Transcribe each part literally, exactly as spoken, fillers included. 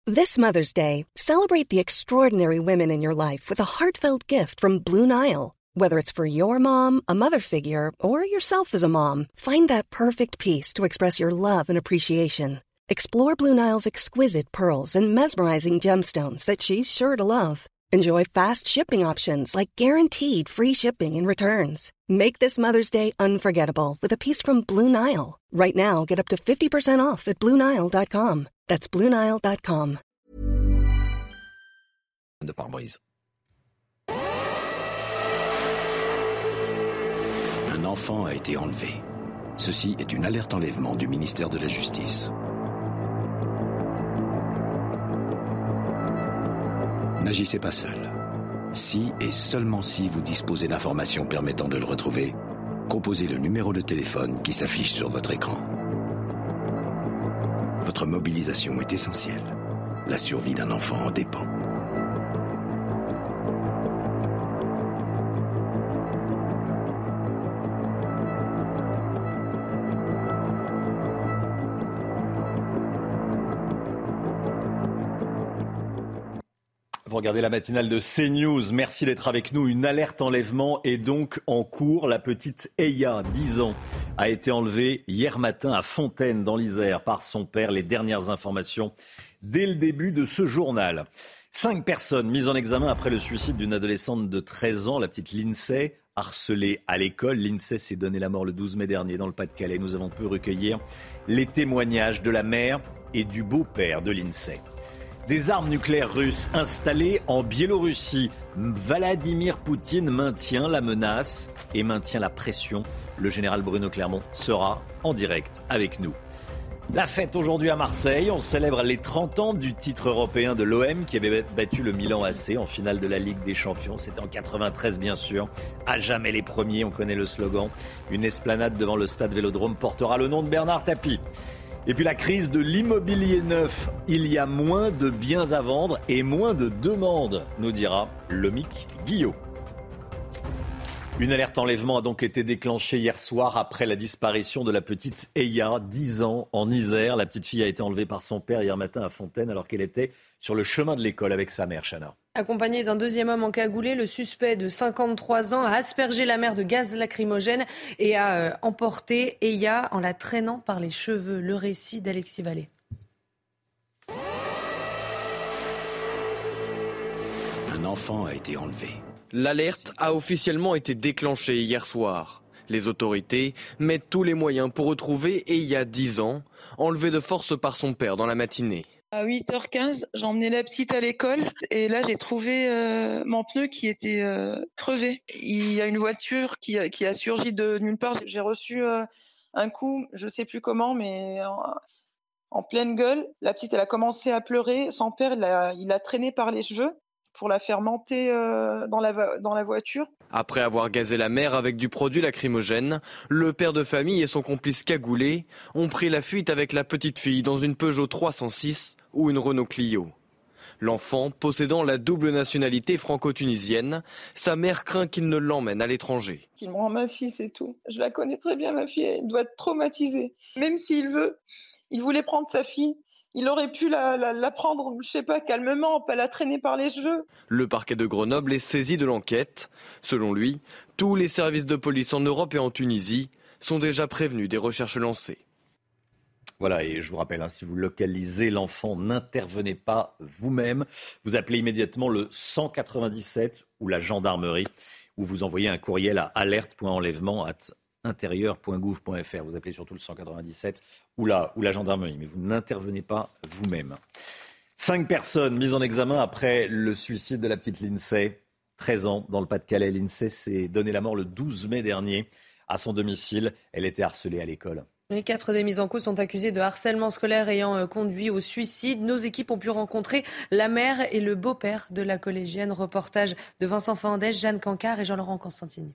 This Mother's Day, celebrate the extraordinary women in your life with a heartfelt gift from Blue Nile. Whether it's for your mom, a mother figure, or yourself as a mom, find that perfect piece to express your love and appreciation. Explore Blue Nile's exquisite pearls and mesmerizing gemstones that she's sure to love. Enjoy fast shipping options like guaranteed free shipping and returns. Make this Mother's Day unforgettable with a piece from Blue Nile. Right now, get up to fifty percent off at blue nile dot com. That's blue nile dot com. De pare-brise. Un enfant a été enlevé. Ceci est une alerte enlèvement du ministère de la Justice. N'agissez pas seul. Si et seulement si vous disposez d'informations permettant de le retrouver, composez le numéro de téléphone qui s'affiche sur votre écran. Votre mobilisation est essentielle. La survie d'un enfant en dépend. Vous regardez la matinale de CNews, merci d'être avec nous. Une alerte enlèvement est donc en cours. La petite Eya, dix ans, a été enlevée hier matin à Fontaine, dans l'Isère, par son père. Les dernières informations dès le début de ce journal. Cinq personnes mises en examen après le suicide d'une adolescente de treize ans, la petite Lindsay, harcelée à l'école. Lindsay s'est donné la mort le douze mai dernier dans le Pas-de-Calais. Nous avons pu recueillir les témoignages de la mère et du beau-père de Lindsay. Des armes nucléaires russes installées en Biélorussie. Vladimir Poutine maintient la menace et maintient la pression. Le général Bruno Clermont sera en direct avec nous. La fête aujourd'hui à Marseille. On célèbre les trente ans du titre européen de l'O M qui avait battu le Milan A C en finale de la Ligue des Champions. C'était en quatre-vingt-treize bien sûr. À jamais les premiers, on connaît le slogan. Une esplanade devant le stade Vélodrome portera le nom de Bernard Tapie. Et puis la crise de l'immobilier neuf. Il y a moins de biens à vendre et moins de demandes, nous dira Lomique Guillot. Une alerte enlèvement a donc été déclenchée hier soir après la disparition de la petite Eya, dix ans, en Isère. La petite fille a été enlevée par son père hier matin à Fontaine alors qu'elle était sur le chemin de l'école avec sa mère, Chana. Accompagné d'un deuxième homme encagoulé, le suspect de cinquante-trois ans a aspergé la mère de gaz lacrymogène et a euh, emporté Eya en la traînant par les cheveux. Le récit d'Alexis Vallée. Un enfant a été enlevé. L'alerte a officiellement été déclenchée hier soir. Les autorités mettent tous les moyens pour retrouver Eya, dix ans, enlevée de force par son père dans la matinée. À huit heures quinze, j'ai emmené la petite à l'école et là j'ai trouvé euh, mon pneu qui était euh, crevé. Il y a une voiture qui a, qui a surgi de nulle part. J'ai reçu euh, un coup, je sais plus comment, mais en, en pleine gueule. La petite, elle a commencé à pleurer. Son père, il l'a, il l'a traînée par les cheveux pour la faire monter euh, dans, la, dans la voiture. Après avoir gazé la mère avec du produit lacrymogène, le père de famille et son complice cagoulé ont pris la fuite avec la petite fille dans une Peugeot trois cent six ou une Renault Clio. L'enfant, possédant la double nationalité franco-tunisienne, sa mère craint qu'il ne l'emmène à l'étranger. Qu'il me rend ma fille, c'est tout. Je la connais très bien, ma fille, elle doit être traumatisée. Même s'il veut, il voulait prendre sa fille. Il aurait pu la, la, la prendre, je sais pas, calmement, pas la traîner par les cheveux. Le parquet de Grenoble est saisi de l'enquête. Selon lui, tous les services de police en Europe et en Tunisie sont déjà prévenus des recherches lancées. Voilà, et je vous rappelle, hein, si vous localisez l'enfant, n'intervenez pas vous-même. Vous appelez immédiatement le cent quatre-vingt-dix-sept ou la gendarmerie, ou vous envoyez un courriel à alerte point enlèvement arobase intérieur point gouv point f r. Vous appelez surtout le cent quatre-vingt-dix-sept ou la, ou la gendarmerie, mais vous n'intervenez pas vous-même. Cinq personnes mises en examen après le suicide de la petite Lindsay, treize ans, dans le Pas-de-Calais. Lindsay s'est donné la mort le douze mai dernier à son domicile. Elle était harcelée à l'école. Les quatre des mises en cause sont accusés de harcèlement scolaire ayant conduit au suicide. Nos équipes ont pu rencontrer la mère et le beau-père de la collégienne. Reportage de Vincent Fandès, Jeanne Cancard et Jean-Laurent Constantini.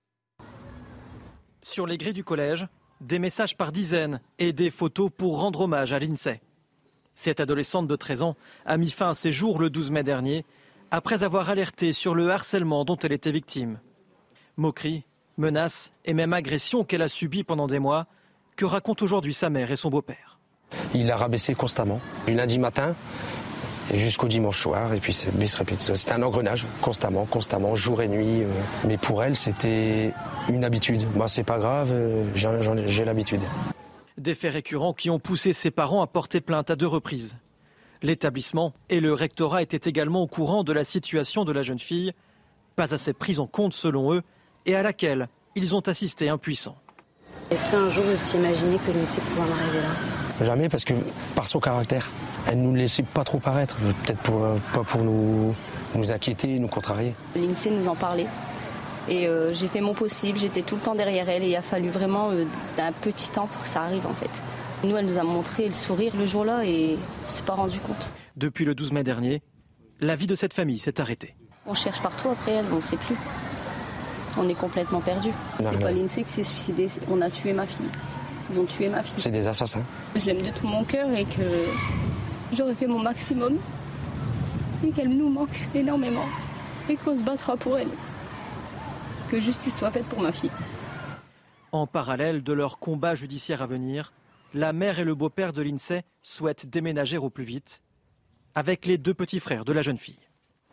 Sur les grilles du collège, des messages par dizaines et des photos pour rendre hommage à Lindsay. Cette adolescente de treize ans a mis fin à ses jours le douze mai dernier, après avoir alerté sur le harcèlement dont elle était victime. Moqueries, menaces et même agressions qu'elle a subies pendant des mois, que racontent aujourd'hui sa mère et son beau-père. Il l'a rabaissé constamment. Du lundi matin et jusqu'au dimanche soir, et puis c'est bis repetita. C'était un engrenage, constamment, constamment, jour et nuit. Mais pour elle, c'était une habitude. Moi, c'est pas grave, j'en, j'en, j'ai l'habitude. Des faits récurrents qui ont poussé ses parents à porter plainte à deux reprises. L'établissement et le rectorat étaient également au courant de la situation de la jeune fille, pas assez prise en compte selon eux, et à laquelle ils ont assisté impuissants. Est-ce qu'un jour vous t'imaginez que l'INSEE pouvait en arriver là ? Jamais, parce que par son caractère, elle ne nous laissait pas trop paraître, peut-être pour, pas pour nous, nous inquiéter, nous contrarier. L'INSEE nous en parlait et euh, j'ai fait mon possible, j'étais tout le temps derrière elle et il a fallu vraiment euh, un petit temps pour que ça arrive en fait. Nous, elle nous a montré le sourire le jour-là et on ne s'est pas rendu compte. Depuis le douze mai dernier, la vie de cette famille s'est arrêtée. On cherche partout après elle, on ne sait plus. On est complètement perdu. C'est pas l'INSEE qui s'est suicidé, on a tué ma fille. Ils ont tué ma fille. C'est des assassins. Je l'aime de tout mon cœur et que j'aurais fait mon maximum et qu'elle nous manque énormément et qu'on se battra pour elle. Que justice soit faite pour ma fille. En parallèle de leur combat judiciaire à venir, la mère et le beau-père de l'INSEE souhaitent déménager au plus vite avec les deux petits frères de la jeune fille.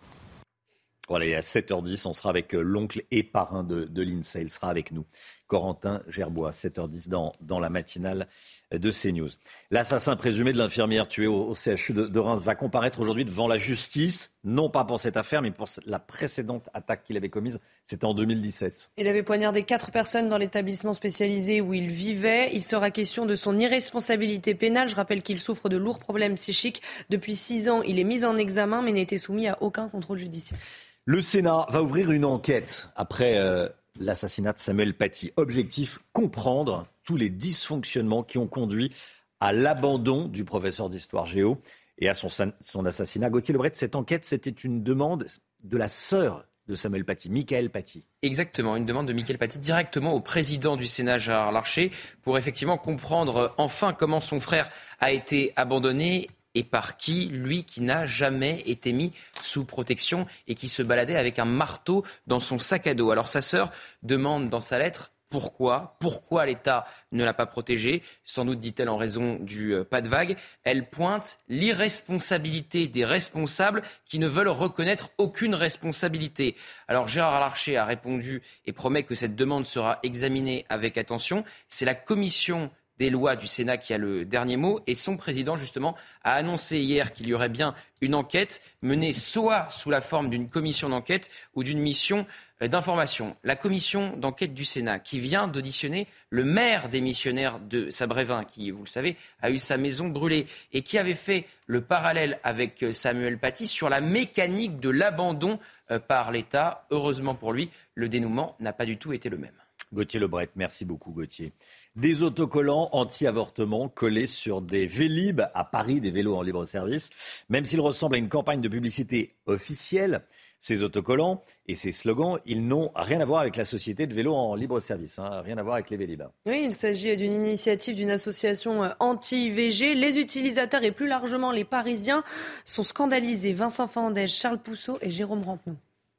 Voilà, et à sept heures dix, on sera avec l'oncle et parrain de, de l'INSEE. Il sera avec nous, Corentin Gerbois, sept heures dix dans, dans la matinale de CNews. L'assassin présumé de l'infirmière tuée au, au C H U de, de Reims va comparaître aujourd'hui devant la justice, non pas pour cette affaire, mais pour la précédente attaque qu'il avait commise. C'était en deux mille dix-sept. Il avait poignardé quatre personnes dans l'établissement spécialisé où il vivait. Il sera question de son irresponsabilité pénale. Je rappelle qu'il souffre de lourds problèmes psychiques. Depuis six ans, il est mis en examen, mais n'a été soumis à aucun contrôle judiciaire. Le Sénat va ouvrir une enquête après euh, l'assassinat de Samuel Paty. Objectif, comprendre tous les dysfonctionnements qui ont conduit à l'abandon du professeur d'histoire géo et à son, son assassinat. Gauthier Lebret, cette enquête, c'était une demande de la sœur de Samuel Paty, Mickaëlle Paty. Exactement, une demande de Mickaëlle Paty directement au président du Sénat, Gérard Larcher, pour effectivement comprendre enfin comment son frère a été abandonné. Et par qui, lui qui n'a jamais été mis sous protection et qui se baladait avec un marteau dans son sac à dos. Alors sa sœur demande dans sa lettre pourquoi, pourquoi l'État ne l'a pas protégé, sans doute dit-elle en raison du euh, pas de vague. Elle pointe l'irresponsabilité des responsables qui ne veulent reconnaître aucune responsabilité. Alors Gérard Larcher a répondu et promet que cette demande sera examinée avec attention. C'est la commission des lois du Sénat qui a le dernier mot et son président justement a annoncé hier qu'il y aurait bien une enquête menée soit sous la forme d'une commission d'enquête ou d'une mission d'information. La commission d'enquête du Sénat qui vient d'auditionner le maire des missionnaires de Sabrévin qui, vous le savez, a eu sa maison brûlée et qui avait fait le parallèle avec Samuel Paty sur la mécanique de l'abandon par l'État. Heureusement pour lui, le dénouement n'a pas du tout été le même. Gauthier Lebret, merci beaucoup Gauthier. Des autocollants anti-avortement collés sur des Vélib à Paris, des vélos en libre-service. Même s'ils ressemblent à une campagne de publicité officielle, ces autocollants et ces slogans, ils n'ont rien à voir avec la société de vélos en libre-service, hein, rien à voir avec les Vélib. Oui, il s'agit d'une initiative d'une association anti-V G. Les utilisateurs et plus largement les Parisiens sont scandalisés. Vincent Fandège, Charles Pousseau et Jérôme Rampenou.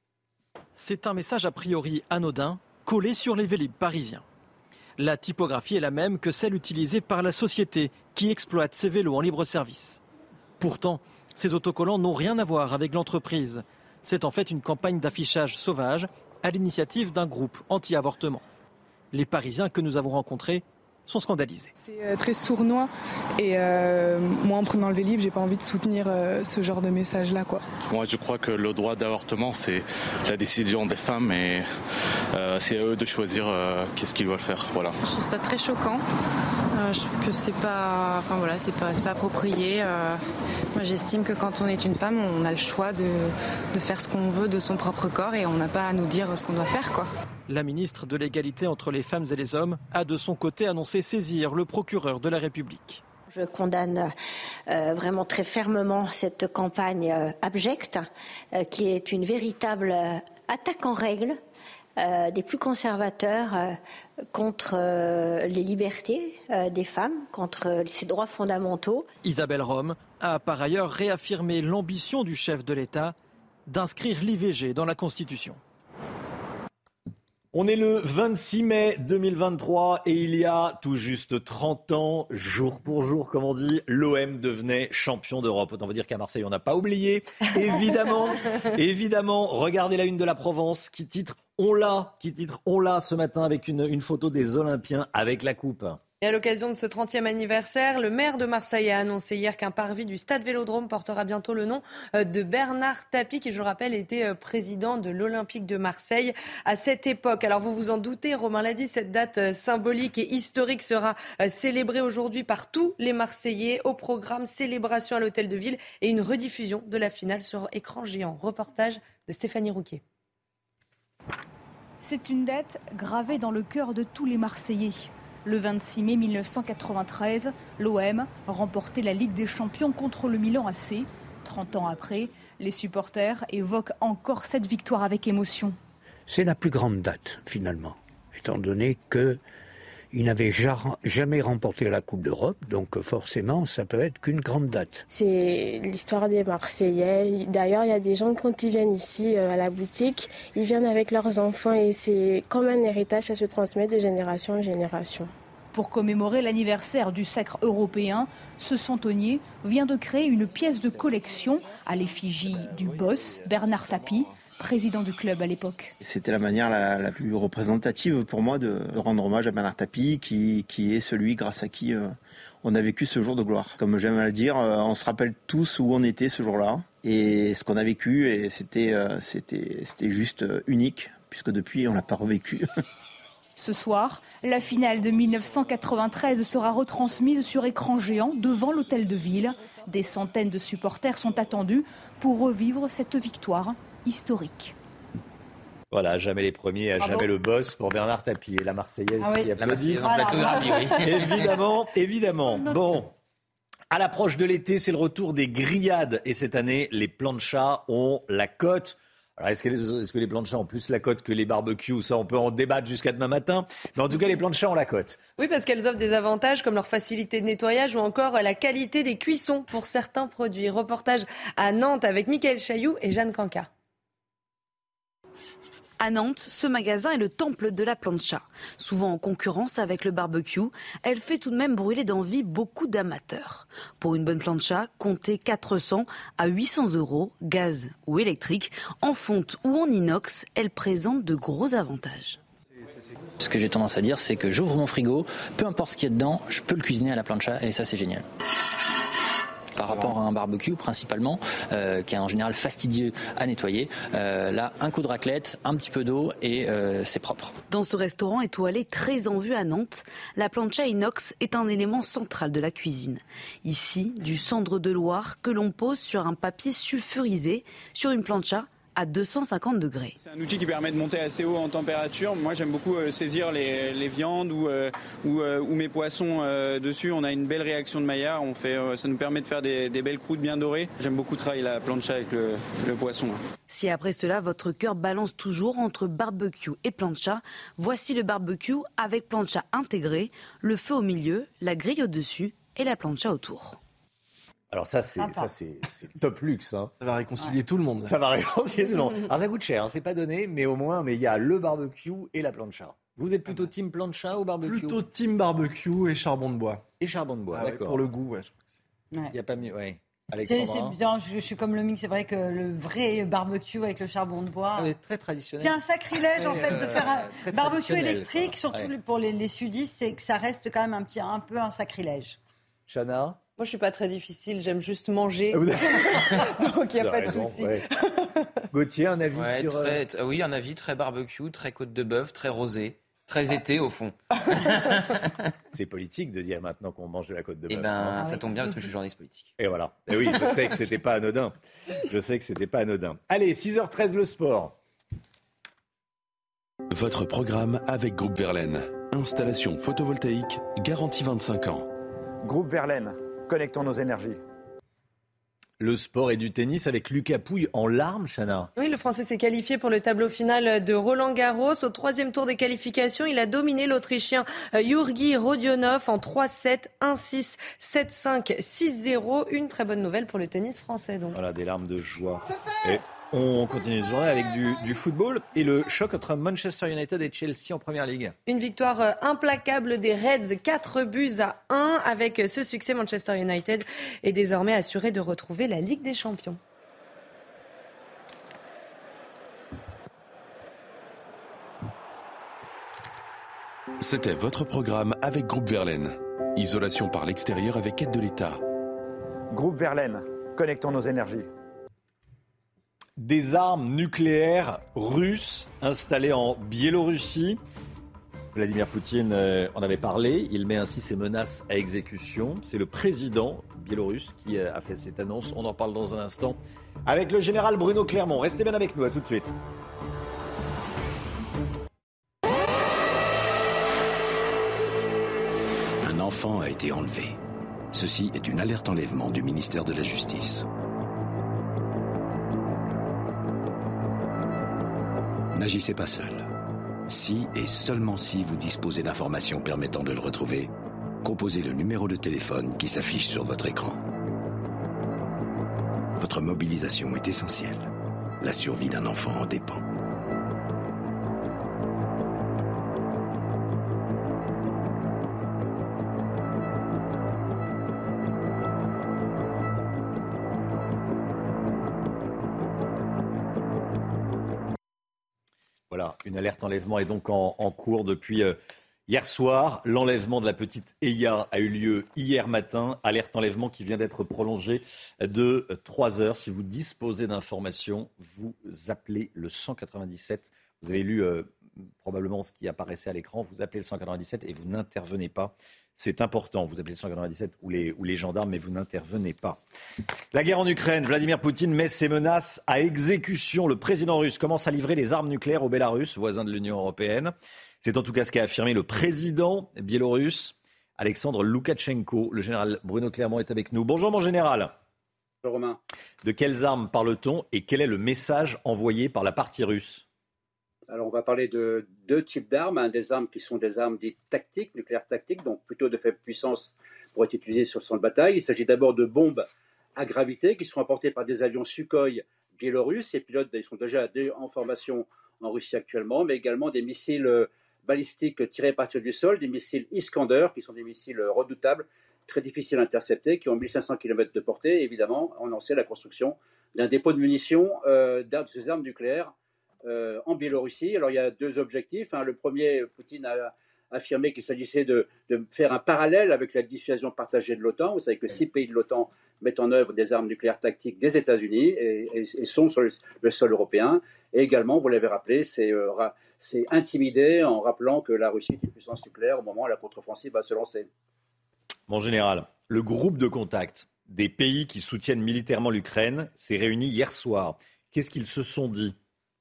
C'est un message a priori anodin, collé sur les Vélib parisiens. La typographie est la même que celle utilisée par la société qui exploite ces vélos en libre-service. Pourtant, ces autocollants n'ont rien à voir avec l'entreprise. C'est en fait une campagne d'affichage sauvage à l'initiative d'un groupe anti-avortement. Les Parisiens que nous avons rencontrés sont scandalisés. C'est très sournois et euh, moi en prenant le Vélib, j'ai pas envie de soutenir euh, ce genre de message-là, quoi. Moi je crois que le droit d'avortement c'est la décision des femmes et euh, c'est à eux de choisir euh, qu'est-ce qu'ils veulent faire. Voilà. Je trouve ça très choquant. Euh, je trouve que c'est pas, enfin voilà, c'est pas, c'est pas approprié. Euh, moi j'estime que quand on est une femme, on a le choix de, de faire ce qu'on veut de son propre corps et on n'a pas à nous dire ce qu'on doit faire, quoi. La ministre de l'égalité entre les femmes et les hommes a de son côté annoncé saisir le procureur de la République. Je condamne euh, vraiment très fermement cette campagne euh, abjecte euh, qui est une véritable euh, attaque en règle euh, des plus conservateurs euh, contre euh, les libertés euh, des femmes, contre euh, ces droits fondamentaux. Isabelle Rome a par ailleurs réaffirmé l'ambition du chef de l'État d'inscrire l'I V G dans la Constitution. On est le vingt-six mai deux mille vingt-trois et il y a tout juste trente ans, jour pour jour, comme on dit, l'O M devenait champion d'Europe. Autant vous dire qu'à Marseille, on n'a pas oublié. Évidemment, évidemment, regardez la une de la Provence qui titre « On l'a », qui titre « On l'a » ce matin avec une, une photo des Olympiens avec la coupe. Et à l'occasion de ce trentième anniversaire, le maire de Marseille a annoncé hier qu'un parvis du stade Vélodrome portera bientôt le nom de Bernard Tapie, qui, je le rappelle, était président de l'Olympique de Marseille à cette époque. Alors vous vous en doutez, Romain l'a dit, cette date symbolique et historique sera célébrée aujourd'hui par tous les Marseillais. Au programme, célébration à l'Hôtel de Ville et une rediffusion de la finale sur écran géant. Reportage de Stéphanie Rouquier. C'est une date gravée dans le cœur de tous les Marseillais. Le vingt-six mai mille neuf cent quatre-vingt-treize, l'O M remportait la Ligue des Champions contre le Milan A C. trente ans après, les supporters évoquent encore cette victoire avec émotion. C'est la plus grande date, finalement, étant donné qu'ils n'avaient jamais remporté la Coupe d'Europe, donc forcément, ça peut être qu'une grande date. C'est l'histoire des Marseillais. D'ailleurs, il y a des gens, quand ils viennent ici à la boutique, ils viennent avec leurs enfants et c'est comme un héritage, ça se transmet de génération en génération. Pour commémorer l'anniversaire du sacre européen, ce centenier vient de créer une pièce de collection à l'effigie du boss Bernard Tapie, président du club à l'époque. C'était la manière la, la plus représentative pour moi de, de rendre hommage à Bernard Tapie, qui, qui est celui grâce à qui euh, on a vécu ce jour de gloire. Comme j'aime à le dire, euh, on se rappelle tous où on était ce jour-là et ce qu'on a vécu, et c'était, euh, c'était, c'était juste unique, puisque depuis on l'a pas revécu. Ce soir, la finale de mille neuf cent quatre-vingt-treize sera retransmise sur écran géant devant l'Hôtel de Ville. Des centaines de supporters sont attendus pour revivre cette victoire historique. Voilà, jamais les premiers, Bravo. Jamais le boss pour Bernard Tapie. Et la Marseillaise ah oui. qui applaudit. La Marseillaise en plateau, oui. Évidemment, évidemment. Bon, à l'approche de l'été, c'est le retour des grillades. Et cette année, les planchas ont la cote. Alors, est-ce que, les, est-ce que les planchas ont plus la cote que les barbecues ? Ça, on peut en débattre jusqu'à demain matin. Mais en tout cas, les planchas ont la cote. Oui, parce qu'elles offrent des avantages comme leur facilité de nettoyage ou encore la qualité des cuissons pour certains produits. Reportage à Nantes avec Mickaël Chailloux et Jeanne Canca. À Nantes, ce magasin est le temple de la plancha. Souvent en concurrence avec le barbecue, elle fait tout de même brûler d'envie beaucoup d'amateurs. Pour une bonne plancha, comptez quatre cents à huit cents euros, gaz ou électrique. En fonte ou en inox, elle présente de gros avantages. Ce que j'ai tendance à dire, c'est que j'ouvre mon frigo, peu importe ce qu'il y a dedans, je peux le cuisiner à la plancha et ça c'est génial. Par rapport à un barbecue principalement, euh, qui est en général fastidieux à nettoyer. Euh, là, un coup de raclette, un petit peu d'eau et euh, c'est propre. Dans ce restaurant étoilé très en vue à Nantes, la plancha inox est un élément central de la cuisine. Ici, du cendre de Loire que l'on pose sur un papier sulfurisé sur une plancha à deux cent cinquante degrés. C'est un outil qui permet de monter assez haut en température. Moi, j'aime beaucoup euh, saisir les, les viandes ou, euh, ou, euh, ou mes poissons euh, dessus. On a une belle réaction de maillard. On fait, euh, ça nous permet de faire des, des belles croûtes bien dorées. J'aime beaucoup travailler la plancha avec le, le poisson. Si après cela, votre cœur balance toujours entre barbecue et plancha, voici le barbecue avec plancha intégrée, le feu au milieu, la grille au-dessus et la plancha autour. Alors ça, c'est, ça, c'est, c'est top luxe. Hein. Ça va réconcilier ouais. tout le monde. Ça va réconcilier tout le monde. Alors ça coûte cher, hein, c'est pas donné, mais au moins, mais il y a le barbecue et la plancha. Vous êtes plutôt team plancha ou barbecue ? Plutôt team barbecue et charbon de bois. Et charbon de bois, ah, d'accord. Ouais, pour le goût, ouais. Il n'y a pas mieux, ouais. C'est, c'est bien, je, je suis comme le mix, c'est vrai que le vrai barbecue avec le charbon de bois... Ah, très traditionnel. C'est un sacrilège, en fait, euh, de faire un barbecue électrique, quoi. surtout ouais. pour les, les sudistes, c'est que ça reste quand même un, petit, un peu un sacrilège. Chana ? Moi, je suis pas très difficile, j'aime juste manger. Donc, il n'y a pas raison, de souci. Ouais. Gauthier, un avis ouais, sur... Très, t- oui, un avis très barbecue, très côte de bœuf, très rosé, très été, au fond. C'est politique de dire maintenant qu'on mange de la côte de bœuf. Eh ben, hein. ça tombe bien parce que je suis journaliste politique. Et voilà. Et oui, je sais que c'était pas anodin. Je sais que c'était pas anodin. Allez, six heures treize, le sport. Votre programme avec Groupe Verlaine. Installation photovoltaïque, garantie vingt-cinq ans. Groupe Verlaine. Connectons nos énergies. Le sport et du tennis avec Lucas Pouille en larmes, Chana. Oui, le Français s'est qualifié pour le tableau final de Roland-Garros. Au troisième tour des qualifications, il a dominé l'Autrichien Yuri Rodionov en trois sept, un six, sept cinq, six zéro. Une très bonne nouvelle pour le tennis français. Donc. Voilà, des larmes de joie. Et On continue cette journée avec du, du football et le choc entre Manchester United et Chelsea en Première Ligue. Une victoire implacable des Reds, quatre buts à un. Avec ce succès, Manchester United est désormais assuré de retrouver la Ligue des Champions. C'était votre programme avec Groupe Verlaine. Isolation par l'extérieur avec aide de l'État. Groupe Verlaine, connectons nos énergies. Des armes nucléaires russes installées en Biélorussie. Vladimir Poutine en avait parlé. Il met ainsi ses menaces à exécution. C'est le président biélorusse qui a fait cette annonce. On en parle dans un instant avec le général Bruno Clermont. Restez bien avec nous, à tout de suite. Un enfant a été enlevé. Ceci est une alerte enlèvement du ministère de la Justice. N'agissez pas seul. Si et seulement si vous disposez d'informations permettant de le retrouver, composez le numéro de téléphone qui s'affiche sur votre écran. Votre mobilisation est essentielle. La survie d'un enfant en dépend. Voilà, une alerte enlèvement est donc en, en cours depuis euh, hier soir. L'enlèvement de la petite Eya a eu lieu hier matin. Alerte enlèvement qui vient d'être prolongée de euh, trois heures. Si vous disposez d'informations, vous appelez le cent quatre-vingt-dix-sept. Vous avez lu euh, probablement ce qui apparaissait à l'écran. Vous appelez le cent quatre-vingt-dix-sept et vous n'intervenez pas. C'est important. Vous appelez le cent quatre-vingt-dix-sept ou les, ou les gendarmes, mais vous n'intervenez pas. La guerre en Ukraine, Vladimir Poutine met ses menaces à exécution. Le président russe commence à livrer des armes nucléaires au Bélarus, voisin de l'Union européenne. C'est en tout cas ce qu'a affirmé le président biélorusse, Alexandre Loukachenko. Le général Bruno Clermont est avec nous. Bonjour mon général. Bonjour Romain. De quelles armes parle-t-on et quel est le message envoyé par la partie russe ? Alors, on va parler de deux types d'armes. Hein, des armes qui sont des armes dites tactiques, nucléaires tactiques, donc plutôt de faible puissance pour être utilisées sur le champ de bataille. Il s'agit d'abord de bombes à gravité qui sont apportées par des avions Sukhoi biélorusses. Les pilotes ils sont déjà en formation en Russie actuellement, mais également des missiles balistiques tirés à partir du sol, des missiles Iskander, qui sont des missiles redoutables, très difficiles à intercepter, qui ont mille cinq cents kilomètres de portée. Et évidemment, on en sait la construction d'un dépôt de munitions euh, de ces armes nucléaires Euh, en Biélorussie. Alors il y a deux objectifs. Hein. Le premier, Poutine a affirmé qu'il s'agissait de, de faire un parallèle avec la dissuasion partagée de l'OTAN. Vous savez que six pays de l'OTAN mettent en œuvre des armes nucléaires tactiques des États-Unis et, et, et sont sur le, le sol européen. Et également, vous l'avez rappelé, c'est, euh, c'est intimider en rappelant que la Russie est une puissance nucléaire au moment où la contre-offensive va se lancer. Mon général, le groupe de contact des pays qui soutiennent militairement l'Ukraine s'est réuni hier soir. Qu'est-ce qu'ils se sont dit ?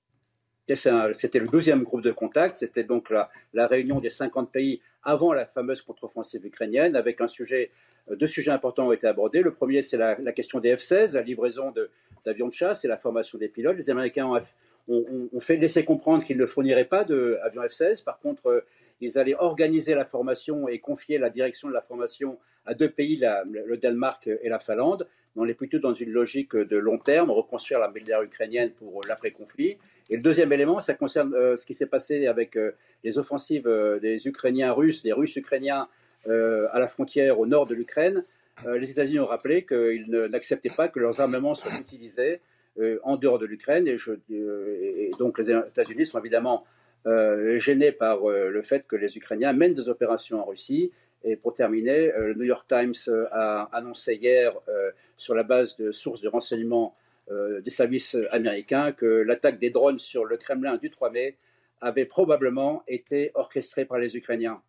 C'était le douzième groupe de contact, c'était donc la, la réunion des cinquante pays avant la fameuse contre-offensive ukrainienne, avec un sujet, deux sujets importants ont été abordés. Le premier, c'est la, la question des F seize, la livraison de, d'avions de chasse et la formation des pilotes. Les Américains ont, ont, ont fait laisser comprendre qu'ils ne fourniraient pas d'avions F seize. Par contre, ils allaient organiser la formation et confier la direction de la formation à deux pays, la, le Danemark et la Finlande. On est plutôt dans une logique de long terme, reconstruire la militaire ukrainienne pour l'après-conflit. Et le deuxième élément, ça concerne euh, ce qui s'est passé avec euh, les offensives euh, des Ukrainiens russes, des Russes ukrainiens euh, à la frontière au nord de l'Ukraine. Euh, les États-Unis ont rappelé qu'ils ne, n'acceptaient pas que leurs armements soient utilisés euh, en dehors de l'Ukraine. Et, je, euh, et donc les États-Unis sont évidemment euh, gênés par euh, le fait que les Ukrainiens mènent des opérations en Russie. Et pour terminer, euh, le New York Times euh, a annoncé hier, euh, sur la base de sources de renseignement euh, des services américains, que l'attaque des drones sur le Kremlin du trois mai avait probablement été orchestrée par les Ukrainiens.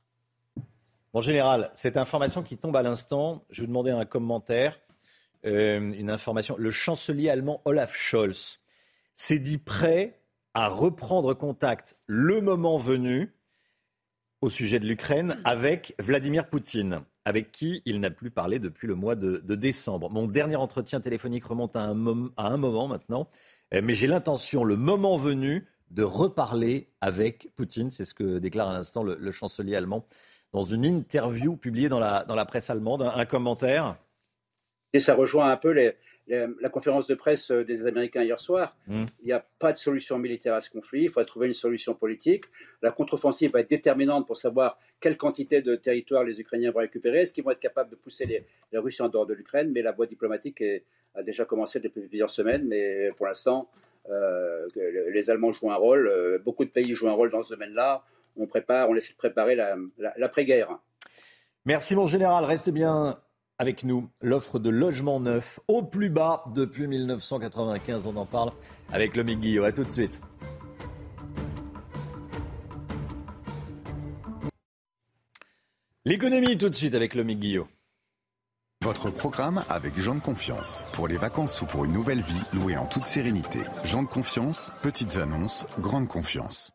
Mon général, cette information qui tombe à l'instant, je vais vous demander un commentaire, euh, une information. Le chancelier allemand Olaf Scholz s'est dit prêt à reprendre contact le moment venu au sujet de l'Ukraine avec Vladimir Poutine, avec qui il n'a plus parlé depuis le mois de, de décembre. Mon dernier entretien téléphonique remonte à un, mom- à un moment maintenant, mais j'ai l'intention, le moment venu, de reparler avec Poutine. C'est ce que déclare à l'instant le, le chancelier allemand dans une interview publiée dans la, dans la presse allemande. Un, un commentaire ? Et ça rejoint un peu les, la, la conférence de presse des Américains hier soir. Mmh. Il n'y a pas de solution militaire à ce conflit. Il faudrait trouver une solution politique. La contre-offensive va être déterminante pour savoir quelle quantité de territoire les Ukrainiens vont récupérer. Est-ce qu'ils vont être capables de pousser les, les Russes en dehors de l'Ukraine? Mais la voie diplomatique est, a déjà commencé depuis plusieurs semaines. Mais pour l'instant, euh, les Allemands jouent un rôle. Euh, beaucoup de pays jouent un rôle dans ce domaine-là. On prépare, on essaie de préparer la, la, l'après-guerre. Merci mon général, restez bien avec nous. L'offre de logement neuf au plus bas depuis dix-neuf cent quatre-vingt-quinze, on en parle avec Lomique Guillot. A tout de suite. L'économie tout de suite avec Lomique Guillot. Votre programme avec Jean de Confiance. Pour les vacances ou pour une nouvelle vie, louée en toute sérénité. Jean de Confiance, petites annonces, grande confiance.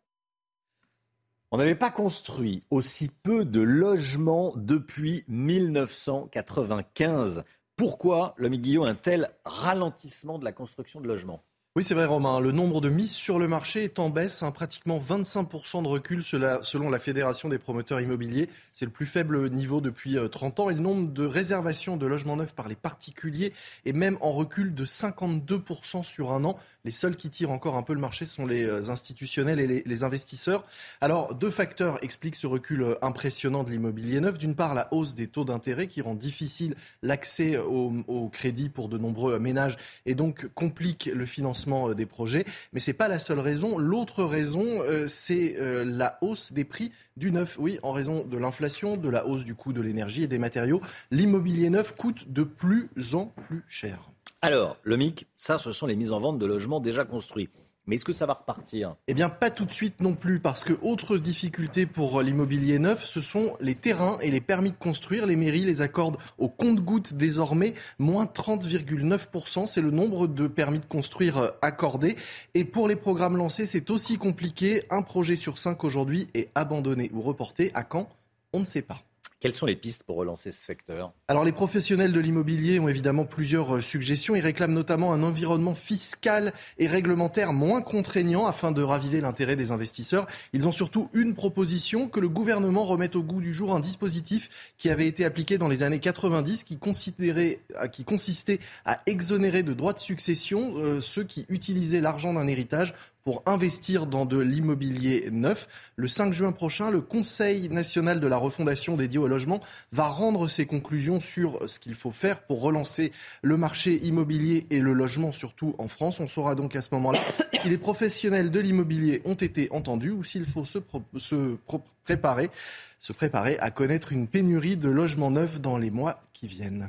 On n'avait pas construit aussi peu de logements depuis dix-neuf cent quatre-vingt-quinze. Pourquoi, Lomique Guillot, un tel ralentissement de la construction de logements ? Oui, c'est vrai, Romain. Le nombre de mises sur le marché est en baisse, hein, pratiquement vingt-cinq pour cent de recul selon la Fédération des promoteurs immobiliers. C'est le plus faible niveau depuis trente ans. Et le nombre de réservations de logements neufs par les particuliers est même en recul de cinquante-deux pour cent sur un an. Les seuls qui tirent encore un peu le marché sont les institutionnels et les, les investisseurs. Alors, deux facteurs expliquent ce recul impressionnant de l'immobilier neuf. D'une part, la hausse des taux d'intérêt qui rend difficile l'accès au, au crédit pour de nombreux ménages et donc complique le financement des projets, mais ce n'est pas la seule raison. L'autre raison, euh, c'est euh, la hausse des prix du neuf. Oui, en raison de l'inflation, de la hausse du coût de l'énergie et des matériaux, l'immobilier neuf coûte de plus en plus cher. Alors, Lomique, ça, ce sont les mises en vente de logements déjà construits. Mais est-ce que ça va repartir ? Eh bien, pas tout de suite non plus, parce que autre difficulté pour l'immobilier neuf, ce sont les terrains et les permis de construire. Les mairies les accordent au compte-gouttes désormais, moins trente virgule neuf pour cent. C'est le nombre de permis de construire accordés. Et pour les programmes lancés, c'est aussi compliqué. Un projet sur cinq aujourd'hui est abandonné ou reporté. À quand ? On ne sait pas. Quelles sont les pistes pour relancer ce secteur ? Alors les professionnels de l'immobilier ont évidemment plusieurs suggestions. Ils réclament notamment un environnement fiscal et réglementaire moins contraignant afin de raviver l'intérêt des investisseurs. Ils ont surtout une proposition, que le gouvernement remette au goût du jour un dispositif qui avait été appliqué dans les années quatre-vingt-dix, qui, considérait, qui consistait à exonérer de droits de succession euh, ceux qui utilisaient l'argent d'un héritage pour investir dans de l'immobilier neuf. Le cinq juin prochain, le Conseil national de la refondation dédié au logement va rendre ses conclusions sur ce qu'il faut faire pour relancer le marché immobilier et le logement, surtout en France. On saura donc à ce moment-là si les professionnels de l'immobilier ont été entendus ou s'il faut se, pro- se pro- préparer, se préparer à connaître une pénurie de logements neufs dans les mois qui viennent.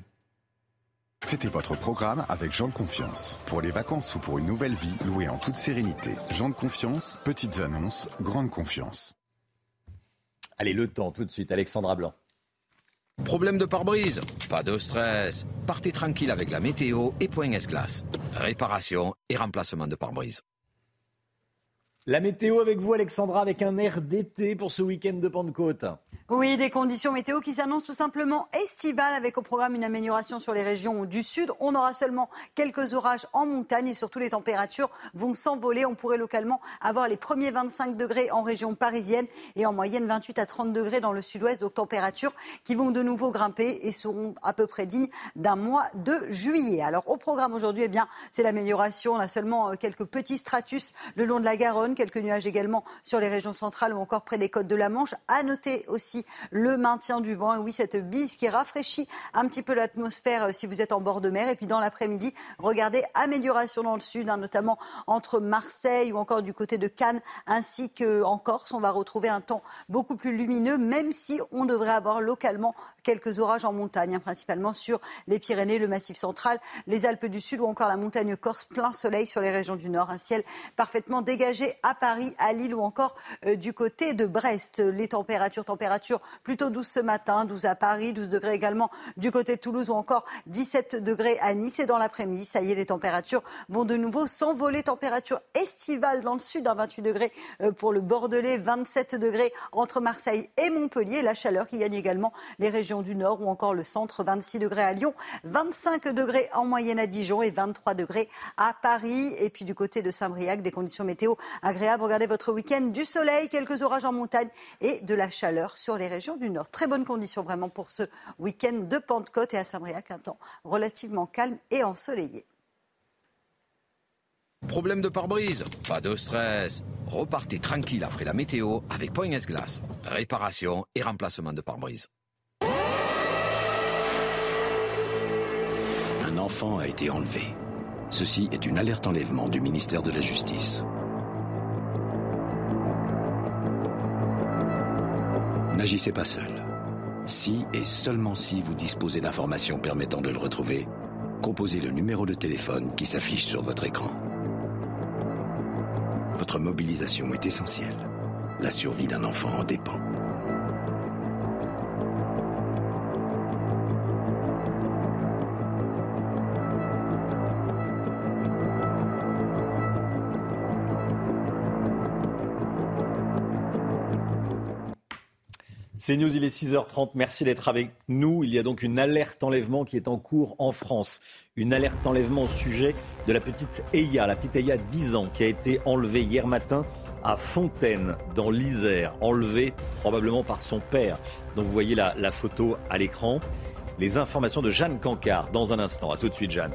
C'était votre programme avec Jean de Confiance. Pour les vacances ou pour une nouvelle vie, louée en toute sérénité. Jean de Confiance, petites annonces, grande confiance. Allez, le temps tout de suite, Alexandra Blanc. Problème de pare-brise ? Pas de stress. Partez tranquille avec la météo et Point S-Glace. Réparation et remplacement de pare-brise. La météo avec vous, Alexandra, avec un air d'été pour ce week-end de Pentecôte. Oui, des conditions météo qui s'annoncent tout simplement estivales, avec au programme une amélioration sur les régions du sud. On aura seulement quelques orages en montagne et surtout les températures vont s'envoler. On pourrait localement avoir les premiers vingt-cinq degrés en région parisienne et en moyenne vingt-huit à trente degrés dans le sud-ouest. Donc températures qui vont de nouveau grimper et seront à peu près dignes d'un mois de juillet. Alors au programme aujourd'hui, eh bien, c'est l'amélioration. On a seulement quelques petits stratus le long de la Garonne. Quelques nuages également sur les régions centrales ou encore près des côtes de la Manche. À noter aussi le maintien du vent. Et oui, cette bise qui rafraîchit un petit peu l'atmosphère si vous êtes en bord de mer. Et puis dans l'après-midi, regardez, amélioration dans le sud, hein, notamment entre Marseille ou encore du côté de Cannes ainsi qu'en Corse. On va retrouver un temps beaucoup plus lumineux, même si on devrait avoir localement quelques orages en montagne, hein, principalement sur les Pyrénées, le Massif central, les Alpes du Sud ou encore la montagne corse. Plein soleil sur les régions du Nord. Un ciel parfaitement dégagé à Paris, à Lille ou encore euh, du côté de Brest. Les températures, températures plutôt douces ce matin, douze à Paris, douze degrés également du côté de Toulouse ou encore dix-sept degrés à Nice. Et dans l'après-midi, ça y est, les températures vont de nouveau s'envoler. Température estivale dans le sud, hein, vingt-huit degrés euh, pour le Bordelais, vingt-sept degrés entre Marseille et Montpellier. La chaleur qui gagne également les régions du Nord ou encore le centre, vingt-six degrés à Lyon, vingt-cinq degrés en moyenne à Dijon et vingt-trois degrés à Paris. Et puis du côté de Saint-Briac, des conditions météo agréables. Regardez votre week-end, du soleil, quelques orages en montagne et de la chaleur sur les régions du Nord. Très bonnes conditions vraiment pour ce week-end de Pentecôte et à Saint-Briac, un temps relativement calme et ensoleillé. Problème de pare-brise? Pas de stress. Repartez tranquille après la météo avec Point S-Glace. Réparation et remplacement de pare-brise. Un enfant a été enlevé. Ceci est une alerte enlèvement du ministère de la Justice. N'agissez pas seul. Si et seulement si vous disposez d'informations permettant de le retrouver, composez le numéro de téléphone qui s'affiche sur votre écran. Votre mobilisation est essentielle. La survie d'un enfant en dépend. C'est News, il est six heures trente, merci d'être avec nous. Il y a donc une alerte enlèvement qui est en cours en France. Une alerte enlèvement au sujet de la petite Eya, la petite Eya, dix ans, qui a été enlevée hier matin à Fontaine, dans l'Isère. Enlevée probablement par son père. Donc vous voyez la, la photo à l'écran. Les informations de Jeanne Cancard dans un instant. À tout de suite, Jeanne.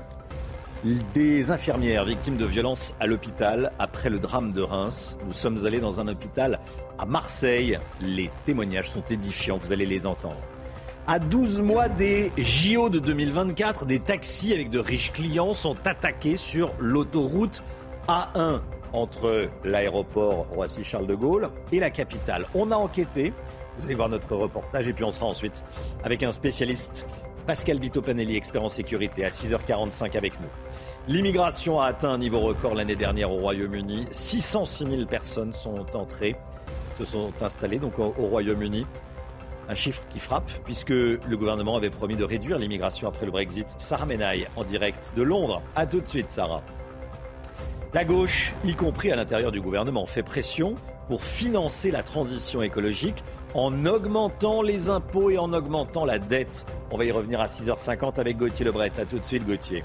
Des infirmières victimes de violences à l'hôpital après le drame de Reims. Nous sommes allés dans un hôpital à Marseille. Les témoignages sont édifiants, vous allez les entendre. À douze mois des J O de deux mille vingt-quatre, des taxis avec de riches clients sont attaqués sur l'autoroute A un entre l'aéroport Roissy-Charles de Gaulle et la capitale. On a enquêté, vous allez voir notre reportage et puis on sera ensuite avec un spécialiste, Pascal Bito-Panelli, expert en sécurité, à six heures quarante-cinq avec nous. L'immigration a atteint un niveau record l'année dernière au Royaume-Uni. six cent six mille personnes sont entrées, se sont installées donc au Royaume-Uni. Un chiffre qui frappe puisque le gouvernement avait promis de réduire l'immigration après le Brexit. Sarah Menaille en direct de Londres. A tout de suite, Sarah. La gauche, y compris à l'intérieur du gouvernement, fait pression pour financer la transition écologique en augmentant les impôts et en augmentant la dette. On va y revenir à six heures cinquante avec Gauthier Lebret. A tout de suite, Gauthier.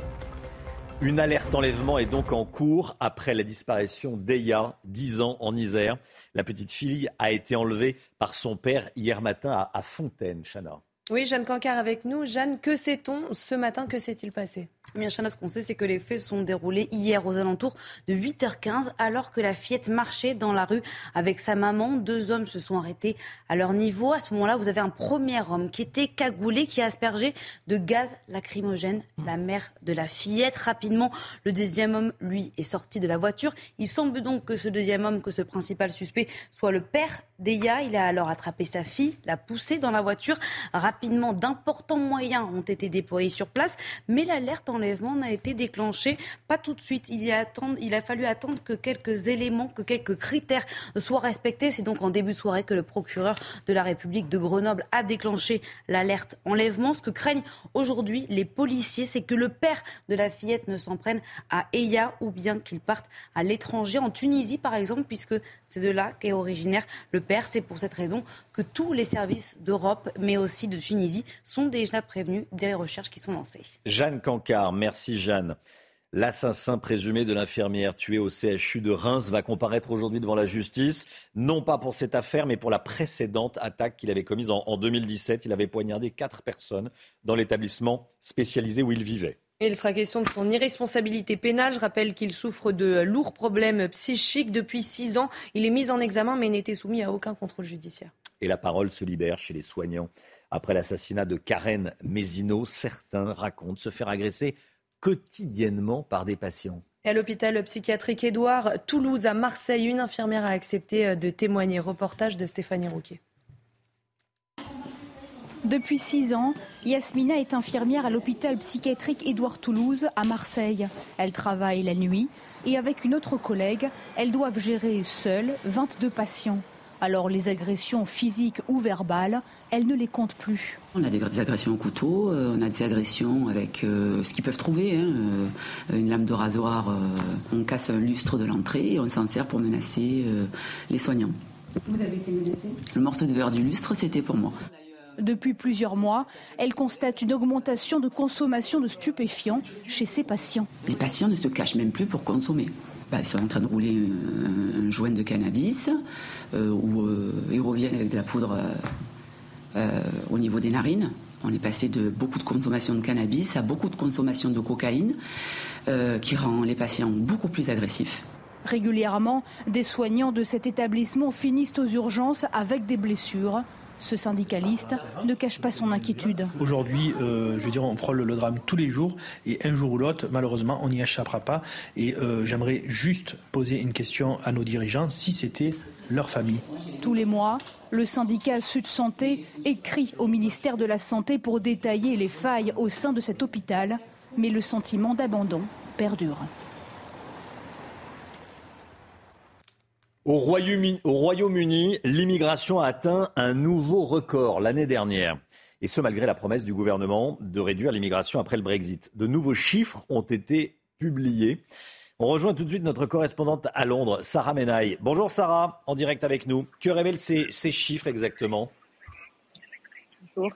Une alerte enlèvement est donc en cours après la disparition d'Eya, dix ans, en Isère. La petite fille a été enlevée par son père hier matin à, à Fontaine, Chana. Oui, Jeanne Cancard avec nous. Jeanne, que sait-on ce matin? Que s'est-il passé? Bien, Chana, ce qu'on sait, c'est que les faits sont déroulés hier aux alentours de huit heures quinze, alors que la fillette marchait dans la rue avec sa maman. Deux hommes se sont arrêtés à leur niveau. À ce moment-là, vous avez un premier homme qui était cagoulé, qui a aspergé de gaz lacrymogène la mère de la fillette. Rapidement, le deuxième homme, lui, est sorti de la voiture. Il semble donc que ce deuxième homme, que ce principal suspect, soit le père d'Eya. Il a alors attrapé sa fille, l'a poussée dans la voiture. Rapidement, d'importants moyens ont été déployés sur place, mais l'alerte en L'enlèvement n'a été déclenché pas tout de suite. Il, y a attendre, il a fallu attendre que quelques éléments, que quelques critères soient respectés. C'est donc en début de soirée que le procureur de la République de Grenoble a déclenché l'alerte enlèvement. Ce que craignent aujourd'hui les policiers, c'est que le père de la fillette ne s'en prenne à Eya ou bien qu'il parte à l'étranger, en Tunisie par exemple, puisque c'est de là qu'est originaire le père. C'est pour cette raison que tous les services d'Europe, mais aussi de Tunisie, sont déjà prévenus des recherches qui sont lancées. Jeanne Cancard. Merci Jeanne. L'assassin présumé de l'infirmière tuée au C H U de Reims va comparaître aujourd'hui devant la justice, non pas pour cette affaire, mais pour la précédente attaque qu'il avait commise en, en deux mille dix-sept. Il avait poignardé quatre personnes dans l'établissement spécialisé où il vivait. Et il sera question de son irresponsabilité pénale. Je rappelle qu'il souffre de lourds problèmes psychiques. Depuis six ans, il est mis en examen mais n'était soumis à aucun contrôle judiciaire. Et la parole se libère chez les soignants. Après l'assassinat de Karen Mézineau, certains racontent se faire agresser quotidiennement par des patients. Et à l'hôpital psychiatrique Édouard Toulouse à Marseille, une infirmière a accepté de témoigner. Reportage de Stéphanie Rouquet. Depuis six ans, Yasmina est infirmière à l'hôpital psychiatrique Édouard Toulouse à Marseille. Elle travaille la nuit et avec une autre collègue, elles doivent gérer seules vingt-deux patients. Alors les agressions physiques ou verbales, elle ne les compte plus. On a des agressions au couteau, euh, on a des agressions avec euh, ce qu'ils peuvent trouver, hein, euh, une lame de rasoir, euh, on casse un lustre de l'entrée et on s'en sert pour menacer euh, les soignants. Vous avez été menacée ? Le morceau de verre du lustre, c'était pour moi. Depuis plusieurs mois, elle constate une augmentation de consommation de stupéfiants chez ses patients. Les patients ne se cachent même plus pour consommer. Bah, ils sont en train de rouler un, un joint de cannabis euh, ou euh, ils reviennent avec de la poudre euh, euh, au niveau des narines On est passé de beaucoup de consommation de cannabis à beaucoup de consommation de cocaïne, euh, qui rend les patients beaucoup plus agressifs. Régulièrement, des soignants de cet établissement finissent aux urgences avec des blessures. Ce syndicaliste ne cache pas son inquiétude. Aujourd'hui, euh, je veux dire, on frôle le drame tous les jours et un jour ou l'autre, malheureusement, on n'y échappera pas. Et euh, j'aimerais juste poser une question à nos dirigeants, si c'était leur famille. Tous les mois, le syndicat Sud Santé écrit au ministère de la Santé pour détailler les failles au sein de cet hôpital, mais le sentiment d'abandon perdure. Au Royaume-Uni, au Royaume-Uni, l'immigration a atteint un nouveau record l'année dernière. Et ce, malgré la promesse du gouvernement de réduire l'immigration après le Brexit. De nouveaux chiffres ont été publiés. On rejoint tout de suite notre correspondante à Londres, Sarah Menaille. Bonjour Sarah, en direct avec nous. Que révèlent ces, ces chiffres exactement ? Bonjour.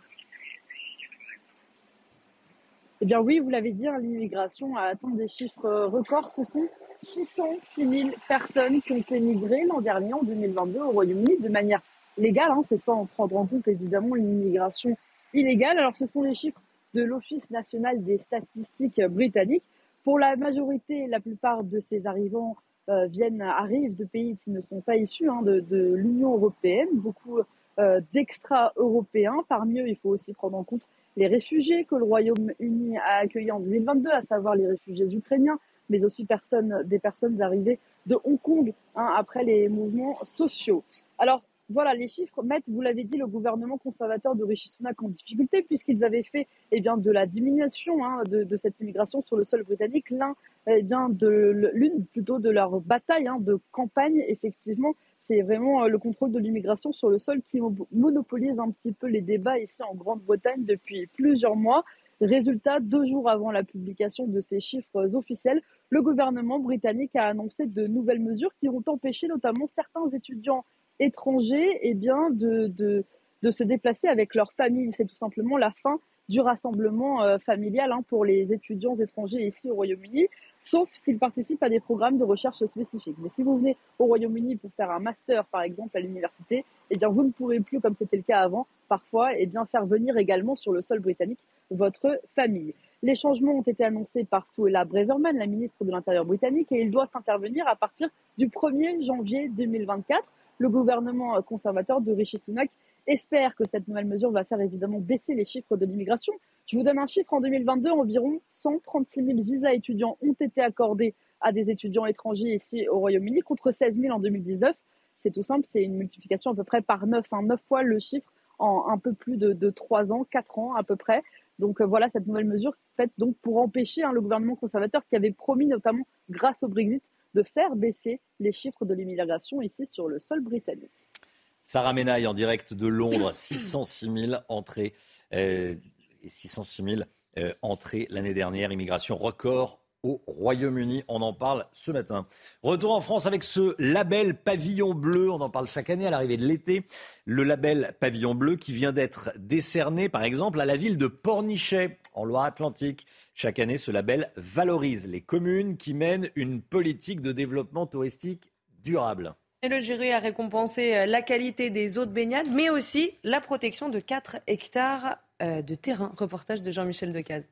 Eh bien oui, vous l'avez dit, hein, l'immigration a atteint des chiffres records. Ce sont six cent six mille personnes qui ont émigré l'an dernier, en deux mille vingt-deux, au Royaume-Uni, de manière légale. Hein, c'est sans prendre en compte évidemment l'immigration illégale. Alors ce sont les chiffres de l'Office national des statistiques britanniques. Pour la majorité, la plupart de ces arrivants euh, viennent, arrivent de pays qui ne sont pas issus hein, de, de l'Union européenne, beaucoup euh, d'extra-européens. Parmi eux, il faut aussi prendre en compte les réfugiés que le Royaume-Uni a accueillis en deux mille vingt-deux, à savoir les réfugiés ukrainiens, mais aussi personnes, des personnes arrivées de Hong Kong hein, après les mouvements sociaux. Alors, voilà, les chiffres mettent, vous l'avez dit, le gouvernement conservateur de Rishi Sunak en difficulté, puisqu'ils avaient fait eh bien, de la diminution hein, de, de cette immigration sur le sol britannique l'un, eh bien, de, l'une plutôt de leur bataille hein, de campagne. Effectivement, c'est vraiment le contrôle de l'immigration sur le sol qui monopolise un petit peu les débats ici en Grande-Bretagne depuis plusieurs mois. Résultat, deux jours avant la publication de ces chiffres officiels, le gouvernement britannique a annoncé de nouvelles mesures qui ont empêché notamment certains étudiants étrangers eh bien, de, de, de se déplacer avec leur famille. C'est tout simplement la fin du rassemblement euh, familial hein, pour les étudiants étrangers ici au Royaume-Uni, sauf s'ils participent à des programmes de recherche spécifiques. Mais si vous venez au Royaume-Uni pour faire un master, par exemple, à l'université, eh bien, vous ne pourrez plus, comme c'était le cas avant, parfois, eh bien, faire venir également sur le sol britannique votre famille. Les changements ont été annoncés par Suella Braverman, la ministre de l'Intérieur britannique, et ils doivent intervenir à partir du premier janvier deux mille vingt-quatre. Le gouvernement conservateur de Rishi Sunak espère que cette nouvelle mesure va faire évidemment baisser les chiffres de l'immigration. Je vous donne un chiffre, en deux mille vingt-deux, environ cent trente-six mille visas étudiants ont été accordés à des étudiants étrangers ici au Royaume-Uni, contre seize mille en deux mille dix-neuf. C'est tout simple, c'est une multiplication à peu près par neuf, hein, neuf fois le chiffre en un peu plus de, de trois ans, quatre ans à peu près. Donc euh, voilà cette nouvelle mesure faite donc pour empêcher hein, le gouvernement conservateur qui avait promis notamment grâce au Brexit de faire baisser les chiffres de l'immigration ici sur le sol britannique. Sarah Menaille en direct de Londres, six cent six mille entrées, euh, six cent six mille euh, entrées l'année dernière, immigration record au Royaume-Uni. On en parle ce matin. Retour en France avec ce label Pavillon Bleu. On en parle chaque année à l'arrivée de l'été. Le label Pavillon Bleu qui vient d'être décerné, par exemple, à la ville de Pornichet, en Loire-Atlantique. Chaque année, ce label valorise les communes qui mènent une politique de développement touristique durable. Et le jury a récompensé la qualité des eaux de baignade, mais aussi la protection de quatre hectares de terrain. Reportage de Jean-Michel Decaze.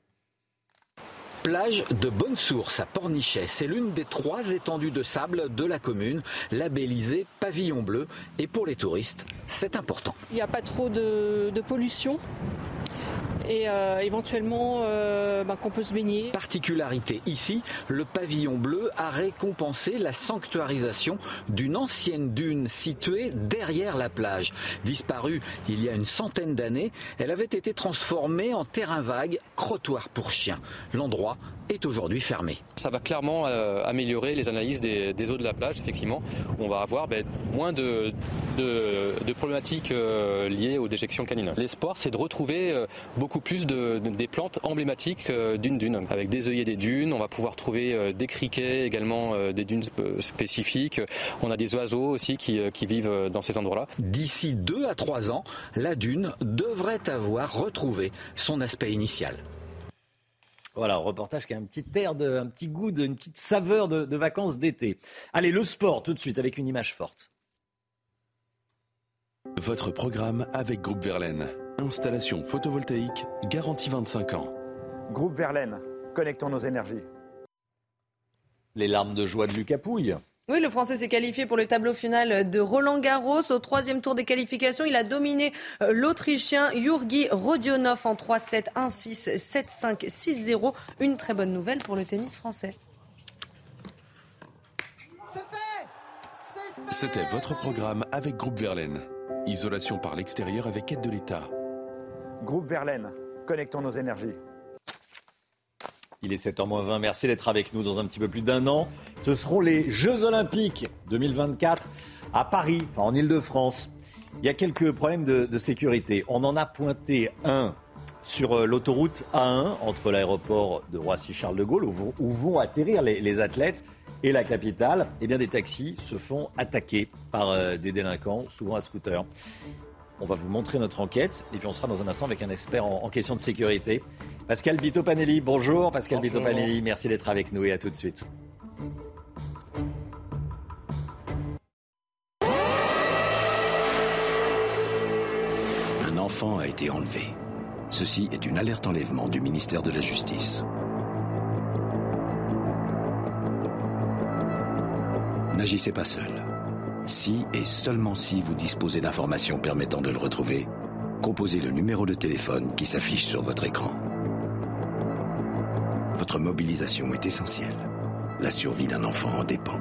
Plage de Bonne-Source à Pornichet, c'est l'une des trois étendues de sable de la commune, labellisée Pavillon Bleu. Et pour les touristes, c'est important. Il n'y a pas trop de, de pollution. Et euh, éventuellement euh, bah, qu'on peut se baigner. Particularité ici, le pavillon bleu a récompensé la sanctuarisation d'une ancienne dune située derrière la plage. Disparue il y a une centaine d'années, elle avait été transformée en terrain vague, crottoir pour chiens. L'endroit est aujourd'hui fermé. Ça va clairement euh, améliorer les analyses des, des eaux de la plage, effectivement. On va avoir ben, moins de, de, de problématiques euh, liées aux déjections canines. L'espoir, c'est de retrouver euh, beaucoup plus de, de, des plantes emblématiques euh, d'une dune. Avec des œillets des dunes, on va pouvoir trouver euh, des criquets, également euh, des dunes spécifiques. On a des oiseaux aussi qui, euh, qui vivent dans ces endroits-là. D'ici deux à trois ans, la dune devrait avoir retrouvé son aspect initial. Voilà, un reportage qui a un petit air, de, un petit goût, de, une petite saveur de, de vacances d'été. Allez, le sport tout de suite avec une image forte. Votre programme avec Groupe Verlaine. Installation photovoltaïque, garantie vingt-cinq ans. Groupe Verlaine, connectons nos énergies. Les larmes de joie de Lucas Pouille. Oui, le Français s'est qualifié pour le tableau final de Roland-Garros. Au troisième tour des qualifications, il a dominé l'Autrichien Jurgi Rodionov en trois sept, un six, sept cinq, six zéro. Une très bonne nouvelle pour le tennis français. C'était votre programme avec Groupe Verlaine. Isolation par l'extérieur avec aide de l'État. Groupe Verlaine, connectons nos énergies. Il est sept heures moins vingt, merci d'être avec nous dans un petit peu plus d'un an. Ce seront les Jeux Olympiques deux mille vingt-quatre à Paris, enfin en Ile-de-France. Il y a quelques problèmes de, de sécurité. On en a pointé un sur l'autoroute A un entre l'aéroport de Roissy-Charles de Gaulle où vont, où vont atterrir les, les athlètes et la capitale. Eh bien, des taxis se font attaquer par euh, des délinquants, souvent à scooter. On va vous montrer notre enquête et puis on sera dans un instant avec un expert en, en question de sécurité. Pascal Bito-Panelli, bonjour. Pascal bonjour. Bito-Panelli, merci d'être avec nous et à tout de suite. Un enfant a été enlevé. Ceci est une alerte enlèvement du ministère de la Justice. N'agissez pas seul. Si et seulement si vous disposez d'informations permettant de le retrouver, composez le numéro de téléphone qui s'affiche sur votre écran. Votre mobilisation est essentielle. La survie d'un enfant en dépend.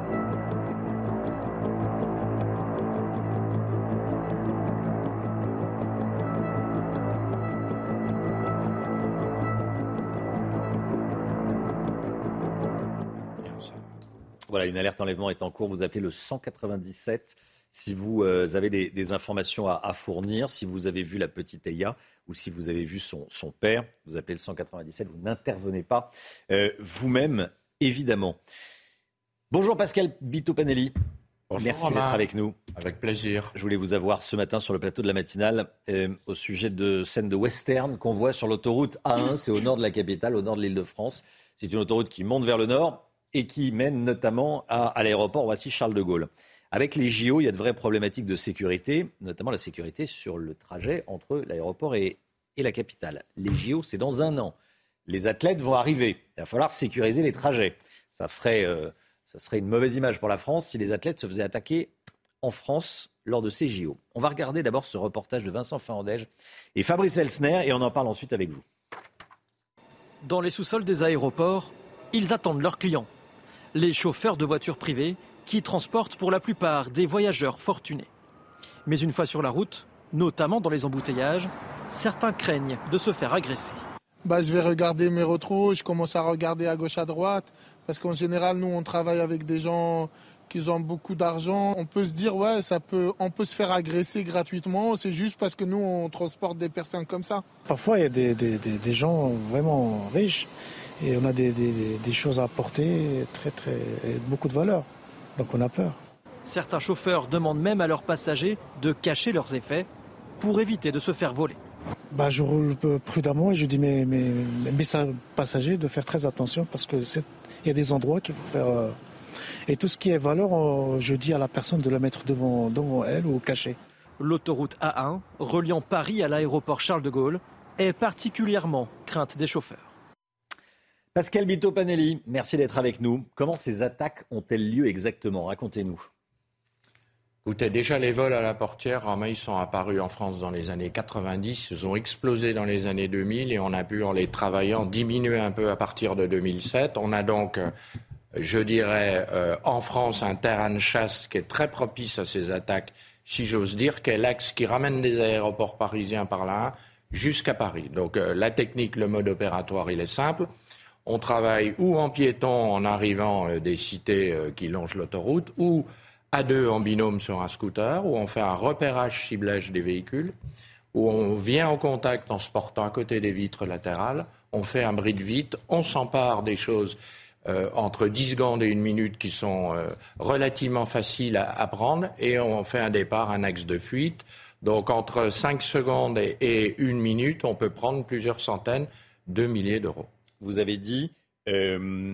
Voilà, une alerte enlèvement est en cours. Vous appelez le cent quatre-vingt-dix-sept si vous euh, avez des, des informations à, à fournir, si vous avez vu la petite Eya ou si vous avez vu son, son père. Vous appelez le cent quatre-vingt-dix-sept, vous n'intervenez pas euh, vous-même, évidemment. Bonjour Pascal Bito-Panelli. Bonjour, merci Romain. d'être avec nous. Avec plaisir. Je voulais vous avoir ce matin sur le plateau de la matinale euh, au sujet de scènes de western qu'on voit sur l'autoroute A un. C'est au nord de la capitale, au nord de l'Île-de-France. C'est une autoroute qui monte vers le nord et qui mène notamment à, à l'aéroport Roissy-Charles de Gaulle. Avec les J O, il y a de vraies problématiques de sécurité, notamment la sécurité sur le trajet entre l'aéroport et, et la capitale. Les J O, c'est dans un an. Les athlètes vont arriver. Il va falloir sécuriser les trajets. Ça ferait, euh, ça serait une mauvaise image pour la France si les athlètes se faisaient attaquer en France lors de ces J O. On va regarder d'abord ce reportage de Vincent Fandège et Fabrice Elsner et on en parle ensuite avec vous. Dans les sous-sols des aéroports, ils attendent leurs clients. Les chauffeurs de voitures privées qui transportent pour la plupart des voyageurs fortunés. Mais une fois sur la route, notamment dans les embouteillages, certains craignent de se faire agresser. Bah, je vais regarder mes rétros, je commence à regarder à gauche, à droite, parce qu'en général, nous, on travaille avec des gens qui ont beaucoup d'argent. On peut se dire, ouais, ça peut, on peut se faire agresser gratuitement, c'est juste parce que nous, on transporte des personnes comme ça. Parfois, il y a des, des, des, des gens vraiment riches et on a des, des, des choses à apporter, très, très, beaucoup de valeur. Donc on a peur. Certains chauffeurs demandent même à leurs passagers de cacher leurs effets pour éviter de se faire voler. Bah, je roule prudemment et je dis mes, mes, mes passagers de faire très attention parce qu'il y a des endroits qu'il faut faire. Euh, et tout ce qui est valeur, je dis à la personne de la mettre devant, devant elle ou cachée. L'autoroute A un, reliant Paris à l'aéroport Charles de Gaulle, est particulièrement crainte des chauffeurs. Pascal Bito-Panelli, merci d'être avec nous. Comment ces attaques ont-elles lieu exactement ? Racontez-nous. Écoutez, déjà les vols à la portière, ils sont apparus en France dans les années quatre-vingt-dix, ils ont explosé dans les années deux mille et on a pu, en les travaillant, diminuer un peu à partir de deux mille sept. On a donc, je dirais, euh, en France, un terrain de chasse qui est très propice à ces attaques, si j'ose dire, qui est l'axe qui ramène des aéroports parisiens par là jusqu'à Paris. Donc euh, la technique, le mode opératoire, il est simple. On travaille ou en piéton en arrivant euh, des cités euh, qui longent l'autoroute, ou à deux en binôme sur un scooter, où on fait un repérage ciblage des véhicules, où on vient en contact en se portant à côté des vitres latérales, on fait un bris de vitre, on s'empare des choses euh, entre dix secondes et une minute qui sont euh, relativement faciles à, à prendre, et on fait un départ, un axe de fuite. Donc entre cinq secondes et, et une minute, on peut prendre plusieurs centaines de milliers d'euros. Vous avez dit, euh,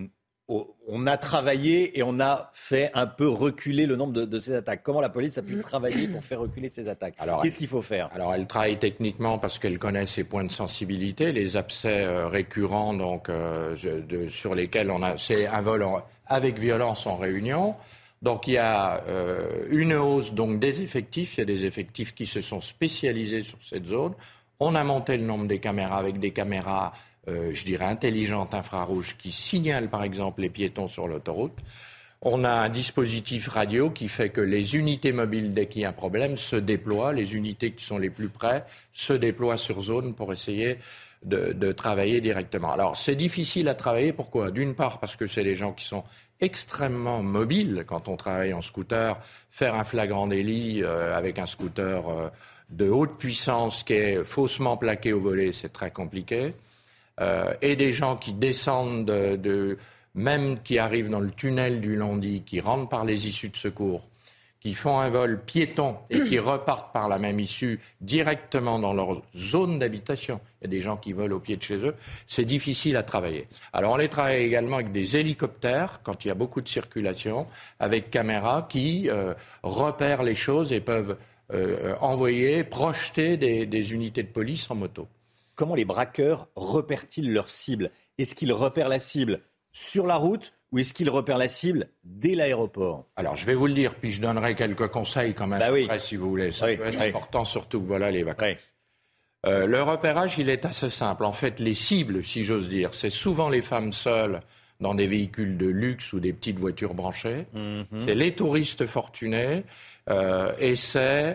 on a travaillé et on a fait un peu reculer le nombre de, de ces attaques. Comment la police a pu travailler pour faire reculer ces attaques ? Alors, Qu'est-ce qu'il faut faire ? Alors, elle travaille techniquement parce qu'elle connaît ses points de sensibilité, les abcès euh, récurrents donc, euh, de, sur lesquels on a... C'est un vol en, avec violence en réunion. Donc, il y a euh, une hausse donc, des effectifs. Il y a des effectifs qui se sont spécialisés sur cette zone. On a monté le nombre des caméras avec des caméras... Euh, je dirais intelligente infrarouge qui signale par exemple les piétons sur l'autoroute. On a un dispositif radio qui fait que les unités mobiles, dès qu'il y a un problème, se déploient. Les unités qui sont les plus près se déploient sur zone pour essayer de, de travailler directement. Alors c'est difficile à travailler, pourquoi ? D'une part parce que c'est des gens qui sont extrêmement mobiles quand on travaille en scooter. Faire un flagrant délit euh, avec un scooter euh, de haute puissance qui est faussement plaqué au volet, c'est très compliqué. Euh, et des gens qui descendent, de, de, même qui arrivent dans le tunnel du Landy, qui rentrent par les issues de secours, qui font un vol piéton et qui repartent par la même issue directement dans leur zone d'habitation. Il y a des gens qui volent au pied de chez eux. C'est difficile à travailler. Alors on les travaille également avec des hélicoptères, quand il y a beaucoup de circulation, avec caméras qui euh, repèrent les choses et peuvent euh, envoyer, projeter des, des unités de police en moto. Comment les braqueurs repèrent-ils leur cible ? Est-ce qu'ils repèrent la cible sur la route ou est-ce qu'ils repèrent la cible dès l'aéroport ? Alors, je vais vous le dire, puis je donnerai quelques conseils quand même bah oui. après, si vous voulez. Ça oui, peut être oui. important, surtout que voilà les vacances. Oui. Euh, le repérage, il est assez simple. En fait, les cibles, si j'ose dire, c'est souvent les femmes seules dans des véhicules de luxe ou des petites voitures branchées. Mm-hmm. C'est les touristes fortunés euh, et c'est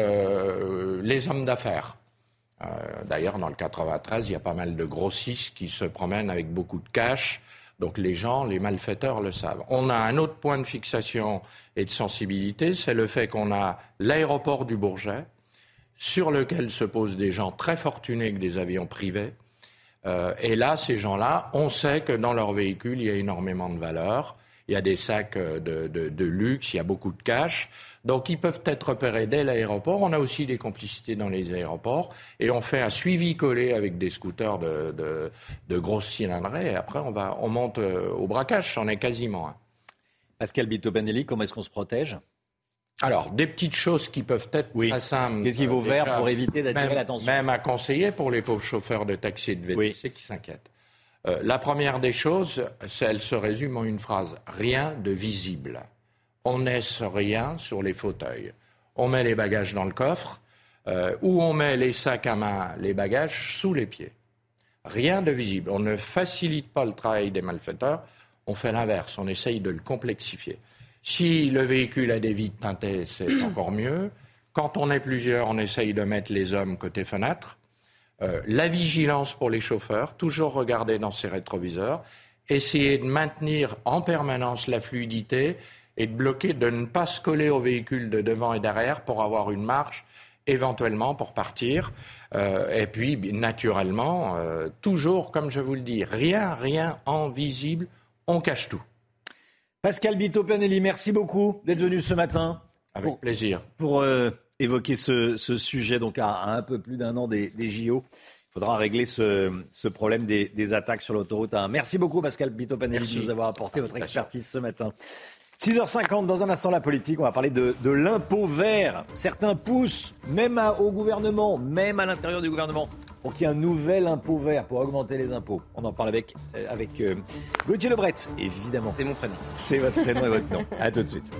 euh, les hommes d'affaires. Euh, d'ailleurs, dans le quatre-vingt-treize, il y a pas mal de grossistes qui se promènent avec beaucoup de cash. Donc les gens, les malfaiteurs le savent. On a un autre point de fixation et de sensibilité, c'est le fait qu'on a l'aéroport du Bourget, sur lequel se posent des gens très fortunés avec des avions privés. Euh, et là, ces gens-là, on sait que dans leur véhicule, il y a énormément de valeur. Il y a des sacs de, de, de luxe, il y a beaucoup de cash. Donc, ils peuvent être repérés dès l'aéroport. On a aussi des complicités dans les aéroports. Et on fait un suivi collé avec des scooters de, de, de grosses cylindrées. Et après, on, va, on monte au braquage. C'en est quasiment un. Pascal Bito-Panelli, comment est-ce qu'on se protège ? Alors, des petites choses qui peuvent être oui. très simples. Qu'est-ce qu'il faut euh, faire pour éviter d'attirer même, l'attention ? Même à conseiller pour les pauvres chauffeurs de taxi et de V T C oui. qui s'inquiètent. Euh, la première des choses, elle se résume en une phrase. Rien de visible. On laisse rien sur les fauteuils. On met les bagages dans le coffre euh, ou on met les sacs à main, les bagages sous les pieds. Rien de visible. On ne facilite pas le travail des malfaiteurs. On fait l'inverse. On essaye de le complexifier. Si le véhicule a des vitres teintées, c'est encore mieux. Quand on est plusieurs, on essaye de mettre les hommes côté fenêtre. Euh, la vigilance pour les chauffeurs, toujours regarder dans ses rétroviseurs, essayer de maintenir en permanence la fluidité et de bloquer, de ne pas se coller au véhicule de devant et derrière pour avoir une marge, éventuellement pour partir. Euh, et puis, naturellement, euh, toujours, comme je vous le dis, rien, rien en visible, on cache tout. Pascal Bito-Panelli, merci beaucoup d'être venu ce matin. Avec pour, plaisir. Pour euh, évoquer ce, ce sujet, donc à, à un peu plus d'un an des, des J O. Il faudra régler ce, ce problème des, des attaques sur l'autoroute un. Merci beaucoup Pascal Bito-Panelli de nous avoir apporté votre expertise ce matin. six heures cinquante, dans un instant la politique, on va parler de, de l'impôt vert. Certains poussent, même à, au gouvernement, même à l'intérieur du gouvernement, pour qu'il y ait un nouvel impôt vert, pour augmenter les impôts. On en parle avec, euh, avec euh, Gauthier Lebret, évidemment. C'est mon prénom. C'est votre prénom et votre nom. À tout de suite.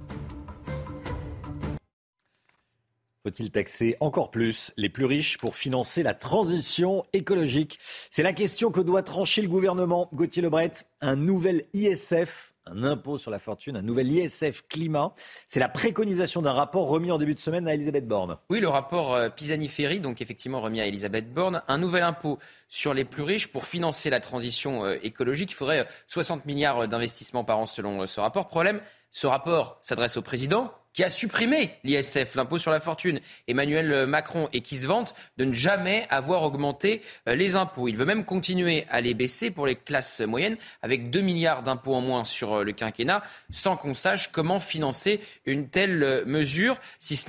Faut-il taxer encore plus les plus riches pour financer la transition écologique ? C'est la question que doit trancher le gouvernement. Gauthier Lebret, un nouvel I S F, un impôt sur la fortune, un nouvel I S F climat. C'est la préconisation d'un rapport remis en début de semaine à Elisabeth Borne. Oui, le rapport euh, Pisani-Ferry, donc effectivement remis à Elisabeth Borne. Un nouvel impôt sur les plus riches pour financer la transition euh, écologique. Il faudrait euh, soixante milliards d'investissements par an selon euh, ce rapport. Problème, ce rapport s'adresse au président qui a supprimé l'I S F, l'impôt sur la fortune, Emmanuel Macron, et qui se vante de ne jamais avoir augmenté les impôts. Il veut même continuer à les baisser pour les classes moyennes, avec deux milliards d'impôts en moins sur le quinquennat, sans qu'on sache comment financer une telle mesure, si ce n'est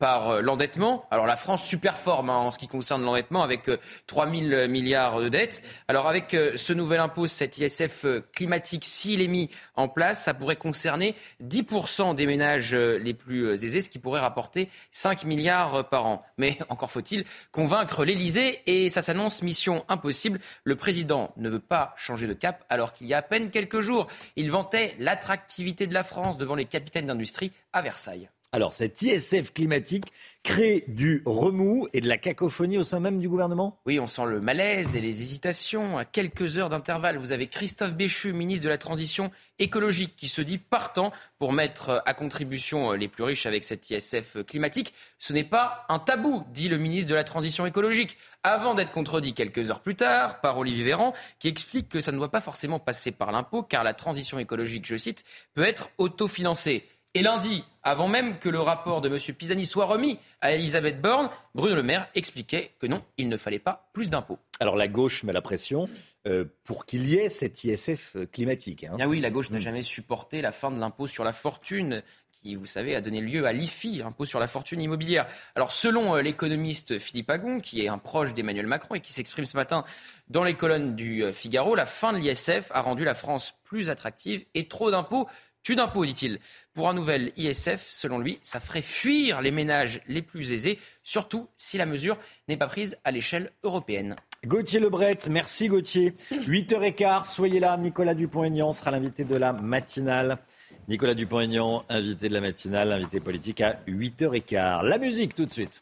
par l'endettement. Alors la France superforme hein, en ce qui concerne l'endettement avec trois mille milliards de dettes. Alors avec ce nouvel impôt, cet I S F climatique, s'il est mis en place, ça pourrait concerner dix pour cent des ménages les plus aisés, ce qui pourrait rapporter cinq milliards par an. Mais encore faut-il convaincre l'Élysée et ça s'annonce mission impossible. Le président ne veut pas changer de cap alors qu'il y a à peine quelques jours, il vantait l'attractivité de la France devant les capitaines d'industrie à Versailles. Alors, cet I S F climatique crée du remous et de la cacophonie au sein même du gouvernement ? Oui, on sent le malaise et les hésitations. À quelques heures d'intervalle, vous avez Christophe Béchu, ministre de la Transition écologique, qui se dit partant pour mettre à contribution les plus riches avec cet I S F climatique. Ce n'est pas un tabou, dit le ministre de la Transition écologique, avant d'être contredit quelques heures plus tard par Olivier Véran, qui explique que ça ne doit pas forcément passer par l'impôt, car la transition écologique, je cite, peut être autofinancée. Et lundi, avant même que le rapport de M. Pisani soit remis à Elisabeth Borne, Bruno Le Maire expliquait que non, il ne fallait pas plus d'impôts. Alors la gauche met la pression euh, pour qu'il y ait cet I S F climatique. Hein. Ah oui, la gauche n'a jamais supporté la fin de l'impôt sur la fortune qui, vous savez, a donné lieu à l'I F I, impôt sur la fortune immobilière. Alors selon l'économiste Philippe Agon, qui est un proche d'Emmanuel Macron et qui s'exprime ce matin dans les colonnes du Figaro, la fin de l'I S F a rendu la France plus attractive et trop d'impôts tue d'impôts, dit-il. Pour un nouvel I S F, selon lui, ça ferait fuir les ménages les plus aisés, surtout si la mesure n'est pas prise à l'échelle européenne. Gauthier Lebret, merci Gauthier. huit heures quinze, soyez là. Nicolas Dupont-Aignan sera l'invité de la matinale. Nicolas Dupont-Aignan, invité de la matinale, invité politique à huit heures quinze. La musique tout de suite.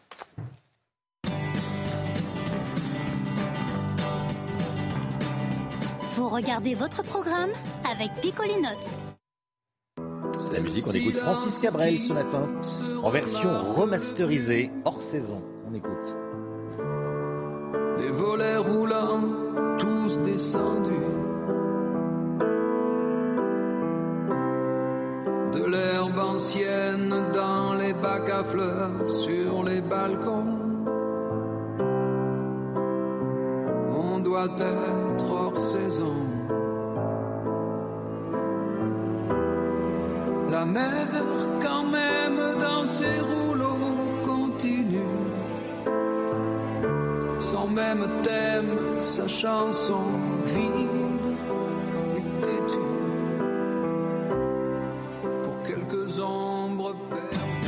Vous regardez votre programme avec Picolinos. La musique, on écoute Francis Cabrel ce matin, en version remasterisée, hors saison. On écoute. Les volets roulants, tous descendus. De l'herbe ancienne dans les bacs à fleurs, sur les balcons. On doit être hors saison. La mer, quand même, dans ses rouleaux, continue. Son même thème, sa chanson vide et têtue. Pour quelques ombres perdues.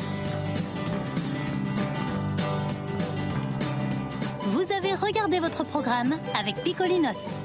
Vous avez regardé votre programme avec Picolinos.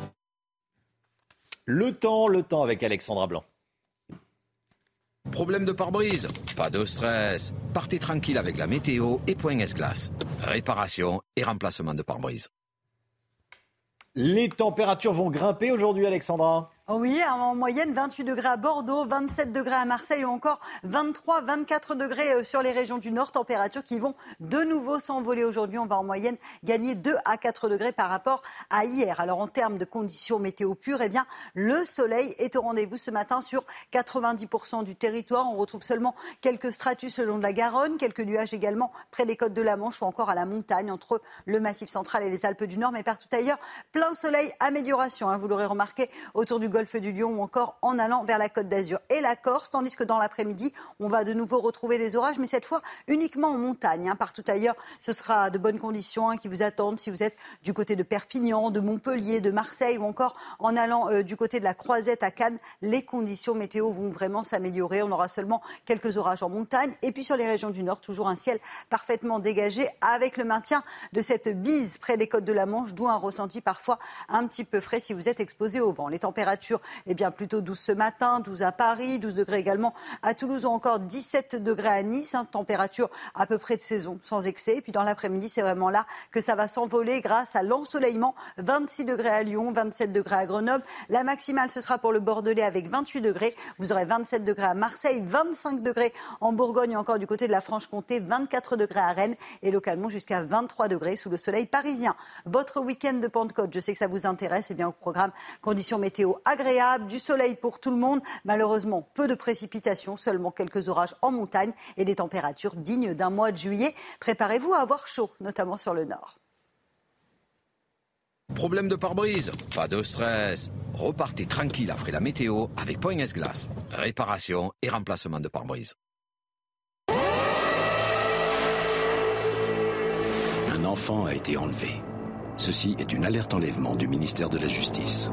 Le temps, le temps avec Alexandra Blanc. Problème de pare-brise? Pas de stress. Partez tranquille avec la météo et Point S-Glace. Réparation et remplacement de pare-brise. Les températures vont grimper aujourd'hui, Alexandra. Oui, en moyenne vingt-huit degrés à Bordeaux, vingt-sept degrés à Marseille ou encore vingt-trois, vingt-quatre degrés sur les régions du Nord. Températures qui vont de nouveau s'envoler aujourd'hui. On va en moyenne gagner deux à quatre degrés par rapport à hier. Alors en termes de conditions météo pures, eh bien, le soleil est au rendez-vous ce matin sur quatre-vingt-dix pour cent du territoire. On retrouve seulement quelques stratus le long de la Garonne, quelques nuages également près des côtes de la Manche ou encore à la montagne entre le Massif central et les Alpes du Nord. Mais partout ailleurs, plein soleil, amélioration, hein, vous l'aurez remarqué, autour du golfe du Lion ou encore en allant vers la Côte d'Azur et la Corse, tandis que dans l'après-midi, on va de nouveau retrouver des orages, mais cette fois uniquement en montagne. Hein. Partout ailleurs, ce sera de bonnes conditions hein, qui vous attendent si vous êtes du côté de Perpignan, de Montpellier, de Marseille ou encore en allant euh, du côté de la Croisette à Cannes. Les conditions météo vont vraiment s'améliorer. On aura seulement quelques orages en montagne et puis sur les régions du Nord, toujours un ciel parfaitement dégagé avec le maintien de cette bise près des côtes de la Manche, d'où un ressenti parfois un petit peu frais si vous êtes exposé au vent. Les températures eh bien, plutôt douze ce matin, douze à Paris, douze degrés également à Toulouse ou encore dix-sept degrés à Nice. Hein, température à peu près de saison, sans excès. Et puis dans l'après-midi, c'est vraiment là que ça va s'envoler grâce à l'ensoleillement. vingt-six degrés à Lyon, vingt-sept degrés à Grenoble. La maximale, ce sera pour le Bordelais avec vingt-huit degrés. Vous aurez vingt-sept degrés à Marseille, vingt-cinq degrés en Bourgogne, encore du côté de la Franche-Comté, vingt-quatre degrés à Rennes et localement jusqu'à vingt-trois degrés sous le soleil parisien. Votre week-end de Pentecôte, je sais que ça vous intéresse. Eh bien, au programme, conditions météo agréables, du soleil pour tout le monde. Malheureusement, peu de précipitations, seulement quelques orages en montagne et des températures dignes d'un mois de juillet. Préparez-vous à avoir chaud, notamment sur le nord. Problème de pare-brise? Pas de stress. Repartez tranquille après la météo avec Point S-Glace. Réparation et remplacement de pare-brise. Un enfant a été enlevé. Ceci est une alerte enlèvement du ministère de la Justice.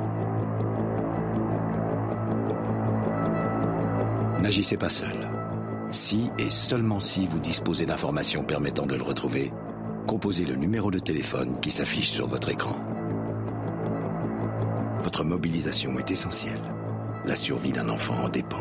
N'agissez pas seul. Si et seulement si vous disposez d'informations permettant de le retrouver, composez le numéro de téléphone qui s'affiche sur votre écran. Votre mobilisation est essentielle. La survie d'un enfant en dépend.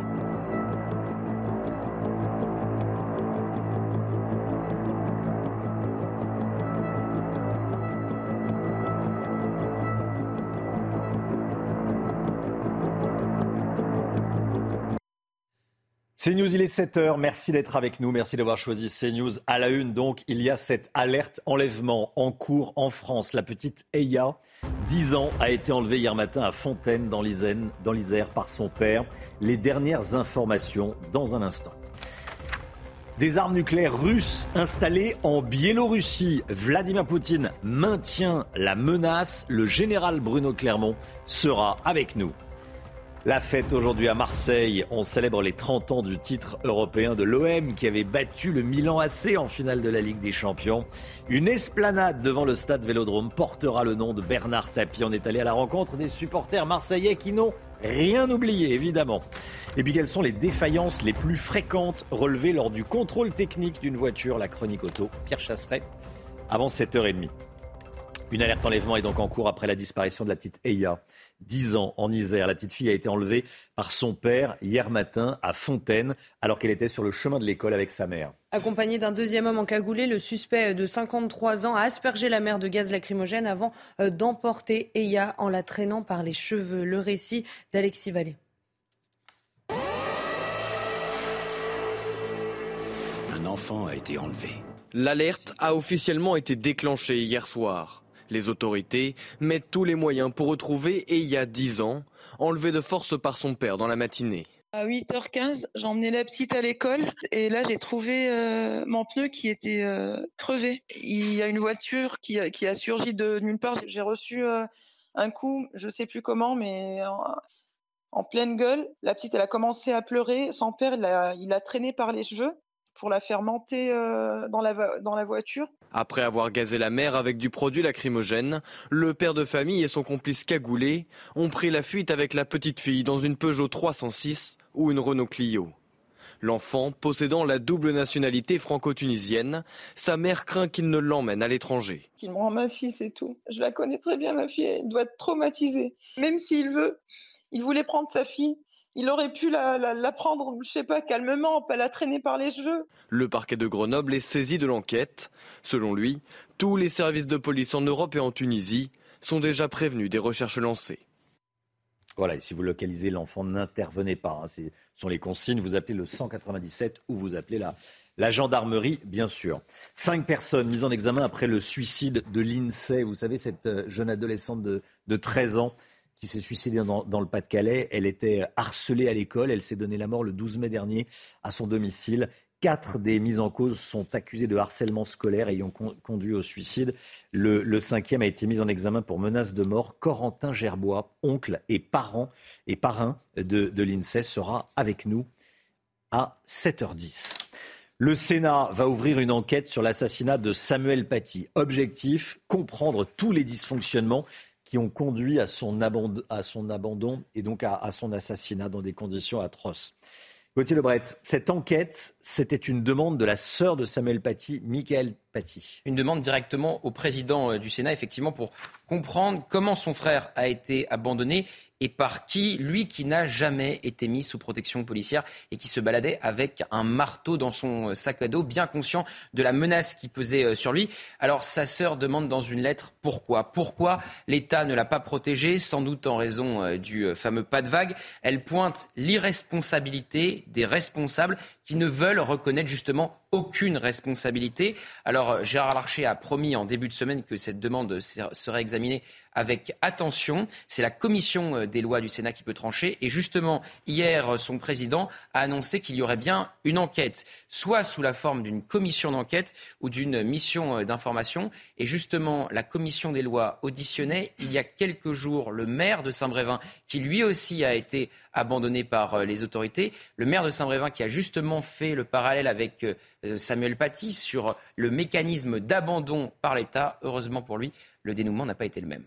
CNews, il est sept heures. Merci d'être avec nous. Merci d'avoir choisi CNews. À la une, donc, il y a cette alerte enlèvement en cours en France. La petite Eya, dix ans, a été enlevée hier matin à Fontaine, dans l'Isère, par son père. Les dernières informations dans un instant. Des armes nucléaires russes installées en Biélorussie. Vladimir Poutine maintient la menace. Le général Bruno Clermont sera avec nous. La fête aujourd'hui à Marseille, on célèbre les trente ans du titre européen de l'O M qui avait battu le Milan A C en finale de la Ligue des Champions. Une esplanade devant le stade Vélodrome portera le nom de Bernard Tapie. On est allé à la rencontre des supporters marseillais qui n'ont rien oublié, évidemment. Et puis quelles sont les défaillances les plus fréquentes relevées lors du contrôle technique d'une voiture? La chronique auto, Pierre Chasseret, avant sept heures trente. Une alerte enlèvement est donc en cours après la disparition de la petite Eya. dix ans en Isère. La petite fille a été enlevée par son père hier matin à Fontaine alors qu'elle était sur le chemin de l'école avec sa mère. Accompagné d'un deuxième homme encagoulé, le suspect de cinquante-trois ans a aspergé la mère de gaz lacrymogène avant d'emporter Eya en la traînant par les cheveux. Le récit d'Alexis Vallée. Un enfant a été enlevé. L'alerte a officiellement été déclenchée hier soir. Les autorités mettent tous les moyens pour retrouver Eya, dix ans, enlevée de force par son père dans la matinée. À huit heures quinze, j'ai emmené la petite à l'école et là j'ai trouvé euh, mon pneu qui était euh, crevé. Il y a une voiture qui a, qui a surgi de nulle part. J'ai reçu euh, un coup, je ne sais plus comment, mais en, en pleine gueule. La petite, elle a commencé à pleurer. Son père, il l'a il a traîné par les cheveux pour la faire monter euh, dans, la, dans la voiture. Après avoir gazé la mère avec du produit lacrymogène, le père de famille et son complice cagoulé ont pris la fuite avec la petite fille dans une Peugeot trois cent six ou une Renault Clio. L'enfant, possédant la double nationalité franco-tunisienne, sa mère craint qu'il ne l'emmène à l'étranger. Qu'il me rend ma fille, c'est tout. Je la connais très bien, ma fille, elle doit être traumatisée. Même s'il veut, il voulait prendre sa fille. Il aurait pu la, la, la prendre, je sais pas, calmement, pas la traîner par les cheveux. Le parquet de Grenoble est saisi de l'enquête. Selon lui, tous les services de police en Europe et en Tunisie sont déjà prévenus des recherches lancées. Voilà, et si vous localisez l'enfant, n'intervenez pas. Hein. Ce sont les consignes. Vous appelez le cent quatre-vingt-dix-sept ou vous appelez la, la gendarmerie, bien sûr. Cinq personnes mises en examen après le suicide de Lindsay. Vous savez, cette jeune adolescente de, de treize ans qui s'est suicidée dans, dans le Pas-de-Calais. Elle était harcelée à l'école. Elle s'est donné la mort le douze mai dernier à son domicile. Quatre des mises en cause sont accusés de harcèlement scolaire ayant con- conduit au suicide. Le, le cinquième a été mis en examen pour menace de mort. Corentin Gerbois, oncle et parent et parrain de, de Lindsay, sera avec nous à sept heures dix. Le Sénat va ouvrir une enquête sur l'assassinat de Samuel Paty. Objectif, comprendre tous les dysfonctionnements qui ont conduit à son abandon, à son abandon et donc à, à son assassinat dans des conditions atroces. Gauthier Lebret, cette enquête, c'était une demande de la sœur de Samuel Paty, Michael Paty. Une demande directement au président du Sénat, effectivement, pour comprendre comment son frère a été abandonné et par qui, lui qui n'a jamais été mis sous protection policière et qui se baladait avec un marteau dans son sac à dos, bien conscient de la menace qui pesait sur lui. Alors sa sœur demande dans une lettre pourquoi. Pourquoi l'État ne l'a pas protégé, sans doute en raison du fameux pas de vague. Elle pointe l'irresponsabilité des responsables qui ne veulent reconnaître justement aucune responsabilité. Alors Gérard Larcher a promis en début de semaine que cette demande serait examinée avec attention. C'est la commission des lois du Sénat qui peut trancher. Et justement, hier, son président a annoncé qu'il y aurait bien une enquête, soit sous la forme d'une commission d'enquête ou d'une mission d'information. Et justement, la commission des lois auditionnait il y a quelques jours le maire de Saint-Brévin, qui lui aussi a été abandonné par les autorités. Le maire de Saint-Brévin qui a justement fait le parallèle avec Samuel Paty sur le mécanisme d'abandon par l'État. Heureusement pour lui, le dénouement n'a pas été le même.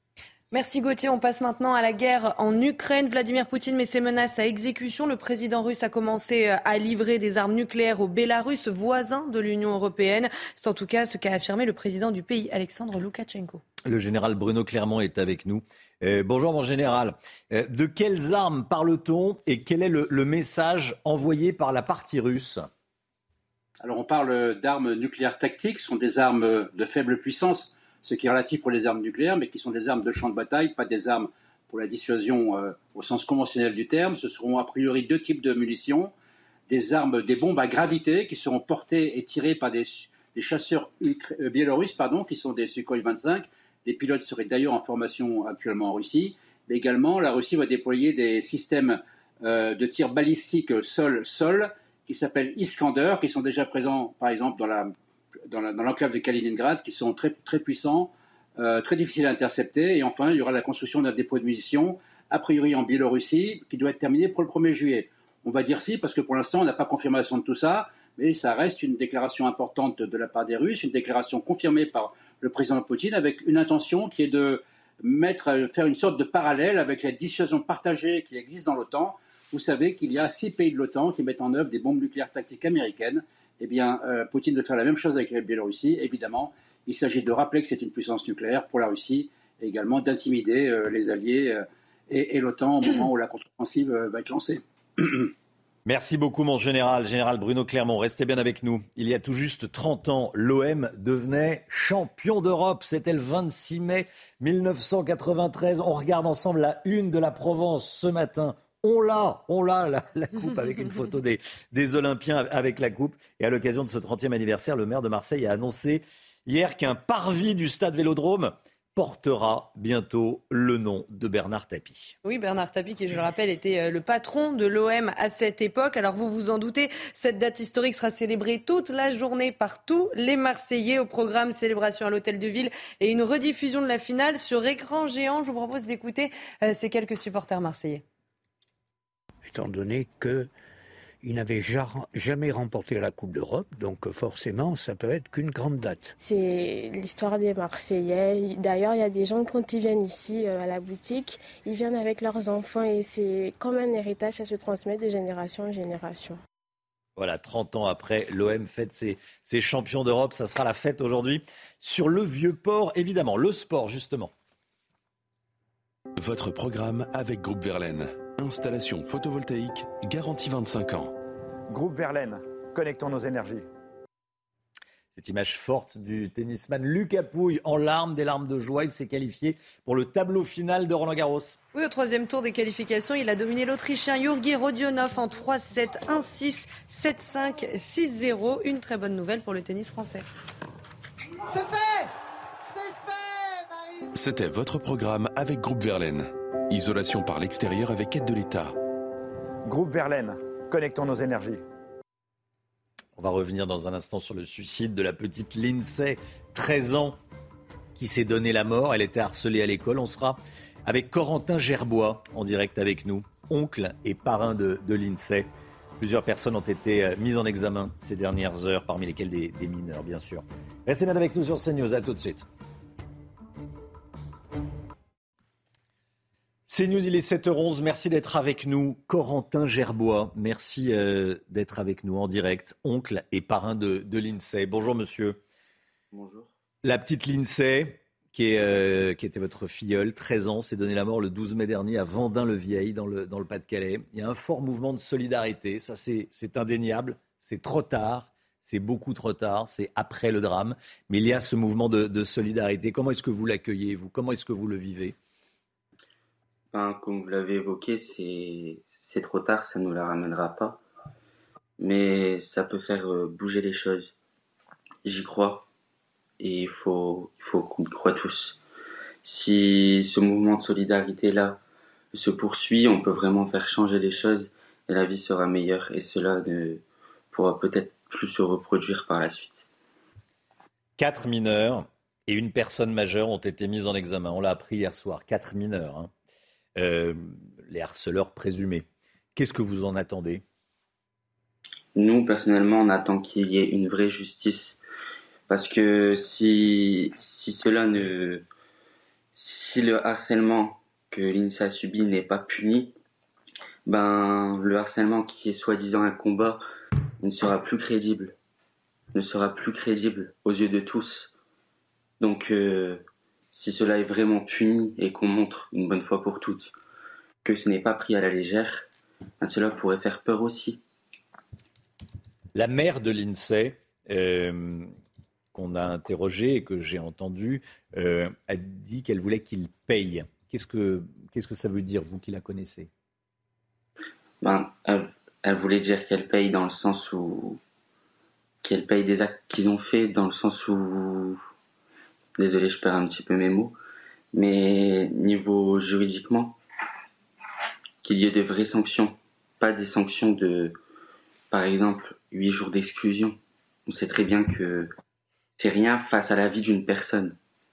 Merci Gauthier. On passe maintenant à la guerre en Ukraine. Vladimir Poutine met ses menaces à exécution. Le président russe a commencé à livrer des armes nucléaires au Bélarus, voisin de l'Union européenne. C'est en tout cas ce qu'a affirmé le président du pays, Alexandre Loukachenko. Le général Bruno Clermont est avec nous. Euh, bonjour mon général. Euh, de quelles armes parle-t-on et quel est le, le message envoyé par la partie russe ? Alors on parle d'armes nucléaires tactiques, ce sont des armes de faible puissance, ce qui est relatif pour les armes nucléaires, mais qui sont des armes de champ de bataille, pas des armes pour la dissuasion euh, au sens conventionnel du terme. Ce seront a priori deux types de munitions, des armes, des bombes à gravité qui seront portées et tirées par des, des chasseurs ukra- euh, biélorusses, pardon, qui sont des Sukhoi vingt-cinq. Les pilotes seraient d'ailleurs en formation actuellement en Russie. Mais également, la Russie va déployer des systèmes euh, de tir balistique sol-sol qui s'appellent Iskander, qui sont déjà présents, par exemple, dans la Dans, la, dans l'enclave de Kaliningrad, qui sont très, très puissants, euh, très difficiles à intercepter. Et enfin, il y aura la construction d'un dépôt de munitions, a priori en Biélorussie, qui doit être terminé pour le premier juillet. On va dire si, parce que pour l'instant, on n'a pas confirmation de tout ça, mais ça reste une déclaration importante de la part des Russes, une déclaration confirmée par le président Poutine, avec une intention qui est de mettre, faire une sorte de parallèle avec la dissuasion partagée qui existe dans l'OTAN. Vous savez qu'il y a six pays de l'OTAN qui mettent en œuvre des bombes nucléaires tactiques américaines. Eh bien, euh, Poutine veut faire la même chose avec la Biélorussie. Évidemment, il s'agit de rappeler que c'est une puissance nucléaire pour la Russie et également d'intimider euh, les alliés euh, et, et l'OTAN au moment où la contre-offensive euh, va être lancée. Merci beaucoup, mon général. Général Bruno Clermont, restez bien avec nous. Il y a tout juste trente ans, l'O M devenait champion d'Europe. C'était le vingt-six mai mille neuf cent quatre-vingt-treize. On regarde ensemble la une de la Provence ce matin. On l'a, on l'a, la, la coupe, avec une photo des, des Olympiens avec la coupe. Et à l'occasion de ce trentième anniversaire, le maire de Marseille a annoncé hier qu'un parvis du stade Vélodrome portera bientôt le nom de Bernard Tapie. Oui, Bernard Tapie, qui, je le rappelle, était le patron de l'O M à cette époque. Alors vous vous en doutez, cette date historique sera célébrée toute la journée par tous les Marseillais. Au programme, célébration à l'Hôtel de Ville et une rediffusion de la finale sur écran géant. Je vous propose d'écouter euh, ces quelques supporters marseillais. Étant donné qu'ils n'avaient jamais remporté la Coupe d'Europe, donc forcément, ça peut être qu'une grande date. C'est l'histoire des Marseillais. D'ailleurs, il y a des gens, quand ils viennent ici à la boutique, ils viennent avec leurs enfants et c'est comme un héritage, ça se transmet de génération en génération. Voilà, trente ans après, l'O M fête ses, ses champions d'Europe. Ça sera la fête aujourd'hui sur le Vieux-Port, évidemment. Le sport, justement. Votre programme avec Groupe Verlaine. Installation photovoltaïque, garantie vingt-cinq ans. Groupe Verlaine, connectons nos énergies. Cette image forte du tennisman Lucas Pouille en larmes, des larmes de joie. Il s'est qualifié pour le tableau final de Roland-Garros. Oui, au troisième tour des qualifications, il a dominé l'Autrichien Yurgi Rodionov en trois sept, un six, sept cinq, six zéro. Une très bonne nouvelle pour le tennis français. C'est fait ! C'est fait, Marie ! C'était votre programme avec Groupe Verlaine. Isolation par l'extérieur avec aide de l'État. Groupe Verlaine, connectons nos énergies. On va revenir dans un instant sur le suicide de la petite Lindsay, treize ans, qui s'est donné la mort. Elle était harcelée à l'école. On sera avec Corentin Gerbois en direct avec nous, oncle et parrain de, de Lindsay. Plusieurs personnes ont été mises en examen ces dernières heures, parmi lesquelles des, des mineurs, bien sûr. Restez bien avec nous sur CNews. À tout de suite. CNews, il est sept heures onze. Merci d'être avec nous. Corentin Gerbois, merci euh, d'être avec nous en direct. Oncle et parrain de, de Lindsay. Bonjour monsieur. Bonjour. La petite Lindsay, qui, est, euh, qui était votre filleule, treize ans, s'est donné la mort le douze mai dernier à Vendin-le-Vieil, dans le, dans le Pas-de-Calais. Il y a un fort mouvement de solidarité. Ça, c'est, c'est indéniable. C'est trop tard. C'est beaucoup trop tard. C'est après le drame. Mais il y a ce mouvement de, de solidarité. Comment est-ce que vous l'accueillez, vous ? Comment est-ce que vous le vivez ? Ben, comme vous l'avez évoqué, c'est, c'est trop tard, ça ne nous la ramènera pas. Mais ça peut faire bouger les choses. J'y crois. Et il faut, il faut qu'on y croit tous. si ce mouvement de solidarité-là se poursuit, on peut vraiment faire changer les choses et la vie sera meilleure et cela ne pourra peut-être plus se reproduire par la suite. Quatre mineurs et une personne majeure ont été mis en examen. On l'a appris hier soir. Quatre mineurs, hein. euh, les harceleurs présumés. Qu'est-ce que vous en attendez ? Nous, personnellement, on attend qu'il y ait une vraie justice. Parce que si, si cela ne... Si le harcèlement que l'INSEE a subi n'est pas puni, ben, le harcèlement qui est soi-disant un combat ne sera plus crédible. Ne sera plus crédible aux yeux de tous. Donc, euh, si cela est vraiment puni et qu'on montre une bonne fois pour toutes que ce n'est pas pris à la légère, ben cela pourrait faire peur aussi. La mère de l'INSEE, euh, qu'on a interrogée et que j'ai entendue, euh, a dit qu'elle voulait qu'il paye. Qu'est-ce que, qu'est-ce que ça veut dire, vous qui la connaissez ? Ben, elle, elle voulait dire qu'elle paye dans le sens où... qu'elle paye des actes qu'ils ont fait, dans le sens où... Désolé, je perds un petit peu mes mots. Mais niveau juridiquement, qu'il y ait de vraies sanctions. Pas des sanctions de, par exemple, huit jours d'exclusion. On sait très bien que c'est rien face à la vie d'une personne.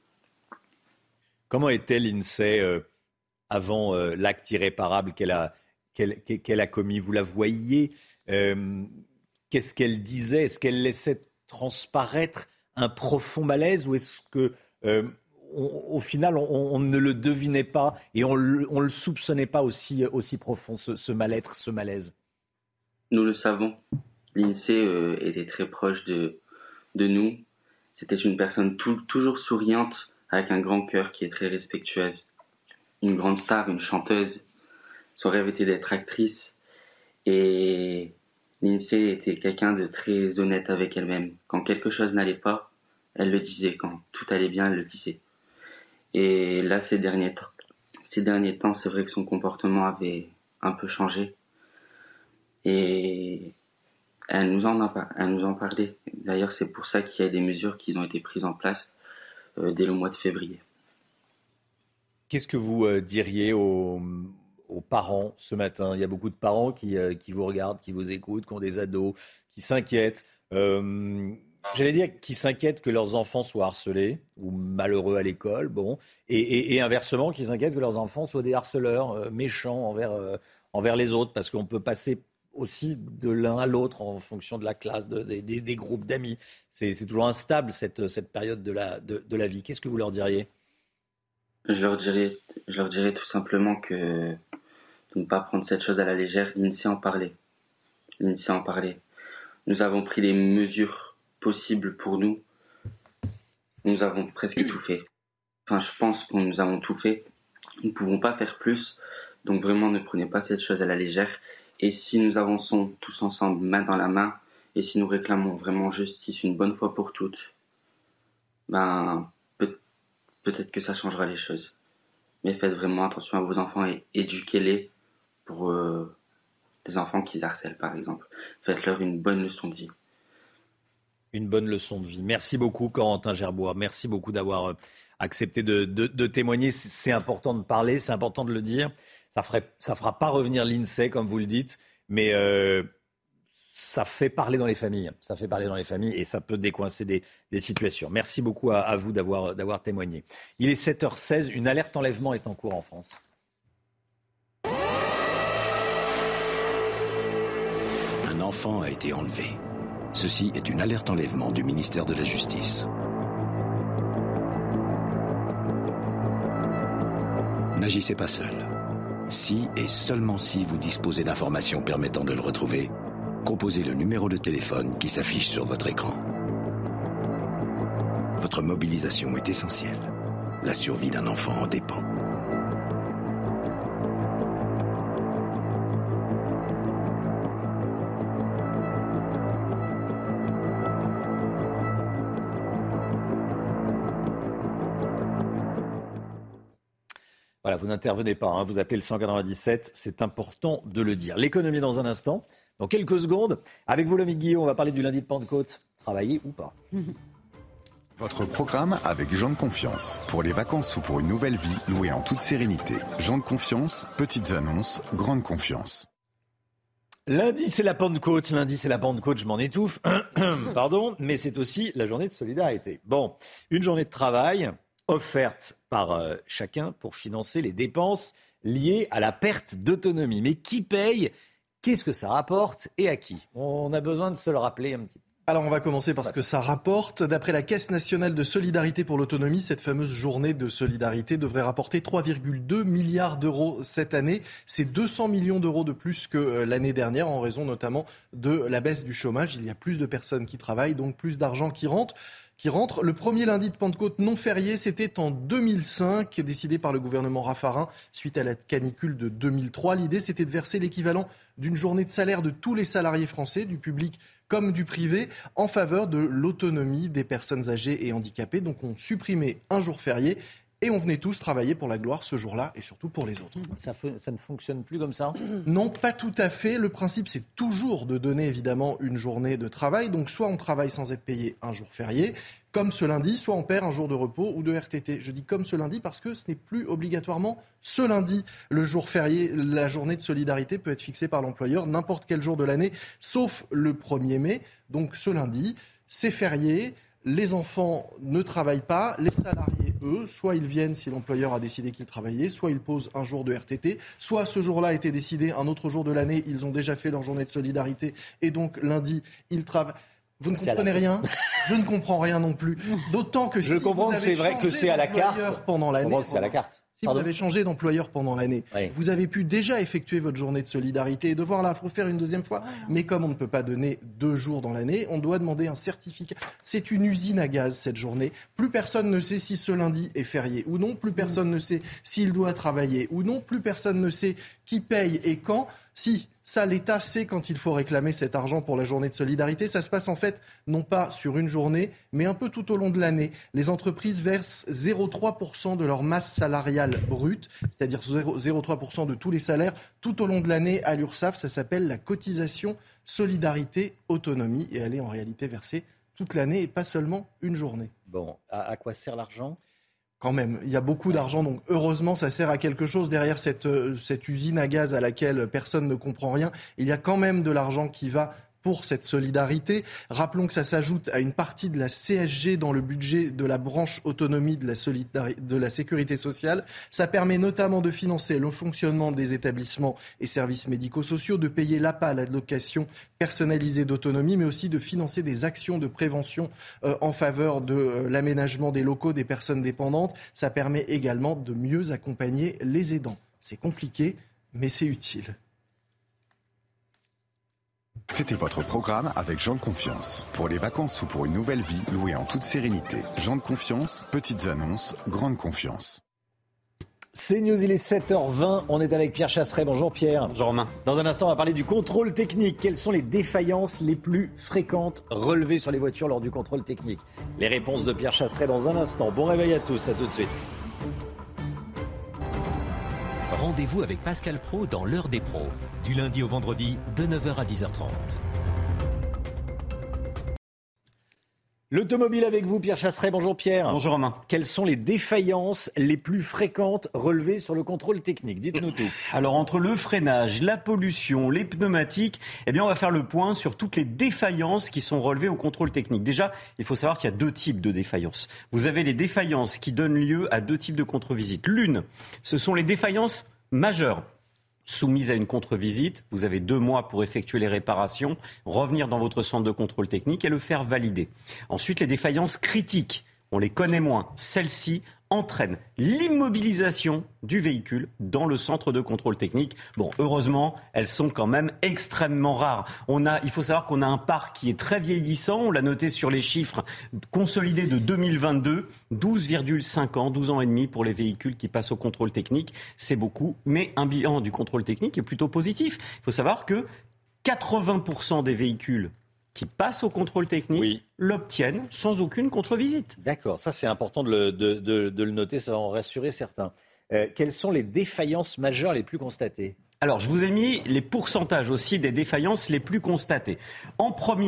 Comment était l'INSEE euh, avant euh, l'acte irréparable qu'elle a, qu'elle, qu'elle a commis ? Vous la voyiez ? euh, Qu'est-ce qu'elle disait ? Est-ce qu'elle laissait transparaître un profond malaise, ou est-ce que, euh, on, au final, on, on ne le devinait pas et on ne le soupçonnait pas aussi, aussi profond, ce, ce mal-être, ce malaise ? Nous le savons. L'INSEE euh, était très proche de, de nous. C'était une personne tout, toujours souriante, avec un grand cœur, qui est très respectueuse. Une grande star, une chanteuse. Son rêve était d'être actrice. Et l'INSEE était quelqu'un de très honnête avec elle-même. Quand quelque chose n'allait pas, elle le disait. Quand tout allait bien, elle le disait. Et là, ces derniers temps, ces derniers temps, c'est vrai que son comportement avait un peu changé. Et elle nous en a, elle nous en parlait. D'ailleurs, c'est pour ça qu'il y a des mesures qui ont été prises en place euh, dès le mois de février. Qu'est-ce que vous euh, diriez aux, aux parents ce matin ? Il y a beaucoup de parents qui, euh, qui vous regardent, qui vous écoutent, qui ont des ados, qui s'inquiètent. Euh, j'allais dire qui s'inquiètent que leurs enfants soient harcelés ou malheureux à l'école, bon, et, et, et inversement, qui s'inquiètent que leurs enfants soient des harceleurs euh, méchants envers, euh, envers les autres, parce qu'on peut passer aussi de l'un à l'autre en fonction de la classe, de, de, des, des groupes d'amis. C'est, c'est toujours instable cette, cette période de la, de, de la vie. Qu'est-ce que vous leur diriez ? Je leur dirais, je leur dirais tout simplement que de ne pas prendre cette chose à la légère. L'INSEE en parlait. L'INSEE en parlait. Nous avons pris les mesures possibles pour nous. Nous avons presque tout fait. Enfin, je pense que nous avons tout fait. Nous ne pouvons pas faire plus. Donc vraiment, ne prenez pas cette chose à la légère. Et si nous avançons tous ensemble, main dans la main, et si nous réclamons vraiment justice une bonne fois pour toutes, ben peut- peut-être que ça changera les choses. Mais faites vraiment attention à vos enfants et éduquez-les pour euh, les enfants qui harcèlent, par exemple. Faites-leur une bonne leçon de vie. Une bonne leçon de vie. Merci beaucoup, Corentin Gerbois. Merci beaucoup d'avoir accepté de, de, de témoigner. C'est important de parler, c'est important de le dire. Ça ferait, ça fera pas revenir l'INSEE, comme vous le dites, mais euh, ça fait parler dans les familles. Ça fait parler dans les familles et ça peut décoincer des, des situations. Merci beaucoup à, à vous d'avoir, d'avoir témoigné. Il est sept heures seize. Une alerte enlèvement est en cours en France. Un enfant a été enlevé. Ceci est une alerte enlèvement du ministère de la Justice. N'agissez pas seul. Si et seulement si vous disposez d'informations permettant de le retrouver, composez le numéro de téléphone qui s'affiche sur votre écran. Votre mobilisation est essentielle. La survie d'un enfant en dépend. Voilà, vous n'intervenez pas, hein, vous appelez le cent quatre-vingt-dix-sept, c'est important de le dire. L'économie dans un instant, dans quelques secondes. Avec vous, Lomique Guillaume, on va parler du lundi de Pentecôte. Travailler ou pas ? Votre programme avec Jean de Confiance. Pour les vacances ou pour une nouvelle vie, louée en toute sérénité. Jean de Confiance, petites annonces, grande confiance. Lundi, c'est la Pentecôte. Lundi, c'est la Pentecôte, je m'en étouffe. Pardon, mais c'est aussi la journée de solidarité. Bon, une journée de travail offerte par euh, chacun pour financer les dépenses liées à la perte d'autonomie. Mais qui paye ? Qu'est-ce que ça rapporte et à qui ? On a besoin de se le rappeler un petit peu. Alors on va commencer par ce que ça rapporte. D'après la Caisse nationale de solidarité pour l'autonomie, cette fameuse journée de solidarité devrait rapporter trois virgule deux milliards d'euros cette année. C'est deux cents millions d'euros de plus que l'année dernière en raison notamment de la baisse du chômage. Il y a plus de personnes qui travaillent, donc plus d'argent qui rentre. Qui rentre. Le premier lundi de Pentecôte non férié, c'était en deux mille cinq, décidé par le gouvernement Raffarin suite à la canicule de deux mille trois. L'idée, c'était de verser l'équivalent d'une journée de salaire de tous les salariés français, du public comme du privé, en faveur de l'autonomie des personnes âgées et handicapées. Donc on supprimait un jour férié et on venait tous travailler pour la gloire ce jour-là et surtout pour les autres. Ça, ça ne fonctionne plus comme ça ? Non, pas tout à fait. Le principe, c'est toujours de donner évidemment une journée de travail. Donc soit on travaille sans être payé un jour férié, comme ce lundi, soit on perd un jour de repos ou de R T T. Je dis comme ce lundi parce que ce n'est plus obligatoirement ce lundi. Le jour férié, la journée de solidarité peut être fixée par l'employeur n'importe quel jour de l'année, sauf le premier mai. Donc ce lundi, c'est férié. Les enfants ne travaillent pas, les salariés, eux, soit ils viennent si l'employeur a décidé qu'ils travaillaient, soit ils posent un jour de R T T, soit ce jour-là a été décidé un autre jour de l'année, ils ont déjà fait leur journée de solidarité et donc lundi, ils travaillent. Vous ne comprenez rien ? Je ne comprends rien non plus. D'autant que si je comprends vous que avez c'est vrai que c'est à la carte pendant l'année, je que c'est à la carte. Si Pardon. Vous avez changé d'employeur pendant l'année, oui. Vous avez pu déjà effectuer votre journée de solidarité et devoir la refaire une deuxième fois. Mais comme on ne peut pas donner deux jours dans l'année, on doit demander un certificat. C'est une usine à gaz cette journée. Plus personne ne sait si ce lundi est férié ou non. Plus personne mmh. ne sait s'il doit travailler ou non. Plus personne ne sait qui paye et quand. Si. Ça, l'État sait quand il faut réclamer cet argent pour la journée de solidarité. Ça se passe en fait non pas sur une journée, mais un peu tout au long de l'année. Les entreprises versent zéro virgule trois pour cent de leur masse salariale brute, c'est-à-dire zéro virgule trois pour cent de tous les salaires, tout au long de l'année à l'URSSAF. Ça s'appelle la cotisation solidarité autonomie et elle est en réalité versée toute l'année et pas seulement une journée. Bon, à, à quoi sert l'argent ? Quand même, il y a beaucoup d'argent, donc heureusement ça sert à quelque chose. Derrière cette, cette usine à gaz à laquelle personne ne comprend rien, il y a quand même de l'argent qui va pour cette solidarité. Rappelons que ça s'ajoute à une partie de la C S G dans le budget de la branche autonomie de la, solidari- de la sécurité sociale. Ça permet notamment de financer le fonctionnement des établissements et services médico-sociaux, de payer l'A P A, l'allocation personnalisée d'autonomie, mais aussi de financer des actions de prévention euh, en faveur de euh, l'aménagement des locaux des personnes dépendantes. Ça permet également de mieux accompagner les aidants. C'est compliqué, mais c'est utile. C'était votre programme avec Jean de Confiance. Pour les vacances ou pour une nouvelle vie, louée en toute sérénité. Jean de Confiance, petites annonces, grande confiance. C'est News, il est sept heures vingt, on est avec Pierre Chasseret. Bonjour Pierre. Bonjour Romain. Dans un instant, on va parler du contrôle technique. Quelles sont les défaillances les plus fréquentes relevées sur les voitures lors du contrôle technique ? Les réponses de Pierre Chasseret dans un instant. Bon réveil à tous, à tout de suite. Rendez-vous avec Pascal Praud dans l'heure des pros, du lundi au vendredi de neuf heures à dix heures trente. L'automobile avec vous, Pierre Chasseret. Bonjour Pierre. Bonjour Romain. Quelles sont les défaillances les plus fréquentes relevées sur le contrôle technique ? Dites-nous tout. Alors entre le freinage, la pollution, les pneumatiques, eh bien on va faire le point sur toutes les défaillances qui sont relevées au contrôle technique. Déjà, il faut savoir qu'il y a deux types de défaillances. Vous avez les défaillances qui donnent lieu à deux types de contre-visites. L'une, ce sont les défaillances majeures. Soumise à une contre-visite, vous avez deux mois pour effectuer les réparations, revenir dans votre centre de contrôle technique et le faire valider. Ensuite, les défaillances critiques, on les connaît moins. Celles-ci entraînent l'immobilisation du véhicule dans le centre de contrôle technique. Bon, heureusement, elles sont quand même extrêmement rares. On a, il faut savoir qu'on a un parc qui est très vieillissant. On l'a noté sur les chiffres consolidés de deux mille vingt-deux. douze virgule cinq ans, douze ans et demi pour les véhicules qui passent au contrôle technique. C'est beaucoup, mais un bilan du contrôle technique est plutôt positif. Il faut savoir que quatre-vingts pour cent des véhicules qui passent au contrôle technique oui. l'obtiennent sans aucune contre-visite. D'accord, ça c'est important de le, de, de, de le noter, ça va en rassurer certains. Euh, quelles sont les défaillances majeures les plus constatées ? Alors, je vous ai mis les pourcentages aussi des défaillances les plus constatées. En premier,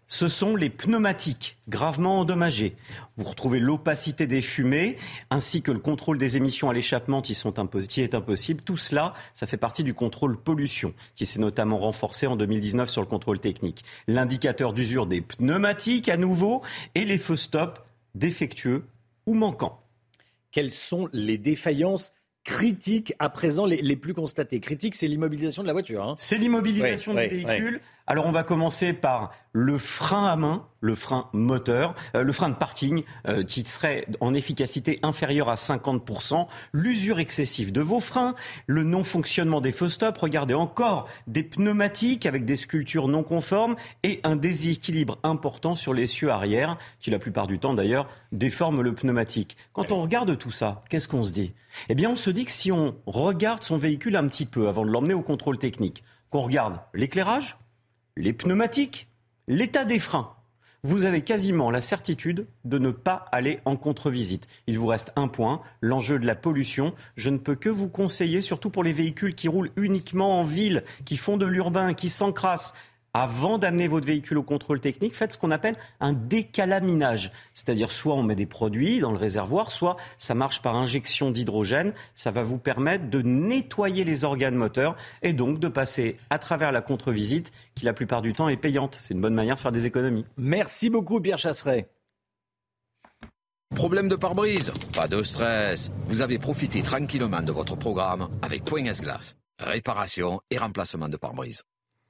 ce sont les pneumatiques gravement endommagés. Vous retrouvez l'opacité des fumées ainsi que le contrôle des émissions à l'échappement qui, sont impo- qui est impossible. Tout cela, ça fait partie du contrôle pollution qui s'est notamment renforcé en deux mille dix-neuf sur le contrôle technique. L'indicateur d'usure des pneumatiques à nouveau et les feux stop défectueux ou manquants. Quelles sont les défaillances critiques à présent les, les plus constatées? Critique, c'est l'immobilisation de la voiture. Hein. C'est l'immobilisation ouais, du ouais, véhicule. Ouais. Alors on va commencer par le frein à main, le frein moteur, euh, le frein de parking euh, qui serait en efficacité inférieure à cinquante pour cent, l'usure excessive de vos freins, le non-fonctionnement des feux stop, regardez encore des pneumatiques avec des sculptures non conformes et un déséquilibre important sur l'essieu arrière qui la plupart du temps d'ailleurs déforme le pneumatique. Quand on regarde tout ça, qu'est-ce qu'on se dit ? Eh bien on se dit que si on regarde son véhicule un petit peu avant de l'emmener au contrôle technique, qu'on regarde l'éclairage, les pneumatiques, l'état des freins, vous avez quasiment la certitude de ne pas aller en contre-visite. Il vous reste un point, l'enjeu de la pollution. Je ne peux que vous conseiller, surtout pour les véhicules qui roulent uniquement en ville, qui font de l'urbain, qui s'encrassent, avant d'amener votre véhicule au contrôle technique, faites ce qu'on appelle un décalaminage. C'est-à-dire soit on met des produits dans le réservoir, soit ça marche par injection d'hydrogène. Ça va vous permettre de nettoyer les organes moteurs et donc de passer à travers la contre-visite qui la plupart du temps est payante. C'est une bonne manière de faire des économies. Merci beaucoup Pierre Chasseret. Problème de pare-brise? Pas de stress. Vous avez profité tranquillement de votre programme avec Point S-Glace. Réparation et remplacement de pare-brise.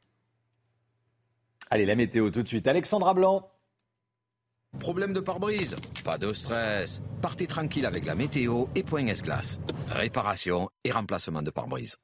Allez, la météo tout de suite. Alexandra Blanc. Problème de pare-brise? Pas de stress. Partez tranquille avec la météo et Point S-Glace. Réparation et remplacement de pare-brise.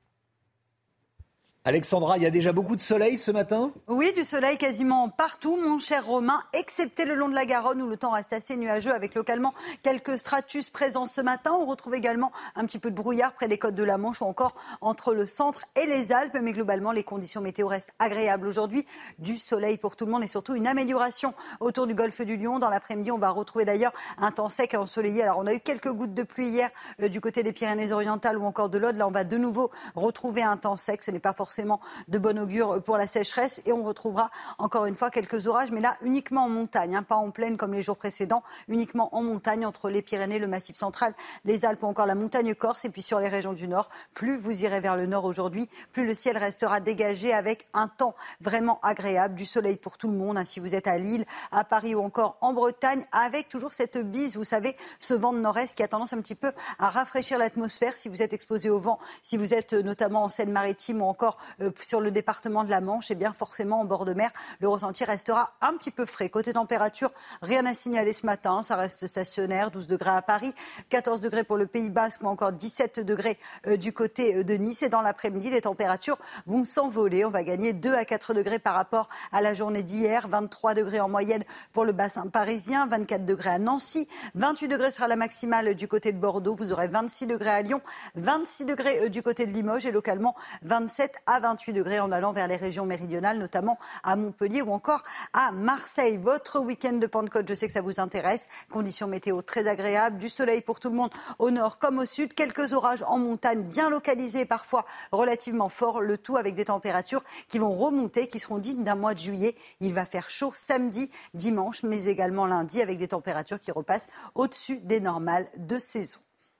Alexandra, il y a déjà beaucoup de soleil ce matin ? Oui, du soleil quasiment partout, mon cher Romain, excepté le long de la Garonne où le temps reste assez nuageux avec localement quelques stratus présents ce matin. On retrouve également un petit peu de brouillard près des côtes de la Manche ou encore entre le centre et les Alpes. Mais globalement, les conditions météo restent agréables aujourd'hui. Du soleil pour tout le monde et surtout une amélioration autour du golfe du Lion. Dans l'après-midi, on va retrouver d'ailleurs un temps sec et ensoleillé. Alors, on a eu quelques gouttes de pluie hier euh, du côté des Pyrénées-Orientales ou encore de l'Aude. Là, on va de nouveau retrouver un temps sec. Ce n'est pas forcément de bon augure pour la sécheresse et on retrouvera encore une fois quelques orages, mais là uniquement en montagne, hein, pas en plaine comme les jours précédents, uniquement en montagne entre les Pyrénées, le Massif central, les Alpes ou encore la montagne corse. Et puis sur les régions du nord, plus vous irez vers le nord aujourd'hui, plus le ciel restera dégagé avec un temps vraiment agréable, du soleil pour tout le monde, hein, si vous êtes à Lille, à Paris ou encore en Bretagne, avec toujours cette bise, vous savez, ce vent de nord-est qui a tendance un petit peu à rafraîchir l'atmosphère si vous êtes exposé au vent, si vous êtes notamment en Seine-Maritime ou encore euh, sur le département de la Manche, et eh bien forcément en bord de mer, le ressenti restera un petit peu frais. Côté température, rien à signaler ce matin, ça reste stationnaire, douze degrés à Paris, quatorze degrés pour le Pays Basque ou encore dix-sept degrés euh, du côté de Nice. Et dans l'après-midi, les températures vont s'envoler. On va gagner deux à quatre degrés par rapport à la journée d'hier, vingt-trois degrés en moyenne pour le bassin parisien, vingt-quatre degrés à Nancy, vingt-huit degrés sera la maximale du côté de Bordeaux, vous aurez vingt-six degrés à Lyon, vingt-six degrés du côté de Limoges et localement vingt-sept à vingt-huit degrés en allant vers les régions méridionales, notamment à Montpellier ou encore à Marseille. Votre week-end de Pentecôte, je sais que ça vous intéresse. Conditions météo très agréables, du soleil pour tout le monde au nord comme au sud. Quelques orages en montagne bien localisés, parfois relativement forts. Le tout avec des températures qui vont remonter, qui seront dignes d'un mois de juillet. Il va faire chaud samedi, dimanche, mais également lundi avec des températures qui repassent au-dessus des normales de saison.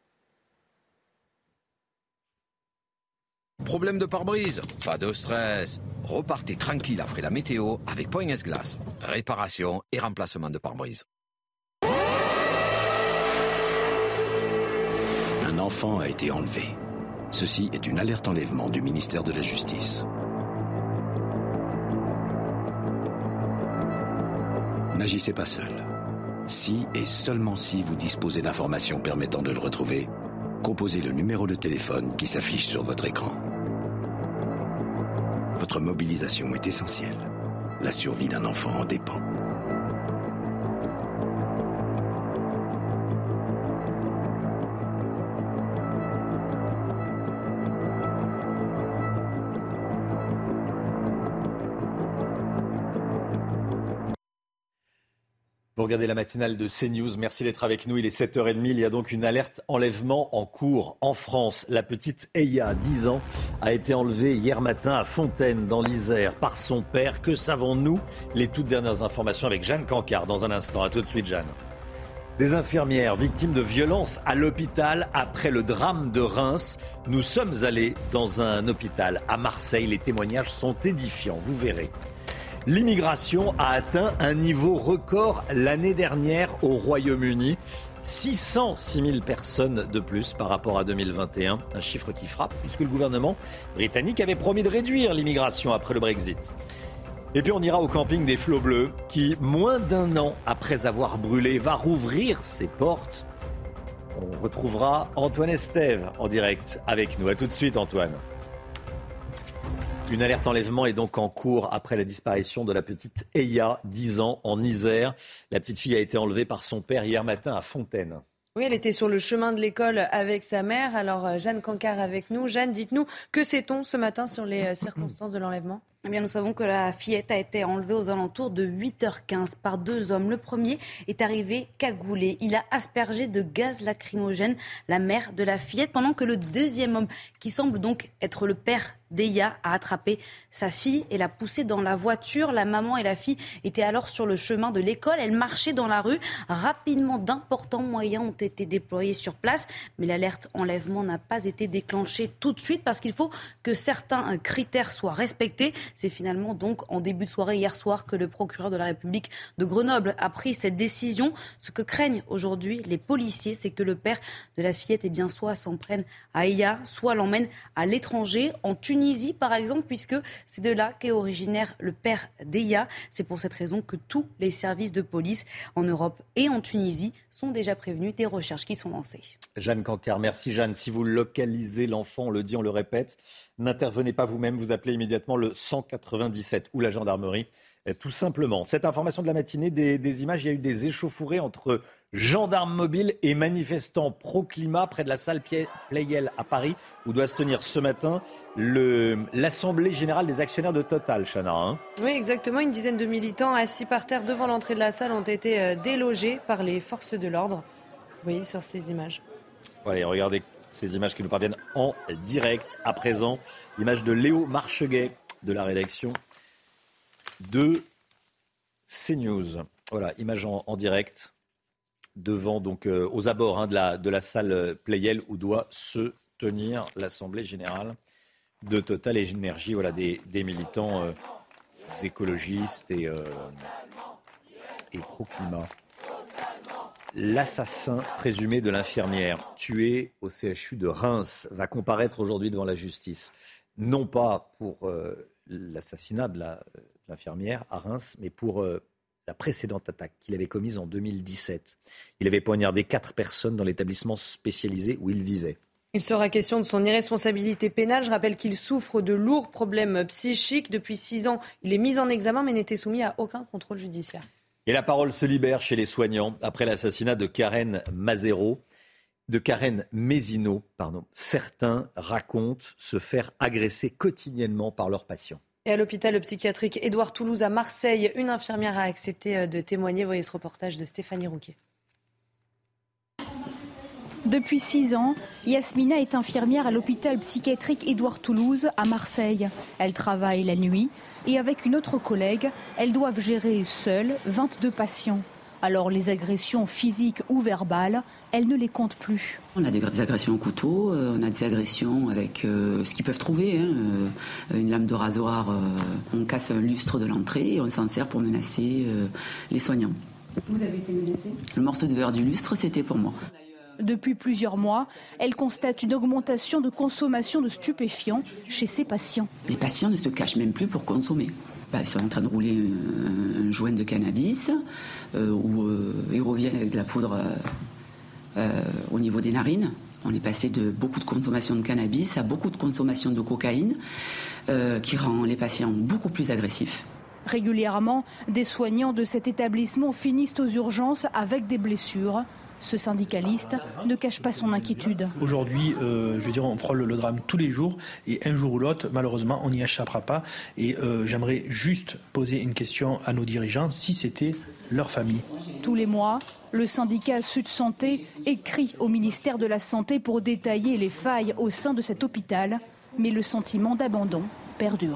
Problème de pare-brise? Pas de stress. Repartez tranquille après la météo avec Point S-Glace. Réparation et remplacement de pare-brise. Un enfant a été enlevé. Ceci est une alerte enlèvement du ministère de la Justice. N'agissez pas seul. Si et seulement si vous disposez d'informations permettant de le retrouver, composez le numéro de téléphone qui s'affiche sur votre écran. Votre mobilisation est essentielle. La survie d'un enfant en dépend. Vous regardez la matinale de CNews, merci d'être avec nous, il est sept heures trente, il y a donc une alerte enlèvement en cours en France. La petite Eya, dix ans, a été enlevée hier matin à Fontaine, dans l'Isère, par son père. Que savons-nous? Les toutes dernières informations avec Jeanne Cancard dans un instant. A tout de suite, Jeanne. Des infirmières victimes de violences à l'hôpital après le drame de Reims. Nous sommes allés dans un hôpital à Marseille, les témoignages sont édifiants, vous verrez. L'immigration a atteint un niveau record l'année dernière au Royaume-Uni. six cent six mille personnes de plus par rapport à deux mille vingt et un. Un chiffre qui frappe puisque le gouvernement britannique avait promis de réduire l'immigration après le Brexit. Et puis on ira au camping des Flots Bleus qui, moins d'un an après avoir brûlé, va rouvrir ses portes. On retrouvera Antoine Estève en direct avec nous. A tout de suite, Antoine. Une alerte enlèvement est donc en cours après la disparition de la petite Eya, dix ans, en Isère. La petite fille a été enlevée par son père hier matin à Fontaine. Oui, elle était sur le chemin de l'école avec sa mère. Alors, Jeanne Cancard avec nous. Jeanne, dites-nous, que sait-on ce matin sur les circonstances de l'enlèvement ? Eh bien, nous savons que la fillette a été enlevée aux alentours de huit heures quinze par deux hommes. Le premier est arrivé cagoulé. Il a aspergé de gaz lacrymogène la mère de la fillette, pendant que le deuxième homme, qui semble donc être le père d'Eya, a attrapé sa fille et l'a poussée dans la voiture. La maman et la fille étaient alors sur le chemin de l'école. Elles marchaient dans la rue. Rapidement, d'importants moyens ont été déployés sur place. Mais l'alerte enlèvement n'a pas été déclenchée tout de suite parce qu'il faut que certains critères soient respectés. C'est finalement donc en début de soirée hier soir que le procureur de la République de Grenoble a pris cette décision. Ce que craignent aujourd'hui les policiers, c'est que le père de la fillette, eh bien, soit s'en prenne à Eya, soit l'emmène à l'étranger, en Tunisie par exemple, puisque c'est de là qu'est originaire le père d'Eya. C'est pour cette raison que tous les services de police en Europe et en Tunisie sont déjà prévenus des recherches qui sont lancées. Jeanne Cancard, merci Jeanne. Si vous localisez l'enfant, on le dit, on le répète, n'intervenez pas vous-même, vous appelez immédiatement le cent quatre-vingt-dix-sept ou la gendarmerie, tout simplement. Cette information de la matinée, des, des images, il y a eu des échauffourées entre gendarmes mobiles et manifestants pro-climat près de la salle Pleyel à Paris, où doit se tenir ce matin le, l'Assemblée générale des actionnaires de Total, Chana. Hein. Oui, exactement. Une dizaine de militants assis par terre devant l'entrée de la salle ont été délogés par les forces de l'ordre. Vous voyez sur ces images. Voilà, regardez ces images qui nous parviennent en direct à présent. L'image de Léo Marcheguet de la rédaction de CNews. Voilà, image en, en direct devant, donc euh, aux abords hein, de, la, de la salle Pleyel où doit se tenir l'Assemblée générale de Total Énergie. Voilà, des, des militants euh, écologistes et, euh, et pro-climat. L'assassin présumé de l'infirmière tuée au C H U de Reims va comparaître aujourd'hui devant la justice. Non pas pour euh, l'assassinat de, la, de l'infirmière à Reims, mais pour euh, la précédente attaque qu'il avait commise en deux mille dix-sept. Il avait poignardé quatre personnes dans l'établissement spécialisé où il vivait. Il sera question de son irresponsabilité pénale. Je rappelle qu'il souffre de lourds problèmes psychiques. Depuis six ans, il est mis en examen mais n'était soumis à aucun contrôle judiciaire. Et la parole se libère chez les soignants après l'assassinat de Karen Mazero, de Karen Mézineau, pardon. Certains racontent se faire agresser quotidiennement par leurs patients. Et à l'hôpital psychiatrique Édouard Toulouse à Marseille, une infirmière a accepté de témoigner. Voyez ce reportage de Stéphanie Rouquet. Depuis six ans, Yasmina est infirmière à l'hôpital psychiatrique Édouard Toulouse à Marseille. Elle travaille la nuit et avec une autre collègue, elles doivent gérer seules vingt-deux patients. Alors les agressions physiques ou verbales, elles ne les comptent plus. On a des agressions au couteau, euh, on a des agressions avec euh, ce qu'ils peuvent trouver, hein, euh, une lame de rasoir, euh, on casse un lustre de l'entrée et on s'en sert pour menacer euh, les soignants. Vous avez été menacée ? Le morceau de verre du lustre, c'était pour moi. Depuis plusieurs mois, elle constate une augmentation de consommation de stupéfiants chez ses patients. Les patients ne se cachent même plus pour consommer. Bah, ils sont en train de rouler un, un joint de cannabis euh, ou euh, ils reviennent avec de la poudre euh, euh, au niveau des narines. On est passé de beaucoup de consommation de cannabis à beaucoup de consommation de cocaïne euh, qui rend les patients beaucoup plus agressifs. Régulièrement, des soignants de cet établissement finissent aux urgences avec des blessures. Ce syndicaliste ne cache pas son inquiétude. Aujourd'hui, euh, je veux dire, on frôle le drame tous les jours et un jour ou l'autre, malheureusement, on n'y échappera pas. Et euh, j'aimerais juste poser une question à nos dirigeants, si c'était leur famille. Tous les mois, le syndicat Sud Santé écrit au ministère de la Santé pour détailler les failles au sein de cet hôpital, mais le sentiment d'abandon perdure.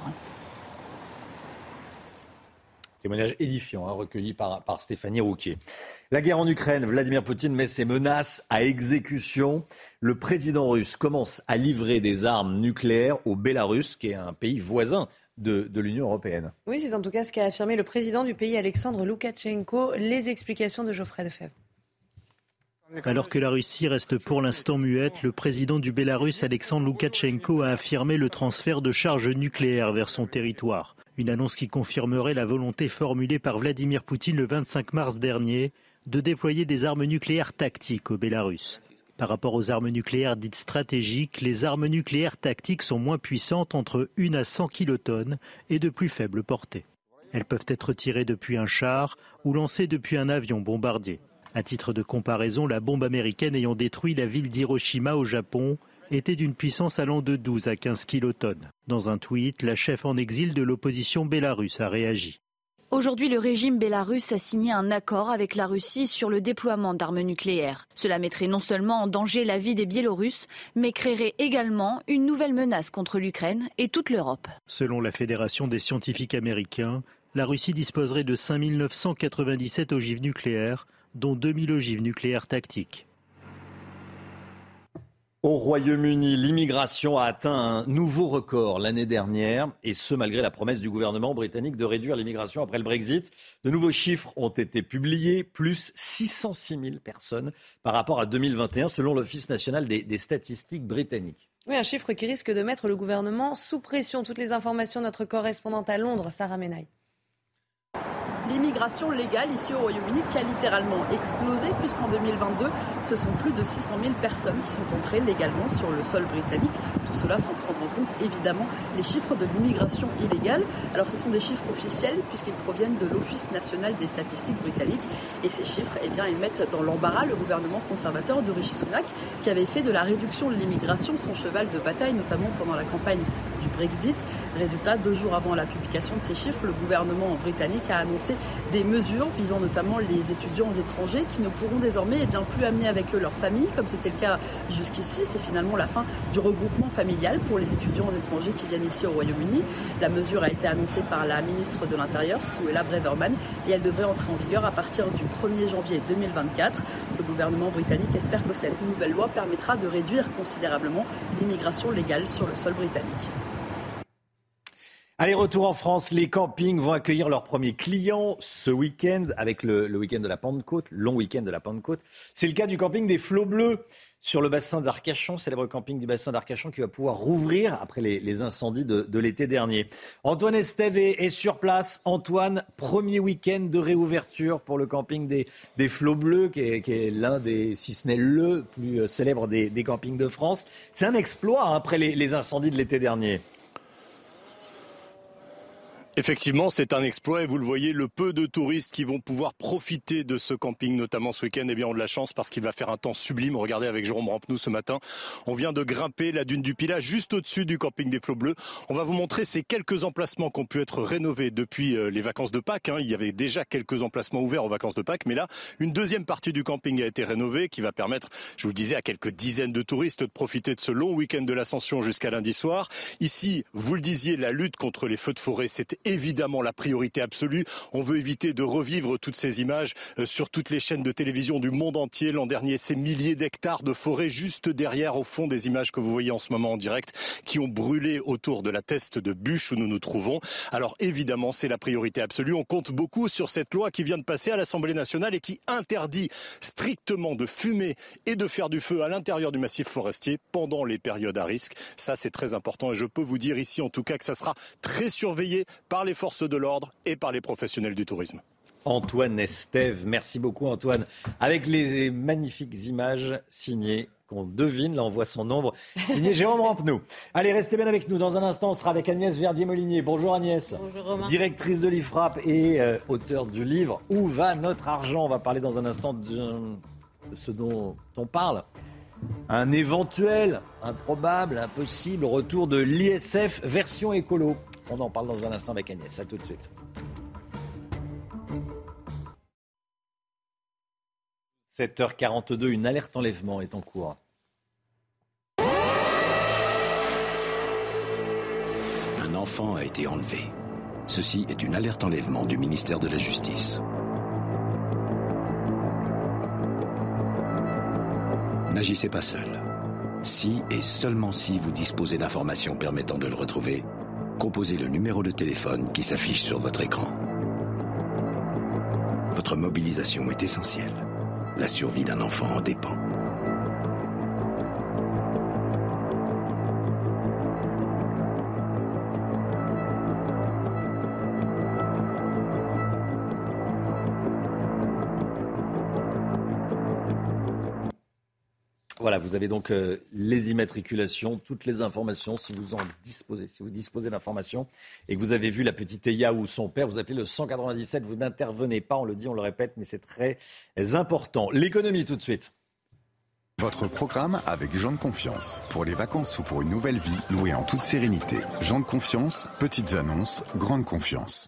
Témoignage édifiant, hein, recueilli par, par Stéphanie Rouquier. La guerre en Ukraine, Vladimir Poutine met ses menaces à exécution. Le président russe commence à livrer des armes nucléaires au Bélarus, qui est un pays voisin de, de l'Union européenne. Oui, c'est en tout cas ce qu'a affirmé le président du pays, Alexandre Loukachenko. Les explications de Geoffrey Defebvre. Alors que la Russie reste pour l'instant muette, le président du Bélarus, Alexandre Loukachenko, a affirmé le transfert de charges nucléaires vers son territoire. Une annonce qui confirmerait la volonté formulée par Vladimir Poutine le vingt-cinq mars dernier de déployer des armes nucléaires tactiques au Bélarus. Par rapport aux armes nucléaires dites stratégiques, les armes nucléaires tactiques sont moins puissantes, entre une à cent kilotonnes, et de plus faible portée. Elles peuvent être tirées depuis un char ou lancées depuis un avion bombardier. À titre de comparaison, la bombe américaine ayant détruit la ville d'Hiroshima au Japon était d'une puissance allant de douze à quinze kilotonnes. Dans un tweet, la chef en exil de l'opposition bélarusse a réagi. Aujourd'hui, le régime bélarusse a signé un accord avec la Russie sur le déploiement d'armes nucléaires. Cela mettrait non seulement en danger la vie des Biélorusses, mais créerait également une nouvelle menace contre l'Ukraine et toute l'Europe. Selon la Fédération des scientifiques américains, la Russie disposerait de cinq mille neuf cent quatre-vingt-dix-sept ogives nucléaires, dont deux mille ogives nucléaires tactiques. Au Royaume-Uni, l'immigration a atteint un nouveau record l'année dernière, et ce malgré la promesse du gouvernement britannique de réduire l'immigration après le Brexit. De nouveaux chiffres ont été publiés, plus six cent six mille personnes par rapport à deux mille vingt et un, selon l'Office national des, des statistiques britanniques. Oui, un chiffre qui risque de mettre le gouvernement sous pression. Toutes les informations de notre correspondante à Londres, Sarah Menaille. L'immigration légale ici au Royaume-Uni qui a littéralement explosé puisqu'en deux mille vingt-deux, ce sont plus de six cent mille personnes qui sont entrées légalement sur le sol britannique. Tout cela sans prendre en compte évidemment les chiffres de l'immigration illégale. Alors ce sont des chiffres officiels puisqu'ils proviennent de l'Office national des statistiques britanniques. Et ces chiffres, eh bien, ils mettent dans l'embarras le gouvernement conservateur de Rishi Sunak qui avait fait de la réduction de l'immigration son cheval de bataille, notamment pendant la campagne du Brexit. Résultat, deux jours avant la publication de ces chiffres, le gouvernement britannique a annoncé des mesures visant notamment les étudiants étrangers qui ne pourront désormais eh bien, plus amener avec eux leur famille, comme c'était le cas jusqu'ici. C'est finalement la fin du regroupement familial pour les étudiants étrangers qui viennent ici au Royaume-Uni. La mesure a été annoncée par la ministre de l'Intérieur, Suella Braverman, et elle devrait entrer en vigueur à partir du premier janvier deux mille vingt-quatre. Le gouvernement britannique espère que cette nouvelle loi permettra de réduire considérablement l'immigration légale sur le sol britannique. Allez, retour en France, les campings vont accueillir leurs premiers clients ce week-end avec le, le week-end de la Pentecôte, long week-end de la Pentecôte. C'est le cas du camping des Flots Bleus sur le bassin d'Arcachon, célèbre camping du bassin d'Arcachon qui va pouvoir rouvrir après les, les incendies de, de l'été dernier. Antoine Estève est, est sur place. Antoine, premier week-end de réouverture pour le camping des, des Flots Bleus, qui est, qui est l'un des, si ce n'est le plus célèbre des, des campings de France. C'est un exploit hein, après les, les incendies de l'été dernier. Effectivement, c'est un exploit et vous le voyez, le peu de touristes qui vont pouvoir profiter de ce camping, notamment ce week-end, eh bien, ont de la chance parce qu'il va faire un temps sublime. Regardez avec Jérôme Rampenou ce matin, on vient de grimper la dune du Pilat juste au-dessus du camping des Flots Bleus. On va vous montrer ces quelques emplacements qui ont pu être rénovés depuis les vacances de Pâques. Hein. Il y avait déjà quelques emplacements ouverts aux vacances de Pâques, mais là, une deuxième partie du camping a été rénovée qui va permettre, je vous le disais, à quelques dizaines de touristes de profiter de ce long week-end de l'Ascension jusqu'à lundi soir. Ici, vous le disiez, la lutte contre les feux de forêt, c'est évidemment la priorité absolue. On veut éviter de revivre toutes ces images sur toutes les chaînes de télévision du monde entier. L'an dernier, ces milliers d'hectares de forêt juste derrière, au fond des images que vous voyez en ce moment en direct, qui ont brûlé autour de la Teste de Bûche où nous nous trouvons. Alors évidemment, c'est la priorité absolue. On compte beaucoup sur cette loi qui vient de passer à l'Assemblée nationale et qui interdit strictement de fumer et de faire du feu à l'intérieur du massif forestier pendant les périodes à risque. Ça, c'est très important et je peux vous dire ici en tout cas que ça sera très surveillé par les forces de l'ordre et par les professionnels du tourisme. Antoine Estève, merci beaucoup Antoine. Avec les magnifiques images signées, qu'on devine, là on voit son nombre, signé Jérôme Rampenou. Allez, restez bien avec nous. Dans un instant, on sera avec Agnès Verdier-Molinier. Bonjour Agnès. Bonjour Romain. Directrice de l'I F R A P et euh, auteur du livre « Où va notre argent ?» On va parler dans un instant de, de ce dont on parle. Un éventuel, improbable, impossible retour de l'I S F version écolo. On en parle dans un instant avec Agnès. À tout de suite. sept heures quarante-deux, une alerte enlèvement est en cours. Un enfant a été enlevé. Ceci est une alerte enlèvement du ministère de la Justice. N'agissez pas seul. Si et seulement si vous disposez d'informations permettant de le retrouver, composez le numéro de téléphone qui s'affiche sur votre écran. Votre mobilisation est essentielle. La survie d'un enfant en dépend. Voilà, vous avez donc euh, les immatriculations, toutes les informations, si vous en disposez, si vous disposez d'informations et que vous avez vu la petite Eya ou son père, vous appelez le cent quatre-vingt-dix-sept, vous n'intervenez pas, on le dit, on le répète, mais c'est très important. L'économie tout de suite. Votre programme avec Jean de Confiance. Pour les vacances ou pour une nouvelle vie, louée en toute sérénité. Jean de Confiance, petites annonces, grande confiance.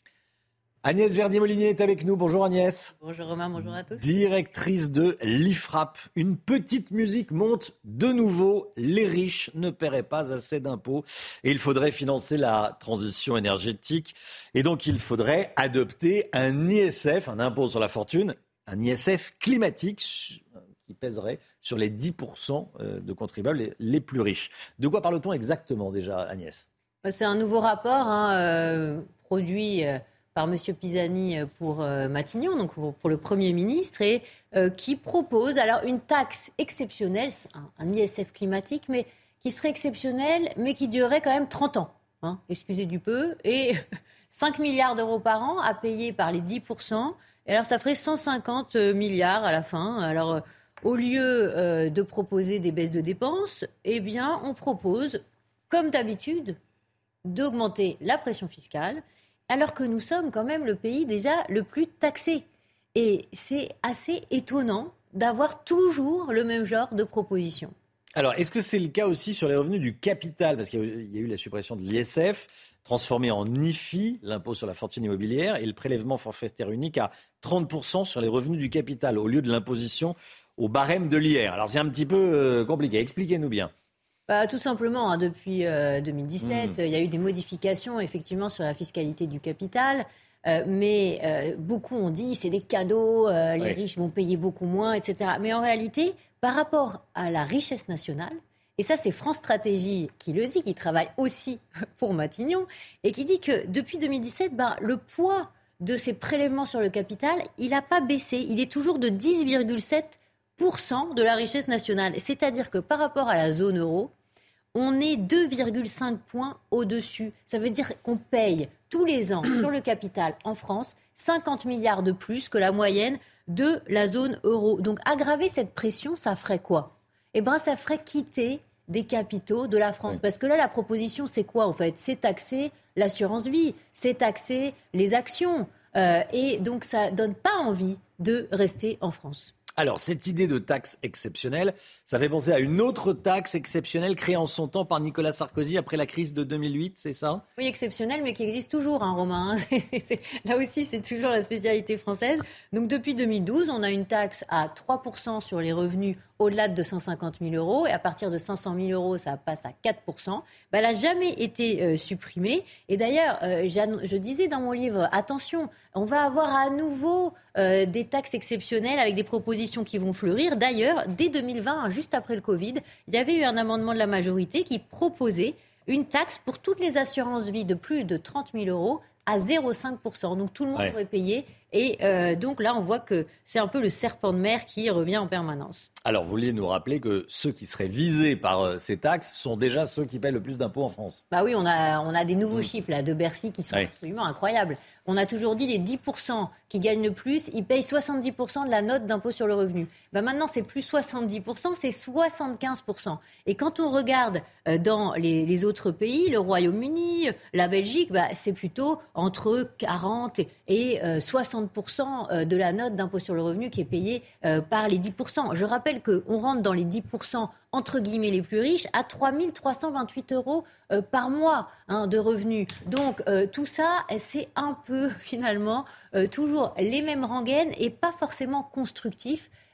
Agnès Verdier-Molinier est avec nous. Bonjour Agnès. Bonjour Romain, bonjour à tous. Directrice de l'I F R A P. Une petite musique monte de nouveau. Les riches ne paieraient pas assez d'impôts et il faudrait financer la transition énergétique. Et donc il faudrait adopter un I S F, un impôt sur la fortune, un I S F climatique qui pèserait sur les dix pour cent de contribuables les plus riches. De quoi parle-t-on exactement déjà, Agnès ? C'est un nouveau rapport hein, euh, produit... Euh, par M. Pisani pour euh, Matignon, donc pour, pour le Premier ministre, et euh, qui propose alors une taxe exceptionnelle, un, un I S F climatique, mais qui serait exceptionnelle, mais qui durerait quand même trente ans, hein, excusez du peu, et cinq milliards d'euros par an à payer par les dix pour cent, et alors ça ferait cent cinquante milliards à la fin. Alors, euh, au lieu euh, de proposer des baisses de dépenses, eh bien, on propose, comme d'habitude, d'augmenter la pression fiscale, alors que nous sommes quand même le pays déjà le plus taxé. Et c'est assez étonnant d'avoir toujours le même genre de proposition. Alors, est-ce que c'est le cas aussi sur les revenus du capital ? Parce qu'il y a eu la suppression de l'I S F, transformé en I F I, l'impôt sur la fortune immobilière, et le prélèvement forfaitaire unique à trente pour cent sur les revenus du capital, au lieu de l'imposition au barème de l'I R. Alors, c'est un petit peu euh, compliqué. Expliquez-nous bien. Bah, tout simplement, hein, depuis euh, deux mille dix-sept, mmh. il y a eu des modifications effectivement sur la fiscalité du capital, euh, mais euh, beaucoup ont dit c'est des cadeaux, euh, les ouais. riches vont payer beaucoup moins, et cetera. Mais en réalité, par rapport à la richesse nationale, et ça c'est France Stratégie qui le dit, qui travaille aussi pour Matignon, et qui dit que depuis deux mille dix-sept, bah, le poids de ces prélèvements sur le capital, il n'a pas baissé, il est toujours de dix virgule sept pour cent de la richesse nationale. C'est-à-dire que par rapport à la zone euro, on est deux virgule cinq points au-dessus. Ça veut dire qu'on paye tous les ans sur le capital en France cinquante milliards de plus que la moyenne de la zone euro. Donc aggraver cette pression, ça ferait quoi ? Eh bien, ça ferait quitter des capitaux de la France. Oui. Parce que là, la proposition, c'est quoi en fait ? C'est taxer l'assurance vie, c'est taxer les actions. Euh, et donc, ça ne donne pas envie de rester en France. Alors, cette idée de taxe exceptionnelle, ça fait penser à une autre taxe exceptionnelle créée en son temps par Nicolas Sarkozy après la crise de deux mille huit, c'est ça ? Oui, exceptionnelle, mais qui existe toujours, hein, Romain. c'est, c'est, là aussi, c'est toujours la spécialité française. Donc, depuis deux mille douze, on a une taxe à trois pour cent sur les revenus au-delà de deux cent cinquante mille euros. Et à partir de cinq cent mille euros, ça passe à quatre pour cent. Ben, elle n'a jamais été euh, supprimée. Et d'ailleurs, euh, je disais dans mon livre, attention, on va avoir à nouveau euh, des taxes exceptionnelles avec des propositions qui vont fleurir. D'ailleurs, dès deux mille vingt, juste après le Covid, il y avait eu un amendement de la majorité qui proposait une taxe pour toutes les assurances vie de plus de trente mille euros à zéro virgule cinq pour cent. Donc tout le monde ouais. aurait payé. Et euh, donc là, on voit que c'est un peu le serpent de mer qui revient en permanence. Alors, vous vouliez nous rappeler que ceux qui seraient visés par euh, ces taxes sont déjà ceux qui paient le plus d'impôts en France. Bah oui, on a, on a des nouveaux mmh. chiffres là, de Bercy qui sont ouais. absolument incroyables. On a toujours dit les dix pour cent qui gagnent le plus, ils payent soixante-dix pour cent de la note d'impôt sur le revenu. Bah maintenant, c'est plus soixante-dix pour cent, c'est soixante-quinze pour cent. Et quand on regarde euh, dans les, les autres pays, le Royaume-Uni, la Belgique, bah, c'est plutôt entre quarante et euh, soixante pour cent de la note d'impôt sur le revenu qui est payée euh, par les dix pour cent. Je rappelle qu'on rentre dans les dix pour cent entre guillemets les plus riches à trois mille trois cent vingt-huit euros euh, par mois hein, de revenus. Donc euh, tout ça, c'est un peu finalement euh, toujours les mêmes rengaines et pas forcément constructif.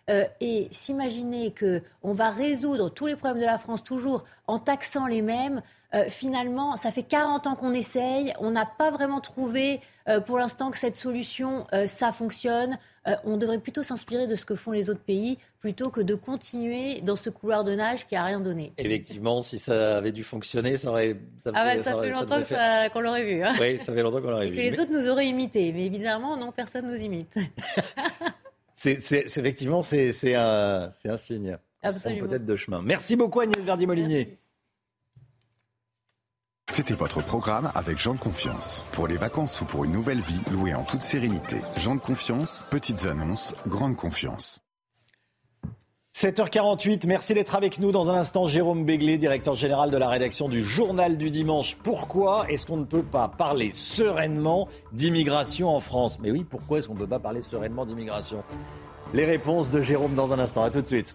Euh, et s'imaginer qu'on va résoudre tous les problèmes de la France toujours en taxant les mêmes, euh, finalement, ça fait quarante ans qu'on essaye, on n'a pas vraiment trouvé euh, pour l'instant que cette solution, euh, ça fonctionne. Euh, on devrait plutôt s'inspirer de ce que font les autres pays plutôt que de continuer dans ce couloir de nage qui n'a rien donné. Effectivement, si ça avait dû fonctionner, ça aurait... Ça, ah bah, ça, ça, ça fait ça longtemps que faire... ça, qu'on l'aurait vu. Hein. Oui, ça fait longtemps qu'on l'aurait Et vu. que les Mais... autres nous auraient imités. Mais bizarrement, non, personne nous imite. c'est, c'est, c'est, effectivement, c'est, c'est, un, c'est un signe. Absolument. Peut-être de chemin. Merci beaucoup Agnès Verdier-Molinier. C'était votre programme avec Jean de Confiance. Pour les vacances ou pour une nouvelle vie, louée en toute sérénité. Jean de Confiance, petites annonces, grande confiance. sept heures quarante-huit, merci d'être avec nous. Dans un instant, Jérôme Béglé, directeur général de la rédaction du Journal du Dimanche. Pourquoi est-ce qu'on ne peut pas parler sereinement d'immigration en France ? Mais oui, pourquoi est-ce qu'on ne peut pas parler sereinement d'immigration ? Les réponses de Jérôme dans un instant. À tout de suite.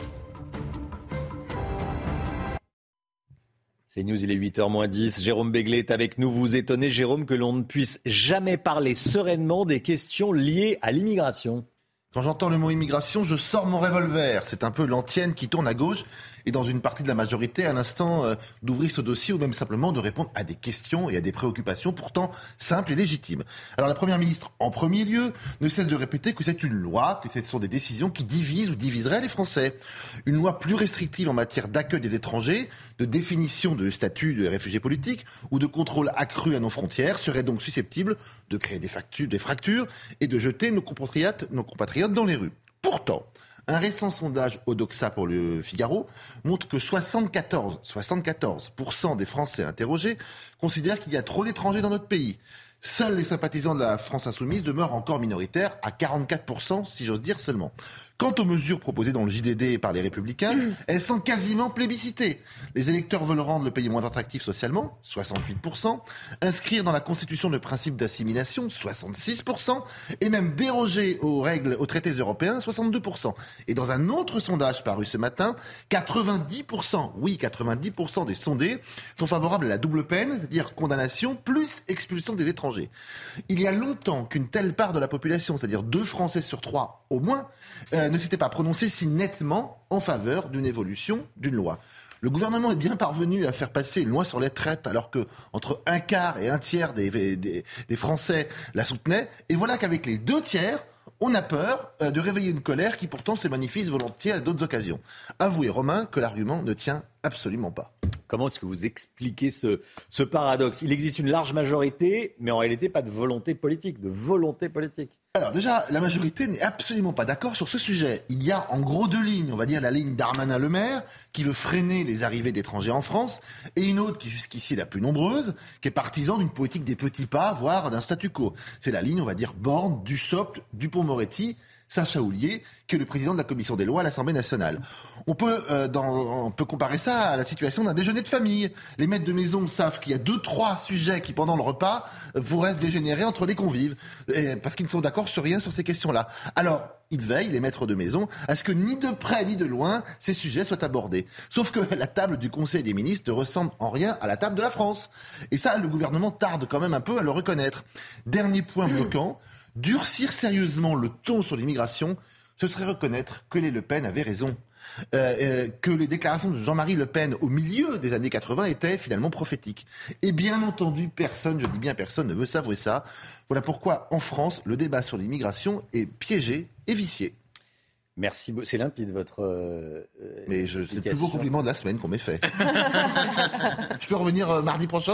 C'est News, il est huit heures moins dix. Jérôme Béglé est avec nous. Vous étonnez, Jérôme, que l'on ne puisse jamais parler sereinement des questions liées à l'immigration. Quand j'entends le mot immigration, je sors mon revolver. C'est un peu l'antienne qui tourne à gauche et dans une partie de la majorité, à l'instant euh, d'ouvrir ce dossier ou même simplement de répondre à des questions et à des préoccupations pourtant simples et légitimes. Alors la Première ministre, en premier lieu, ne cesse de répéter que c'est une loi, que ce sont des décisions qui divisent ou diviseraient les Français. Une loi plus restrictive en matière d'accueil des étrangers, de définition de statut de réfugiés politiques ou de contrôle accru à nos frontières serait donc susceptible de créer des, factures, des fractures et de jeter nos compatriotes, nos compatriotes dans les rues. Pourtant, un récent sondage Odoxa pour le Figaro montre que soixante-quatorze pour cent des Français interrogés considèrent qu'il y a trop d'étrangers dans notre pays. Seuls les sympathisants de la France insoumise demeurent encore minoritaires, à quarante-quatre pour cent si j'ose dire seulement. Quant aux mesures proposées dans le J D D par les Républicains, elles sont quasiment plébiscitées. Les électeurs veulent rendre le pays moins attractif socialement, soixante-huit pour cent, inscrire dans la Constitution le principe d'assimilation, soixante-six pour cent, et même déroger aux règles, aux traités européens, soixante-deux pour cent. Et dans un autre sondage paru ce matin, quatre-vingt-dix pour cent, oui, quatre-vingt-dix pour cent des sondés sont favorables à la double peine, c'est-à-dire condamnation plus expulsion des étrangers. Il y a longtemps qu'une telle part de la population, c'est-à-dire deux Français sur trois au moins, euh, ne s'était pas prononcé si nettement en faveur d'une évolution d'une loi. Le gouvernement est bien parvenu à faire passer une loi sur les traites alors que entre un quart et un tiers des, des, des Français la soutenaient. Et voilà qu'avec les deux tiers, on a peur euh, de réveiller une colère qui pourtant se manifeste volontiers à d'autres occasions. Avouez, Romain, que l'argument ne tient absolument pas. Comment est-ce que vous expliquez ce, ce paradoxe ? Il existe une large majorité, mais en réalité pas de volonté politique, de volonté politique. Alors déjà, la majorité n'est absolument pas d'accord sur ce sujet. Il y a en gros deux lignes, on va dire la ligne Darmanin-Le Maire, qui veut freiner les arrivées d'étrangers en France, et une autre qui jusqu'ici est la plus nombreuse, qui est partisan d'une politique des petits pas, voire d'un statu quo. C'est la ligne, on va dire, Borne, Dussopt, Dupond-Moretti, Sacha Houlier, qui est le président de la commission des lois à l'Assemblée nationale. On peut, euh, dans, on peut comparer ça à la situation d'un déjeuner de famille. Les maîtres de maison savent qu'il y a deux, trois sujets qui, pendant le repas, pourraient dégénérer entre les convives, et, parce qu'ils ne sont d'accord sur rien sur ces questions-là. Alors, ils veillent, les maîtres de maison, à ce que ni de près ni de loin, ces sujets soient abordés. Sauf que la table du Conseil des ministres ne ressemble en rien à la table de la France. Et ça, le gouvernement tarde quand même un peu à le reconnaître. Dernier point bloquant, durcir sérieusement le ton sur l'immigration, ce serait reconnaître que les Le Pen avaient raison. Euh, euh, que les déclarations de Jean-Marie Le Pen au milieu des années quatre-vingts étaient finalement prophétiques. Et bien entendu, personne, je dis bien personne, ne veut savoir ça. Voilà pourquoi, en France, le débat sur l'immigration est piégé et vicié. Merci, c'est limpide votre. Euh, Mais je, c'est le plus beau compliment de la semaine qu'on m'ait fait. Je peux revenir euh, mardi prochain ?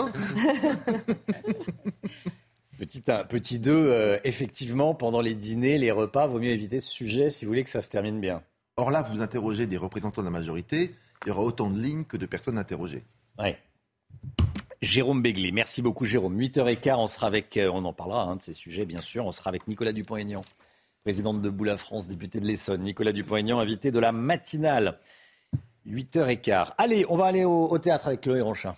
Petit un, petit deux, euh, effectivement, pendant les dîners, les repas, vaut mieux éviter ce sujet si vous voulez que ça se termine bien. Or là, vous interrogez des représentants de la majorité, il y aura autant de lignes que de personnes interrogées. Oui. Jérôme Béglé, merci beaucoup Jérôme. huit heures quinze, on sera avec, on en parlera hein, de ces sujets bien sûr, on sera avec Nicolas Dupont-Aignan, président de Debout la France, député de l'Essonne. Nicolas Dupont-Aignan, invité de la matinale. huit heures quinze. Allez, on va aller au, au théâtre avec Chloé Ronchin.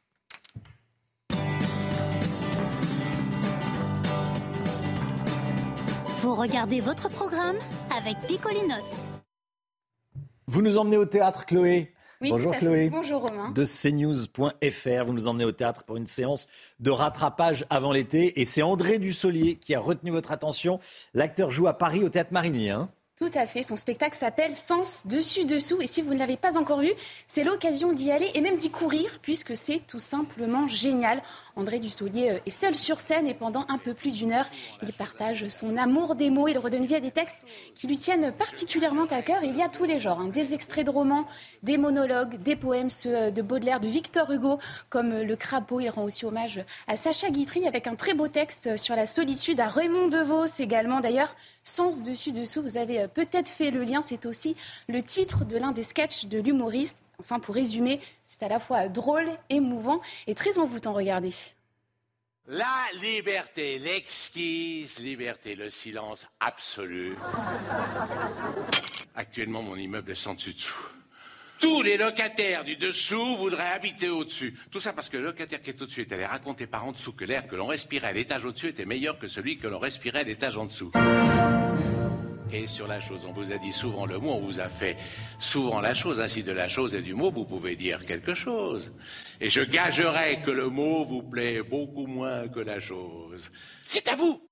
Vous regardez votre programme avec Picolinos. Vous nous emmenez au théâtre, Chloé. Oui, bonjour Chloé. Bonjour Romain. De C news point F R. Vous nous emmenez au théâtre pour une séance de rattrapage avant l'été. Et c'est André Dussolier qui a retenu votre attention. L'acteur joue à Paris au Théâtre Marigny. Hein. Tout à fait. Son spectacle s'appelle Sens dessus dessous. Et si vous ne l'avez pas encore vu, c'est l'occasion d'y aller et même d'y courir puisque c'est tout simplement génial. André Dussolier est seul sur scène et pendant un peu plus d'une heure, il partage son amour des mots. Il redonne vie à des textes qui lui tiennent particulièrement à cœur. Et il y a tous les genres, hein. Des extraits de romans, des monologues, des poèmes, ceux de Baudelaire, de Victor Hugo, comme Le Crapaud. Il rend aussi hommage à Sacha Guitry avec un très beau texte sur la solitude, à Raymond DeVos également. D'ailleurs, Sens dessus dessous, vous avez peut-être fait le lien, c'est aussi le titre de l'un des sketchs de l'humoriste. Enfin, pour résumer, c'est à la fois drôle, émouvant et très envoûtant. Regardez. La liberté, l'exquise liberté, le silence absolu. Actuellement, mon immeuble est sans dessus-dessous. Tous les locataires du dessous voudraient habiter au-dessus. Tout ça parce que le locataire qui est au-dessus est allé raconter par en dessous que l'air que l'on respirait à l'étage au-dessus était meilleur que celui que l'on respirait à l'étage en dessous. Et sur la chose, on vous a dit souvent le mot, on vous a fait souvent la chose. Ainsi de la chose et du mot, vous pouvez dire quelque chose. Et je gagerais que le mot vous plaît beaucoup moins que la chose. C'est à vous.